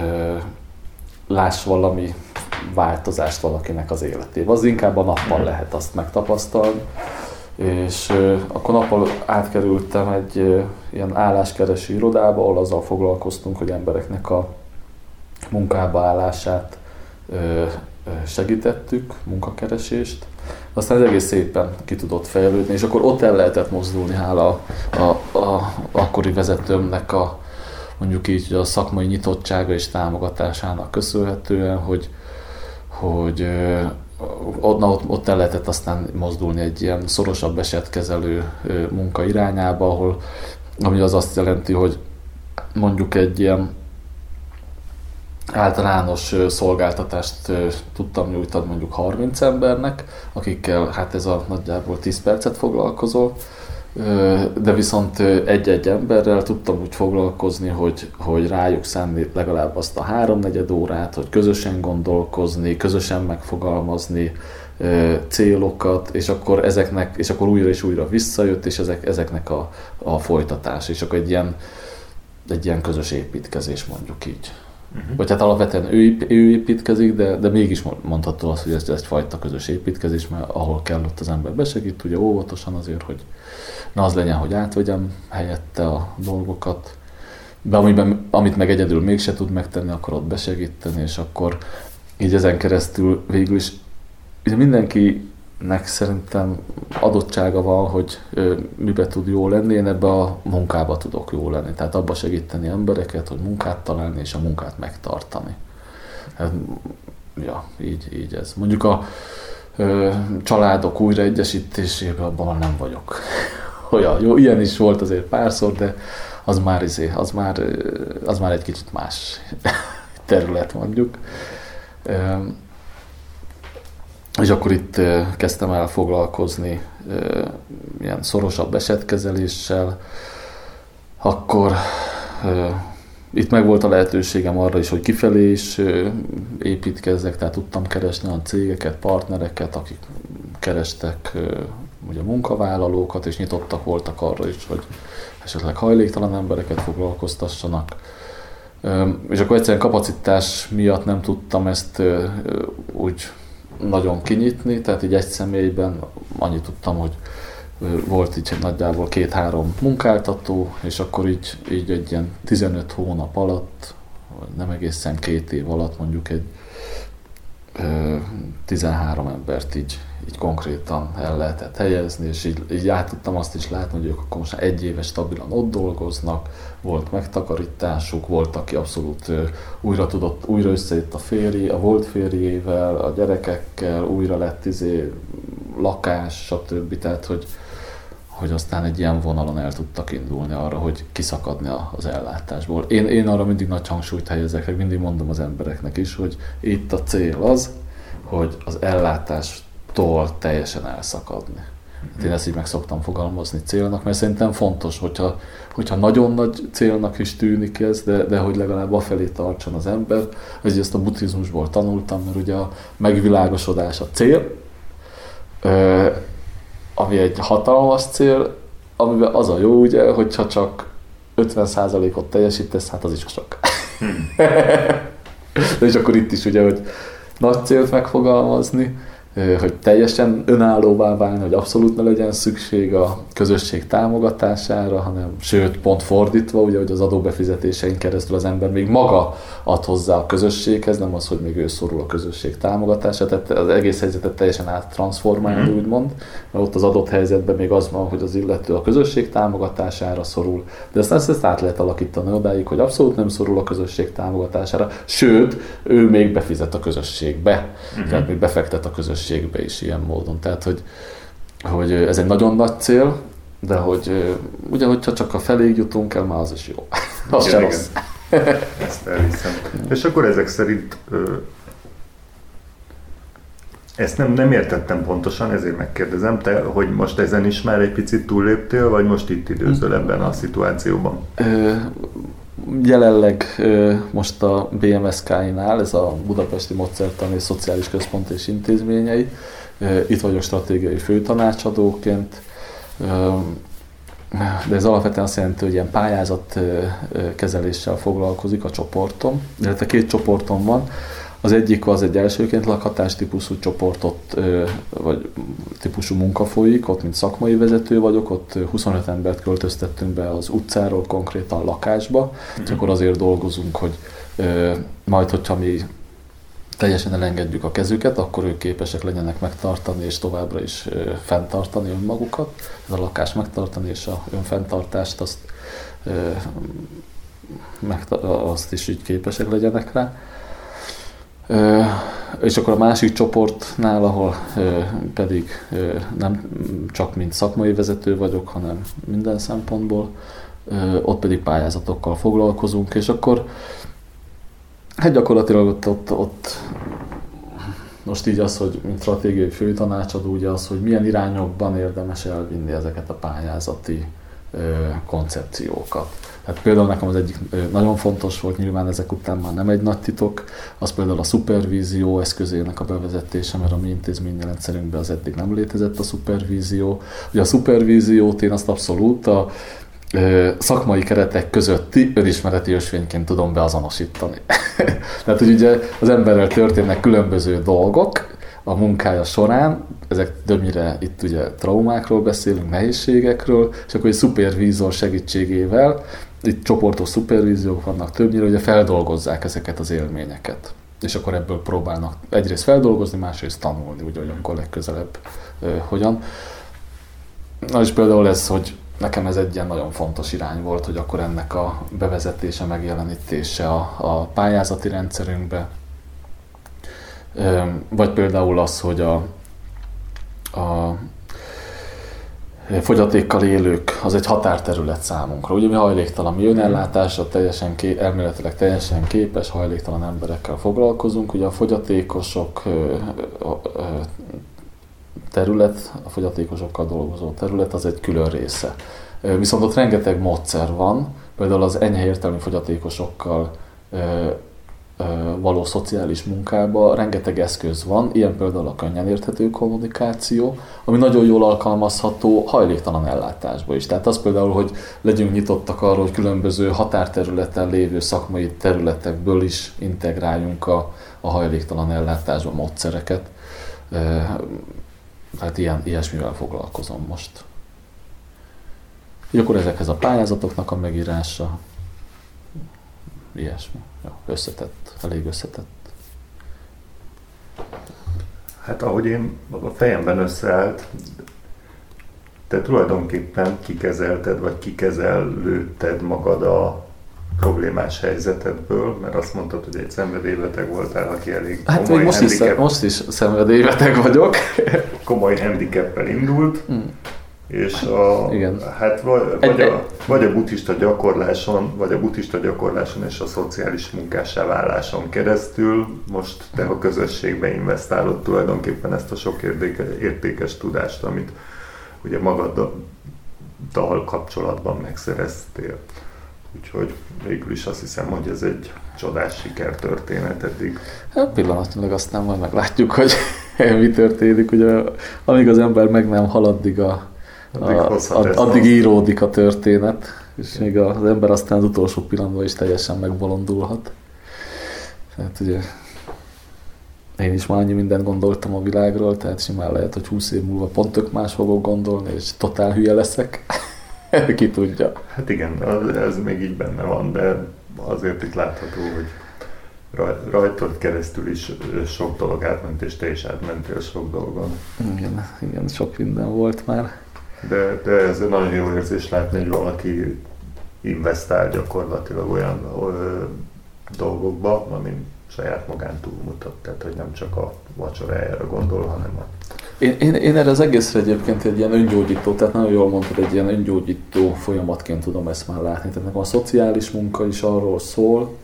láss valami változást valakinek az életében. Az inkább a nappal lehet azt megtapasztalni. És ö, akkor nappal átkerültem egy ö, ilyen álláskereső irodába, ahol azzal foglalkoztunk, hogy embereknek a munkába állását ö, segítettük, munkakeresést, aztán ez egész szépen ki tudott fejlődni, és akkor ott el lehetett mozdulni, hála a, a, a akkori vezetőmnek a mondjuk így a szakmai nyitottsága és támogatásának köszönhetően, hogy, hogy ott, ott, ott el lehetett aztán mozdulni egy ilyen szorosabb esetkezelő munka irányába, ahol, ami az azt jelenti, hogy mondjuk egy ilyen általános szolgáltatást tudtam nyújtani mondjuk harminc embernek, akikkel hát ez a nagyjából tíz percet foglalkozol, de viszont egy-egy emberrel tudtam úgy foglalkozni, hogy, hogy rájuk szánni legalább azt a háromnegyed órát, hogy közösen gondolkozni, közösen megfogalmazni célokat, és akkor ezeknek, és akkor újra és újra visszajött, és ezek, ezeknek a, a folytatás, és akkor egy ilyen, egy ilyen közös építkezés mondjuk így. Uh-huh. Vagy hát alapvetően ő, ő építkezik, de, de mégis mondható az, hogy ez egyfajta közös építkezés, mert ahol kell, ott az ember besegít, ugye óvatosan azért, hogy ne az legyen, hogy átvegyem helyette a dolgokat, de amiben, amit meg egyedül mégse tud megtenni, akkor ott besegíteni, és akkor így ezen keresztül végül is mindenkinek szerintem adottsága van, hogy ö, mibe tud jó lenni, én ebbe a munkába tudok jó lenni. Tehát abba segíteni embereket, hogy munkát találni, és a munkát megtartani. Hát, ja, így, így ez. Mondjuk a családok újraegyesítésében, abban nem vagyok. Olyan, jó, ilyen is volt azért párszor, de az már, izé, az már, az már egy kicsit más terület mondjuk. És akkor itt kezdtem el foglalkozni ilyen szorosabb esetkezeléssel, akkor itt meg volt a lehetőségem arra is, hogy kifelé is építkezzek, tehát tudtam keresni a cégeket, partnereket, akik kerestek ugye munkavállalókat, és nyitottak voltak arra is, hogy esetleg hajléktalan embereket foglalkoztassanak. És akkor egyszerűen kapacitás miatt nem tudtam ezt úgy nagyon kinyitni, tehát így egy személyben annyit tudtam, hogy volt így nagyjából két-három munkáltató, és akkor így, így egy ilyen tizenöt hónap alatt, nem egészen két év alatt mondjuk egy tizenhárom embert így, így konkrétan el lehetett helyezni, és így, így át tudtam azt is látni, hogy ők akkor most egy éve stabilan ott dolgoznak, volt megtakarításuk, volt, aki abszolút újra tudott, újra összejött a férj, a volt férjével, a gyerekekkel, újra lett izé, lakás, stb. Tehát, hogy, hogy aztán egy ilyen vonalon el tudtak indulni arra, hogy kiszakadni az ellátásból. Én, én arra mindig nagy hangsúlyt helyezek, mindig mondom az embereknek is, hogy itt a cél az, hogy az ellátástól teljesen elszakadni. Hát én ezt így meg szoktam fogalmazni célnak, mert szerintem fontos, hogyha, hogyha nagyon nagy célnak is tűnik ez, de, de hogy legalább afelé tartson az ember. Ez ezt a buddhizmusból tanultam, mert ugye a megvilágosodás a cél, ami egy hatalmas cél, amiben az a jó, ugye, hogyha csak ötven százalékot teljesítesz, hát az is sok. Hmm. De és akkor itt is ugye, hogy nagy célt megfogalmazni, hogy teljesen önállóvá válni, hogy abszolút ne legyen szükség a közösség támogatására, hanem sőt, pont fordítva, ugye, hogy az adóbefizetésein keresztül az ember még maga ad hozzá a közösséghez, nem az, hogy még ő szorul a közösség támogatására, tehát az egész helyzetet teljesen áttranszformálni, mm. úgymond, mert ott az adott helyzetben még az van, hogy az illető a közösség támogatására szorul, de aztán ezt, ezt át lehet alakítani odáig, hogy abszolút nem szorul a közösség támogatására, sőt, ő még befizet a közösségbe, mm. tehát még befektet a közösségbe is ilyen módon. Tehát, hogy, hogy ez egy nagyon nagy cél, de hogy ugye, hogyha csak a feléig jutunk el, már az is jó. Az sem rossz. Ezt elhiszem. És akkor ezek szerint ezt nem, nem értettem pontosan, ezért megkérdezem, te, hogy most ezen is már egy picit túlléptél, vagy most itt időzöl ebben a szituációban? Jelenleg most a bé em es ká-nál, ez a Budapesti Módszertani és Szociális Központ és Intézményei, itt vagyok stratégiai főtanácsadóként, de ez alapvetően azt jelenti, hogy ilyen pályázatkezeléssel foglalkozik a csoportom, illetve két csoportom van. Az egyik az egy elsőként lakhatás típusú csoportot, vagy típusú munka folyik, ott mint szakmai vezető vagyok, ott huszonöt embert költöztettünk be az utcáról konkrétan lakásba, és akkor azért dolgozunk, hogy majd, hogyha mi teljesen elengedjük a kezüket, akkor ők képesek legyenek megtartani és továbbra is fenntartani önmagukat. Ez a lakás megtartani és a önfenntartást, azt, azt is így képesek legyenek rá. Uh, és akkor a másik csoportnál, ahol uh, pedig uh, nem csak mint szakmai vezető vagyok, hanem minden szempontból, uh, ott pedig pályázatokkal foglalkozunk, és akkor hát gyakorlatilag ott, ott, ott most így az, hogy mint stratégiai főtanácsadó, ugye az, hogy milyen irányokban érdemes elvinni ezeket a pályázati uh, koncepciókat. Hát például nekem az egyik nagyon fontos volt, nyilván ezek után már nem egy nagy titok, az például a szupervízió eszközének a bevezetése, mert a mi intézményrendszerünkben az eddig nem létezett a szupervízió. Ugye a szupervíziót én azt abszolút a szakmai keretek közötti önismereti ösvényként tudom beazonosítani. Tehát, hogy ugye az emberrel történnek különböző dolgok a munkája során, ezek többnyire itt ugye traumákról beszélünk, nehézségekről, és akkor egy szupervízor segítségével, itt csoportos szupervíziók vannak többnyire, ugye feldolgozzák ezeket az élményeket. És akkor ebből próbálnak egyrészt feldolgozni, másrészt tanulni, ugye, hogy akkor legközelebb uh, hogyan. Na és például ez, hogy nekem ez egy ilyen nagyon fontos irány volt, hogy akkor ennek a bevezetése, megjelenítése a, a pályázati rendszerünkbe, vagy például az, hogy a a fogyatékkal élők az egy határterület számunkra. Ugye mi hajléktalan, mi önellátásra teljesen ké, elméletileg teljesen képes hajléktalan emberekkel foglalkozunk. Ugye a fogyatékosok terület, a fogyatékosokkal dolgozó terület az egy külön része. Viszont ott rengeteg módszer van, például az enyhe értelmi fogyatékosokkal való szociális munkában rengeteg eszköz van, ilyen például a könnyen érthető kommunikáció, ami nagyon jól alkalmazható hajléktalan ellátásba is. Tehát az például, hogy legyünk nyitottak arra, hogy különböző határterületen lévő szakmai területekből is integráljunk a, a hajléktalan ellátásba módszereket. Tehát ilyen, ilyesmivel foglalkozom most. Így akkor ezekhez a pályázatoknak a megírása, ilyesmi. Ja, összetett, elég összetett. Hát ahogy én a fejemben összeállt, te tulajdonképpen kikezelted, vagy kikezelődted magad a problémás helyzetedből, mert azt mondtad, hogy egy szenvedélybeteg voltál, aki elég hát komoly most handicap... is, most is szenvedélybeteg vagyok. komoly handicappel indult, mm. és a, igen. hát vagy, vagy, a, vagy a buddhista gyakorláson, vagy a buddhista gyakorláson és a szociális munkássá váláson keresztül most te a közösségbe investálod tulajdonképpen ezt a sok értéke, értékes tudást, amit ugye magaddal kapcsolatban megszereztél. Úgyhogy végül is azt hiszem, hogy ez egy csodás sikertörténet eddig. Hát pillanatnyilag aztán majd meglátjuk, hogy mi történik. Ugye, amíg az ember meg nem hal, addig, a, addig, a, a, addig íródik a történet, és még az ember aztán az utolsó pillanatban is teljesen megbolondulhat. Tehát ugye én is már annyi mindent gondoltam a világról, tehát simán lehet, hogy húsz év múlva pont tök más fogok gondolni, és totál hülye leszek. Ki tudja. Hát igen, ez még így benne van, de azért itt látható, hogy rajtad keresztül is sok dolog átment, és te is átmentél sok dolgon. Igen, igen, sok minden volt már. De, de ez egy nagyon jó érzés látni, hogy valaki investál gyakorlatilag olyan ö, dolgokba, amin saját magán túlmutat, tehát hogy nem csak a vacsorájára gondol, hanem a... Én, én, én erre az egészre egyébként egy ilyen öngyógyító, tehát nagyon jól mondtad, egy ilyen öngyógyító folyamatként tudom ezt már látni. Tehát nekem a szociális munka is arról szól,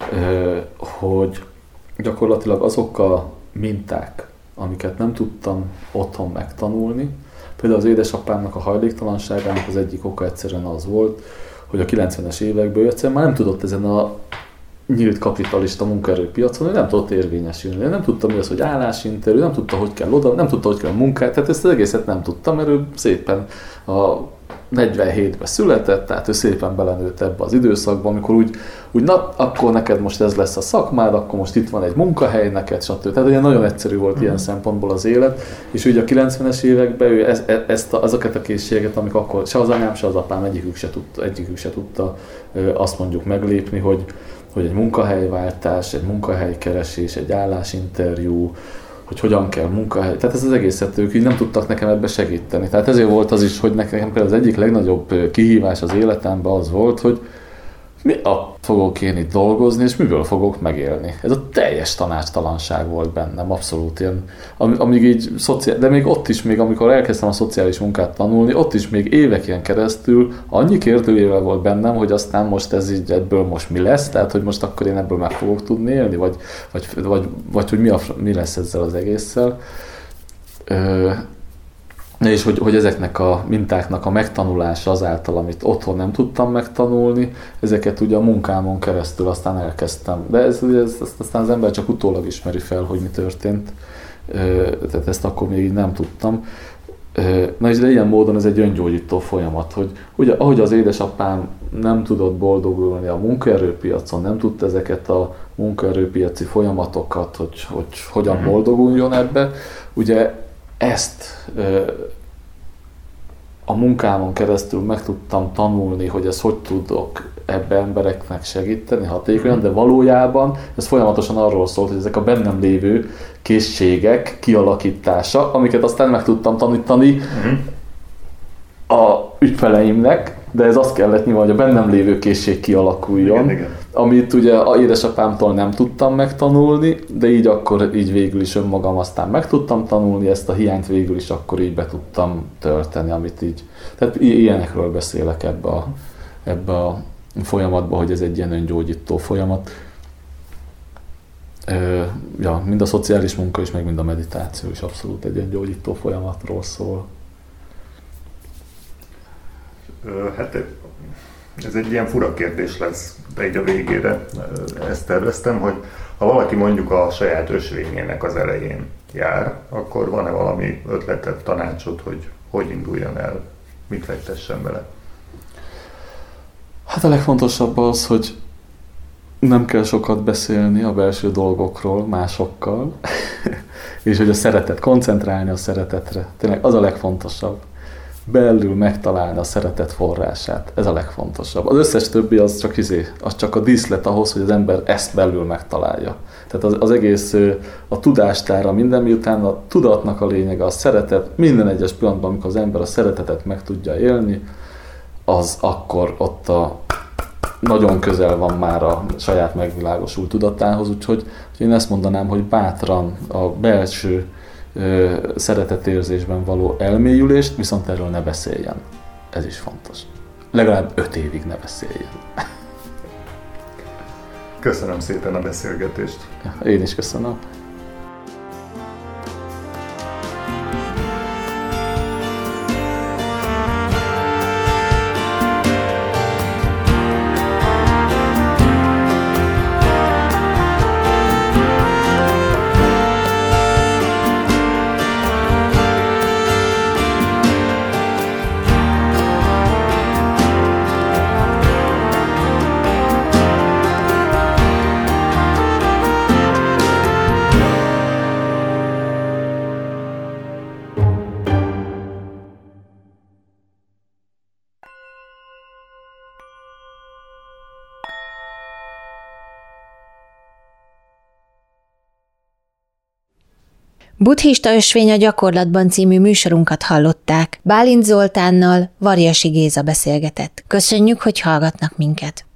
hogy gyakorlatilag azok a minták, amiket nem tudtam otthon megtanulni, például az édesapámnak a hajléktalanságának az egyik oka egyszerűen az volt, hogy a kilencvenes évekből egyszerűen már nem tudott ezen a nyílt kapitalista munkaerőpiacon, ő nem tudott érvényesülni. Én nem tudtam, mi az, hogy állásinterjú, nem tudta, hogy kell oda, nem tudta, hogy kell munkát, tehát ezt az egészet nem tudtam, mert ő szépen a negyvenhétben született, tehát ő szépen belenőtt ebbe az időszakba, amikor úgy, úgy na, akkor neked most ez lesz a szakmád, akkor most itt van egy munkahely neked, stb. Tehát ugye nagyon egyszerű volt mm. ilyen szempontból az élet, és ugye a kilencvenes években ő ez, ezt a, azokat a készségeket, amik akkor se az anyám, se az apám egyikük se tudta, egyikük se tudta azt mondjuk meglépni, hogy hogy egy munkahelyváltás, egy munkahelykeresés, egy állásinterjú, hogy hogyan kell munkahely. Tehát ez az egészet ők így nem tudtak nekem ebbe segíteni. Tehát ezért volt az is, hogy nekem például az egyik legnagyobb kihívás az életemben az volt, hogy mi a fogok én itt dolgozni, és miből fogok megélni. Ez a teljes tanácstalanság volt bennem, abszolút ilyen. Amíg így, szociál, de még ott is, még amikor elkezdtem a szociális munkát tanulni, ott is még éveken keresztül annyi kérdőjével volt bennem, hogy aztán most ez így, ebből most mi lesz, tehát hogy most akkor én ebből meg fogok tudni élni, vagy, vagy, vagy, vagy hogy mi, a, mi lesz ezzel az egésszel. Ö, És hogy, hogy ezeknek a mintáknak a megtanulása azáltal, amit otthon nem tudtam megtanulni, ezeket ugye a munkámon keresztül aztán elkezdtem. De ez, ez, ezt aztán az ember csak utólag ismeri fel, hogy mi történt. Tehát ezt akkor még így nem tudtam. Na és de ilyen módon ez egy öngyógyító folyamat, hogy ugye ahogy az édesapám nem tudott boldogulni a munkaerőpiacon, nem tudta ezeket a munkaerőpiaci folyamatokat, hogy, hogy hogyan boldoguljon ebbe, ugye ezt a munkámon keresztül meg tudtam tanulni, hogy ezt hogy tudok ebbe embereknek segíteni hatékonyan, de valójában ez folyamatosan arról szólt, hogy ezek a bennem lévő készségek kialakítása, amiket aztán meg tudtam tanítani a ügyfeleimnek, de ez azt kellett nyilván, hogy a bennem lévő készség kialakuljon, igen, igen. Amit ugye a édesapámtól nem tudtam megtanulni, de így akkor így végül is önmagam aztán meg tudtam tanulni, ezt a hiányt végül is akkor így be tudtam tölteni, amit így, tehát ilyenekről beszélek ebbe a, ebbe a folyamatba, hogy ez egy ilyen öngyógyító folyamat. Ja, mind a szociális munka is, meg mind a meditáció is abszolút egy öngyógyító folyamatról szól. Hát ez egy ilyen fura kérdés lesz, de így a végére ezt terveztem, hogy ha valaki mondjuk a saját ösvényének az elején jár, akkor van-e valami ötleted, tanácsod, hogy hogy induljon el, mit fektessen bele? Hát a legfontosabb az, hogy nem kell sokat beszélni a belső dolgokról másokkal, és hogy a szeretet, koncentrálni a szeretetre. Tényleg az a legfontosabb. Belül megtalálni a szeretet forrását. Ez a legfontosabb. Az összes többi az csak, izé, az csak a díszlet ahhoz, hogy az ember ezt belül megtalálja. Tehát az, az egész a tudástára minden, miután a tudatnak a lényege a szeretet, minden egyes pillanatban, amikor az ember a szeretetet meg tudja élni, az akkor ott a nagyon közel van már a saját megvilágosult tudatához, úgyhogy én ezt mondanám, hogy bátran a belső ö, szeretetérzésben való elmélyülést, viszont erről ne beszéljen. Ez is fontos. Legalább öt évig ne beszéljen. Köszönöm szépen a beszélgetést. Én is köszönöm. Buddhista ösvény a gyakorlatban című műsorunkat hallották. Bálint Zoltánnal Varjasi Géza beszélgetett. Köszönjük, hogy hallgatnak minket!